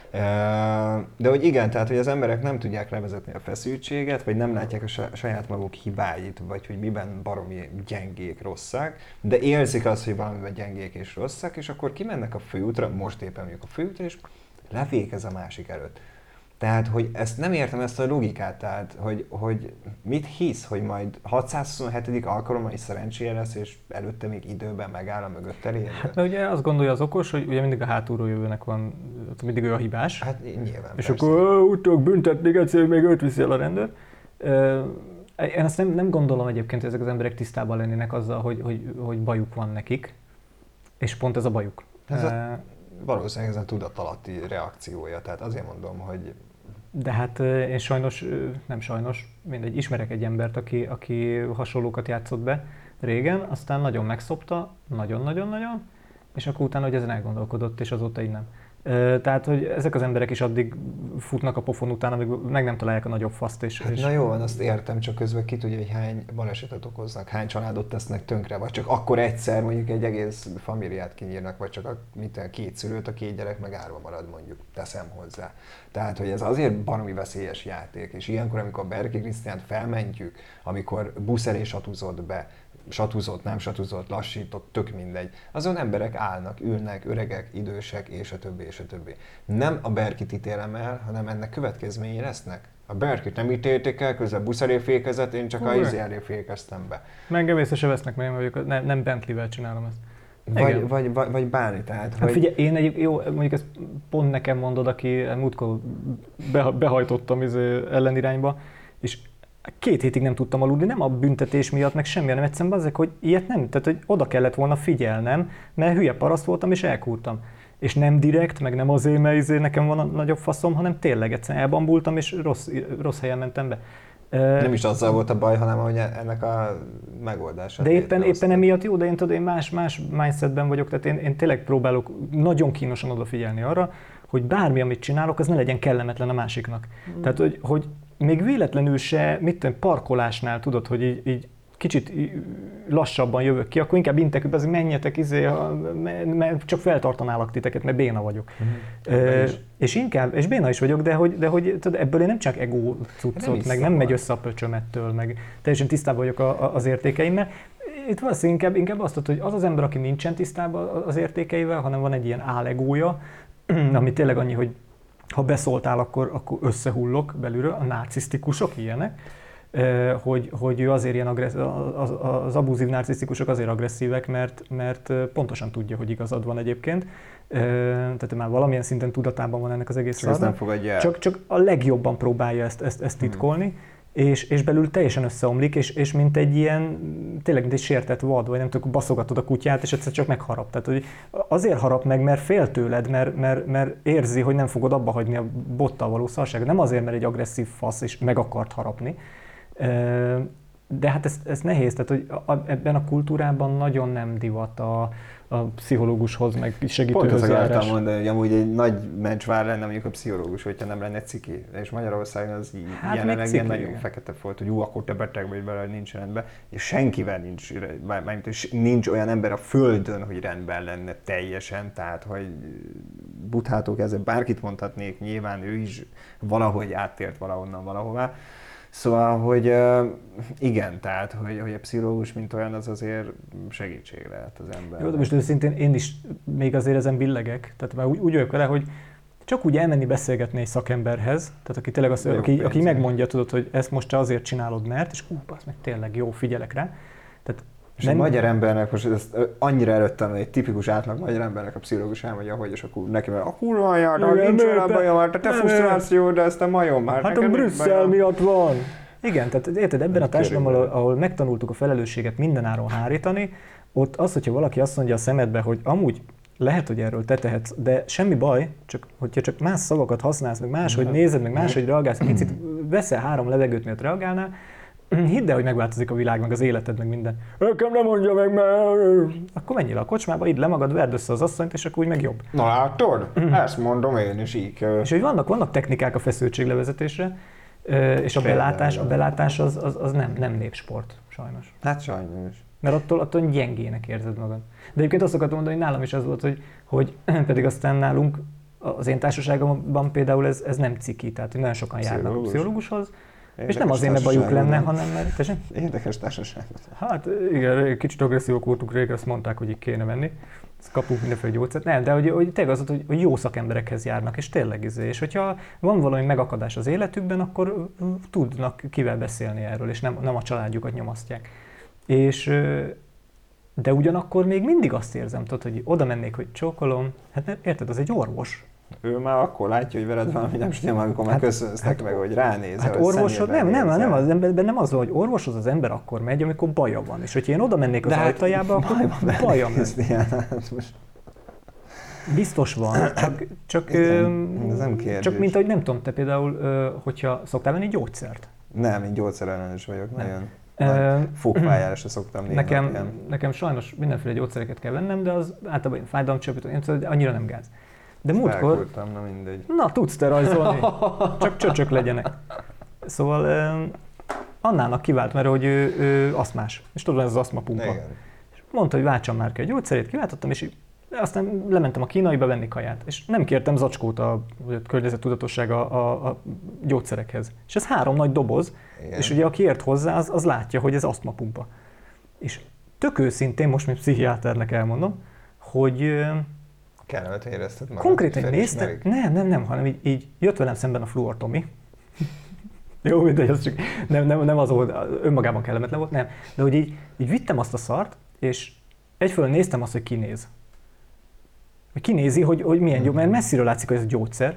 Speaker 2: De hogy igen, tehát hogy az emberek nem tudják levezetni a feszültséget, vagy nem látják a saját maguk hibáit, vagy hogy miben baromi gyengék, rosszak, de érzik azt, hogy valamiben gyengék és rosszak, és akkor kimennek a főútra, most éppen mondjuk a főútra, és lefékez a másik előtt. Tehát, hogy ezt nem értem, ezt a logikát, tehát, hogy, hogy mit hisz, hogy majd hatszázhuszonhetedik alkalommal is szerencséje lesz, és előtte még időben megáll a mögött elérni?
Speaker 1: Hát mert ugye azt gondolja az okos, hogy ugye mindig a hátulról jövőnek van, mindig ő a hibás.
Speaker 2: Hát nyilván,
Speaker 1: és
Speaker 2: persze.
Speaker 1: akkor úgy tudok büntetni, egyszer még őt viszi el a rendőr. Én azt nem, nem gondolom egyébként, hogy ezek az emberek tisztában lennének azzal, hogy, hogy, hogy bajuk van nekik, és pont ez a bajuk.
Speaker 2: Ez a, valószínűleg ez a tudatalatti reakciója, tehát azért mondom, hogy
Speaker 1: de hát én sajnos, nem sajnos, mindegy, ismerek egy embert, aki, aki hasonlókat játszott be régen, aztán nagyon megszopta, nagyon-nagyon-nagyon, és akkor utána, hogy ezen elgondolkodott, és azóta így nem. Tehát, hogy ezek az emberek is addig futnak a pofon után, amíg meg nem találják a nagyobb faszt. És,
Speaker 2: hát
Speaker 1: és...
Speaker 2: Na jó van, azt értem, csak közben ki tudja, hogy hány balesetet okoznak, hány családot tesznek tönkre, vagy csak akkor egyszer mondjuk egy egész familiát kinyírnak, vagy csak a, mint a két szülőt, a két gyerek meg árva marad, mondjuk, teszem hozzá. Tehát, hogy ez azért baromi veszélyes játék, és ilyenkor, amikor Berki Krisztiánt felmentjük, amikor busz elé satúzott be, satúzott, nem satúzott, lassított, tök mindegy. Azon emberek állnak, ülnek, öregek, idősek, és a többi, és a többi. Nem a Berkit ítélem el, hanem ennek következményei lesznek. A Berkit nem ítélték el, közben busz elé fékezett, én csak Hú, a izé elé fékeztem be.
Speaker 1: Engem észre se vesznek, mert én vagyok, nem, nem Bentley-vel csinálom ezt.
Speaker 2: Vagy, vagy, vagy, vagy bármi, tehát...
Speaker 1: Hát
Speaker 2: hogy...
Speaker 1: figyelj, én egy, jó, mondjuk ezt pont nekem mondod, aki múltkor behajtottam izé ellenirányba, és két hétig nem tudtam aludni, nem a büntetés miatt, meg semmi, hanem egyszerűen azért, hogy ilyet nem, tehát hogy oda kellett volna figyelnem, mert hülye paraszt voltam és elkúrtam. És nem direkt, meg nem azért, mert izé nekem van a nagyobb faszom, hanem tényleg egyszerűen elbambultam és rossz, rossz helyen mentem be.
Speaker 2: Nem is azzal volt a baj, hanem hogy ennek a megoldása.
Speaker 1: De éppen, éppen emiatt jó, de én, tudom, én más, más mindsetben vagyok, tehát én, én tényleg próbálok nagyon kínosan odafigyelni arra, hogy bármi, amit csinálok, az ne legyen kellemetlen a másiknak. Mm. Tehát, hogy, hogy még véletlenül se, mit tudom, parkolásnál tudod, hogy így, így kicsit lassabban jövök ki, akkor inkább intek, hogy azért menjetek, izé, mert csak feltartanálak titeket, mert béna vagyok. Mm. E, és inkább, és béna is vagyok, de hogy, de hogy tudod, ebből én nem csak ego cuccot, nem meg nem megy össze a pöcsömettől, meg teljesen tisztában vagyok a, a, az értékeimmel. Itt valószínűleg inkább, inkább azt tudod, hogy az az ember, aki nincsen tisztában az értékeivel, hanem van egy ilyen álegója, ami tényleg annyi, hogy ha beszóltál, akkor, akkor összehullok belülről, a narcisztikusok ilyenek, hogy, hogy ő azért ilyen agresszív, az, az abuzív narcisztikusok azért agresszívek, mert, mert pontosan tudja, hogy igazad van egyébként. Tehát már valamilyen szinten tudatában van ennek az egész
Speaker 2: szarnak. Nem fogadja el.
Speaker 1: Csak, csak a legjobban próbálja ezt, ezt, ezt titkolni. Hmm. És, és belül teljesen összeomlik, és, és mint egy ilyen, tényleg mint egy sértett vad, vagy nem tudom, baszogatod a kutyát, és egyszer csak megharap. Tehát hogy azért harap meg, mert fél tőled, mert, mert, mert érzi, hogy nem fogod abba hagyni a bottal való szarságot. Nem azért, mert egy agresszív fasz, és meg akart harapni. De hát ez, ez nehéz, tehát hogy ebben a kultúrában nagyon nem divat a, a pszichológushoz, meg segítőhöz
Speaker 3: Pont azt akartam mondani, hogy amúgy egy nagy mencsvár lenne mondjuk a pszichológus, hogyha nem lenne ciki. És Magyarországon az
Speaker 1: hát
Speaker 3: jelenleg ilyen nagyon fekete volt, hogy ú, akkor te beteg vagy vele, nincs rendben. És senkivel nincs, mármint nincs olyan ember a földön, hogy rendben lenne teljesen. Tehát, hogy Buddhától kezdve bárkit mondhatnék, nyilván ő is valahogy áttért valahonnan valahová. Szóval, hogy igen, tehát, hogy, hogy a pszichológus, mint olyan, az azért segítség lehet az ember.
Speaker 1: Jó, de most őszintén én is még azért ezen billegek. Tehát már úgy, úgy vagyok vele, hogy csak úgy elmenni beszélgetni egy szakemberhez, tehát aki tényleg azt, aki, aki megmondja, tudod, hogy ezt most te azért csinálod, mert, és ú, az meg tényleg jó, figyelek rá. Tehát
Speaker 3: és nem... a magyar embernek, most ezt annyira előttem, hogy egy tipikus átlag magyar embernek a pszichológus elmondja, hogy és akkor neki van, a kurva anyád, nincs olyan bajom, hát te frusztráció, de ezt a majom már.
Speaker 1: Hát a Brüsszel miatt van. Igen, tehát érted, ebben a társadalomban, ahol, ahol megtanultuk a felelősséget mindenáron hárítani, ott az, hogyha valaki azt mondja a szemedbe, hogy amúgy lehet, hogy erről te tehetsz, de semmi baj, csak hogyha csak más szavakat használsz, meg máshogy nézed, meg máshogy reagálsz, picit veszel három levegőt, miatt reagálnál, hidd el, hogy megváltozik a világ, meg az életed, meg minden. Nekem nem mondja meg, mert... Akkor menjél a kocsmába, idd le magad, verd össze az asszonyt, és akkor úgy meg jobb.
Speaker 3: Na látod? Ezt mondom én is így.
Speaker 1: És hogy vannak, vannak technikák a feszültséglevezetésre, és a belátás, a belátás az, az, az nem, nem népsport, sajnos.
Speaker 3: Hát sajnos.
Speaker 1: Mert attól, attól gyengének érzed magad. De egyébként azt akartam mondani, hogy nálam is az volt, hogy, hogy pedig aztán nálunk az én társaságomban például ez, ez nem ciki, tehát nagyon sokan járnak a pszichológushoz, és nem azért, mert bajuk lenne, hanem mert... Tessék?
Speaker 3: Érdekes társaság.
Speaker 1: Hát igen, kicsit agresszívak voltunk régen, azt mondták, hogy így kéne menni. Ezt kapunk mindenféle gyógyszert. Nem, de hogy, hogy tényleg az, hogy, hogy jó szakemberekhez járnak, és tényleg izé. És hogyha van valami megakadás az életükben, akkor tudnak kivel beszélni erről, és nem, nem a családjukat nyomasztják. És, de ugyanakkor még mindig azt érzem, tudod, hogy oda mennék, hogy csókolom, hát érted, az egy orvos.
Speaker 3: Ő már akkor látja, hogy veled valami nem stimmel, amikor már hát, köszönöztek hát, meg, hogy ránézel.
Speaker 1: Hát orvosod, nem, nem, nem, az emberben nem az, hogy orvoshoz az ember akkor megy, amikor baja van. És hogyha én oda mennék az ajtajába, akkor baja van. Biztos van, csak, csak,
Speaker 3: igen, ez nem kérdés.
Speaker 1: Csak mint ahogy nem tudom, te például, hogyha szoktál venni gyógyszert?
Speaker 3: Nem, én gyógyszerellenes vagyok, nem. Nagyon fogfájásra szoktam néha.
Speaker 1: Nekem, nekem sajnos mindenféle gyógyszereket kell vennem, de az általában fájdalomcsillapító, annyira nem gáz. De múltkor...
Speaker 3: Felkultam, na mindegy.
Speaker 1: Na, tudsz te rajzolni, csak csöcsök legyenek. Szóval eh, Annának kivált, mert hogy ő, ő aszmás, és tudod, ez az aszmapumpa. Igen. És mondta, hogy váltsam már ki a gyógyszerét, kiváltottam, és aztán lementem a kínaiba venni kaját, és nem kértem zacskót a, a környezettudatossága a, a gyógyszerekhez. És ez három nagy doboz, igen. És ugye aki ért hozzá, az, az látja, hogy ez asztmapumpa. És tök őszintén, most mint pszichiáternek elmondom, hogy
Speaker 3: kellemet érezted magad.
Speaker 1: Konkrétan néztem, nem, nem, nem, hanem így, így jött velem szemben a Fluor Tomi. Jó, mindegy, az csak nem, nem, nem az volt, önmagában kellemetlen volt, nem. De hogy így, így vittem azt a szart, és egyfelől néztem azt, hogy kinéz. Hogy kinézi, hogy, hogy milyen gyógyszer, mert messziről látszik, hogy ez gyógyszer.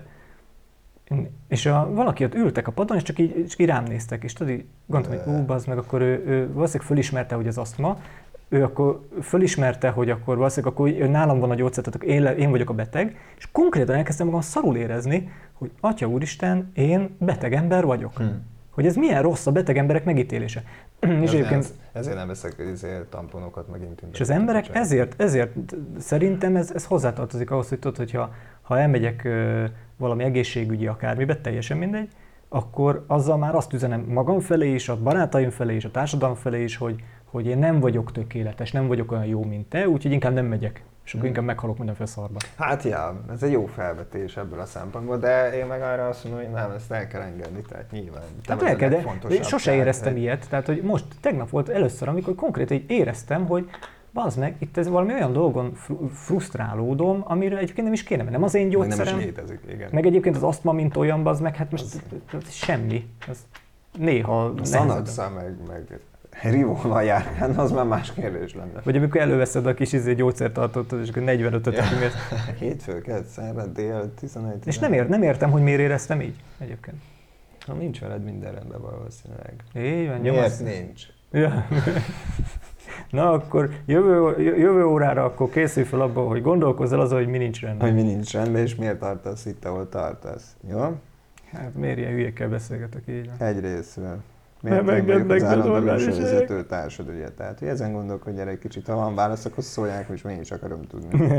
Speaker 1: És a, valaki ott ültek a padon, és csak így, csak így rám néztek, és tudod, így gondoltam, hogy ú, bazd meg, akkor ő, ő valószínűleg fölismerte, hogy ez asztma, ő akkor fölismerte, hogy akkor valószínűleg akkor ő nálam van a gyógyszer, tehát akkor én, én vagyok a beteg, és konkrétan elkezdtem magam szarul érezni, hogy Atya Úristen, én beteg ember vagyok. Hmm. Hogy ez milyen rossz a beteg emberek megítélése.
Speaker 3: és ez, ezért nem veszek ezért tamponokat megint.
Speaker 1: És az emberek ezért, ezért szerintem ez, ez hozzátartozik ahhoz, hogy tudod, hogyha ha elmegyek ö, valami egészségügyi akármibe, teljesen mindegy, akkor azzal már azt üzenem magam felé is, a barátaim felé is, a társadalom felé is, hogy, hogy én nem vagyok tökéletes, nem vagyok olyan jó, mint te, úgyhogy inkább nem megyek. És akkor hmm. inkább meghalok mindenféle szarba.
Speaker 3: Hát ja, ez egy jó felvetés ebből a szempontból, de én meg arra azt mondom, hogy nem, ezt el kell engedni, tehát nyilván.
Speaker 1: Hát el kell, de sose éreztem tehát, ilyet, tehát hogy most tegnap volt először, amikor konkrétan így éreztem, hogy bazd meg, itt ez valami olyan dolgon frusztrálódom, amire egyébként nem is kéne, mert nem az én gyógyszerem.
Speaker 3: Meg nem is létezik, igen.
Speaker 1: Meg egyébként az asztma, mint olyan, bazd meg, hát most az... semmi. Ez... néha
Speaker 3: Xanaxa meg, meg Rivóval járkán, az már más kérdés lenne.
Speaker 1: Vagy amikor előveszed a kis izé gyógyszertartót, és akkor negyvenötöt ja. kimész.
Speaker 3: Hétfő, kedd, szerda, dél, tizenegy.
Speaker 1: És nem, ért, nem értem, hogy miért éreztem így egyébként.
Speaker 3: Ha nincs veled minden rendben valószínűleg.
Speaker 1: Így van,
Speaker 3: Miért
Speaker 1: nyomasz.
Speaker 3: nincs?
Speaker 1: Ja. Na akkor jövő, jövő órára akkor készülj fel abban, hogy gondolkozz el azon, hogy mi nincs rendben.
Speaker 3: Hogy mi nincs rendben, és miért tartasz itt, ahol tartasz. Jó?
Speaker 1: Hát miért ilyen hülyékkel beszélgetek így van.
Speaker 3: Egyrészről. Miért
Speaker 1: Nem
Speaker 3: nem vagyok az
Speaker 1: engednek be
Speaker 3: állandó
Speaker 1: normális
Speaker 3: műsorvezető társad, ugye? Tehát, hogy ezen gondolkodj el egy kicsit, ha van válasz, akkor szólják, és én is akarom tudni.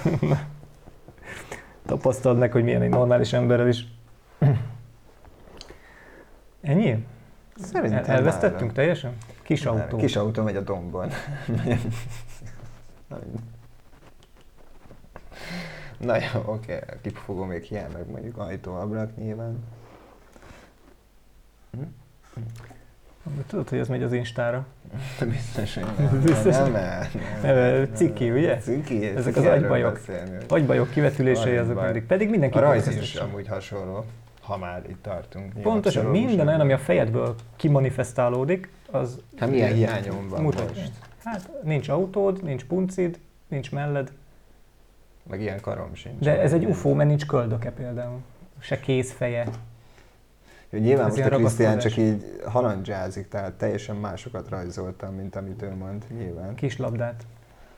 Speaker 1: Tapasztald meg, hogy milyen egy normális emberrel is. Ennyi?
Speaker 3: Szerintem
Speaker 1: El, elvesztettünk
Speaker 3: már.
Speaker 1: teljesen? Kis autó.
Speaker 3: Kis autó megy a dombon. Na jó, oké, kifogom még hiány, meg mondjuk ajtóablak nyilván.
Speaker 1: Tudod, hogy ez megy az Instára?
Speaker 3: Biztos, hogy nem.
Speaker 1: Biztos.
Speaker 3: Nem, nem,
Speaker 1: Nem, ciki, ugye?
Speaker 3: Ciki,
Speaker 1: Ezek
Speaker 3: ciki
Speaker 1: az
Speaker 3: erről
Speaker 1: agybajok.
Speaker 3: beszélni.
Speaker 1: Agybajok kivetülései azok
Speaker 3: Agybaj.
Speaker 1: mindig. Pedig mindenki
Speaker 3: A rajz
Speaker 1: tudja,
Speaker 3: is
Speaker 1: ezt.
Speaker 3: amúgy hasonló, ha már itt tartunk. Nyilván
Speaker 1: Pontosan
Speaker 3: pszichológus
Speaker 1: minden olyan,
Speaker 3: ember.
Speaker 1: ami a fejedből kimanifestálódik, az...
Speaker 3: Hát milyen hiányom van
Speaker 1: mutatja.
Speaker 3: most?
Speaker 1: Hát nincs autód, nincs puncid, nincs melled,
Speaker 3: Meg ilyen karom sincs.
Speaker 1: de ez egy ufó, mert nincs köldöke például. Se kézfeje.
Speaker 3: Jó, nyilván
Speaker 1: Ez
Speaker 3: most
Speaker 1: ilyen
Speaker 3: a Krisztián
Speaker 1: ragaszkodás.
Speaker 3: csak így halandzsázik, tehát teljesen másokat rajzoltam, mint amit ő mond, nyilván.
Speaker 1: Kis labdát.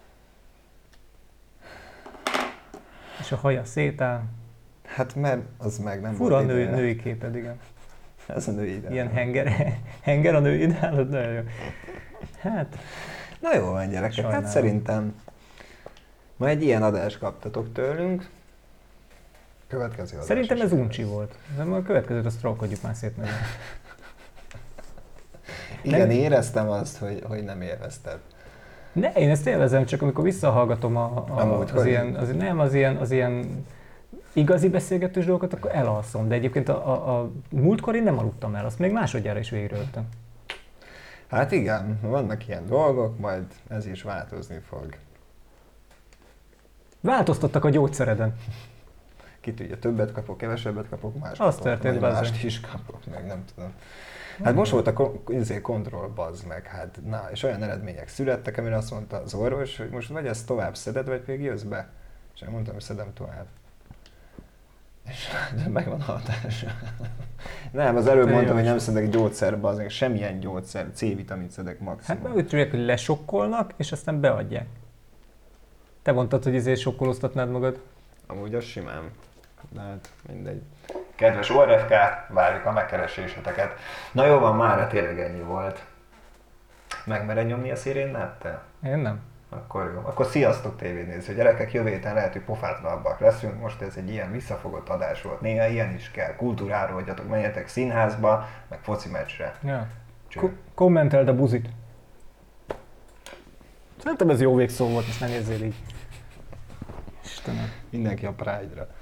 Speaker 1: És a haja szétáll.
Speaker 3: Hát mert az meg nem
Speaker 1: Fura a
Speaker 3: volt
Speaker 1: nő,
Speaker 3: ide.
Speaker 1: női képed, igen.
Speaker 3: Ez a női ide.
Speaker 1: Ilyen henger, henger a női ideálod, nagyon jó. Hát,
Speaker 3: Na jó van, gyerekek,
Speaker 1: Sajnálom.
Speaker 3: hát szerintem ma egy ilyen adást kaptatok tőlünk. Következő adás.
Speaker 1: szerintem
Speaker 3: is
Speaker 1: ez
Speaker 3: lesz.
Speaker 1: uncsi volt. De a következőt azt trollkodjuk már szét meg.
Speaker 3: Igen,
Speaker 1: Nem-
Speaker 3: éreztem azt, hogy, hogy nem élvezted.
Speaker 1: Ne, én ezt élvezem, csak amikor visszahallgatom a, a,
Speaker 3: Amúgy,
Speaker 1: az,
Speaker 3: hogy?
Speaker 1: ilyen, az, nem, az ilyen, az ilyen igazi beszélgetős dolgokat, akkor elalszom. De egyébként a, a, a múltkor én nem aludtam el, azt még másodjára is végigöltem.
Speaker 3: Hát igen, vannak ilyen dolgok, majd ez is változni fog.
Speaker 1: Változtattak a gyógyszereden.
Speaker 3: Ki tudja, többet kapok, kevesebbet kapok, más
Speaker 1: Az
Speaker 3: kapok,
Speaker 1: történt,
Speaker 3: vagy
Speaker 1: bazd
Speaker 3: mást
Speaker 1: meg.
Speaker 3: is kapok, meg nem tudom. Hát most volt a ko- izé, kontroll, bazd meg, hát na, és olyan eredmények születtek, amire azt mondta az orvos, hogy most vagy ezt tovább szeded, vagy még jössz be. És én mondtam, hogy szedem tovább. És de megvan a hatása. Nem, az előbb
Speaker 1: Te
Speaker 3: mondtam,
Speaker 1: jó.
Speaker 3: hogy nem szedek gyógyszer, bazd meg, semmilyen gyógyszer, C-vitamint szedek
Speaker 1: Hát
Speaker 3: maximum.
Speaker 1: meg úgy tudják, hogy lesokkolnak, és aztán beadják. Te mondtad, hogy ezért sokkolóztatnád magad.
Speaker 3: Amúgy az simán. De hát mindegy. Kedves o er ef ká, várjuk a megkereséseteket. Na jó van, mára tényleg ennyi volt. Megmered nyomni a szirénnát te?
Speaker 1: Én nem.
Speaker 3: Akkor jó. Akkor sziasztok tévénéző gyerekek, jövő héten lehet, hogy pofátlanabbak leszünk. Most ez egy ilyen visszafogott adás volt. Néha ilyen is kell. Kultúrálódjatok, menjetek színházba, meg foci meccsre.
Speaker 1: Ja.
Speaker 3: Cső.
Speaker 1: Ko- kommenteld a buzit. Szerintem ez jó végszó volt, most ne nézzél így. Istenem.
Speaker 3: Mindenki a Pride-ra.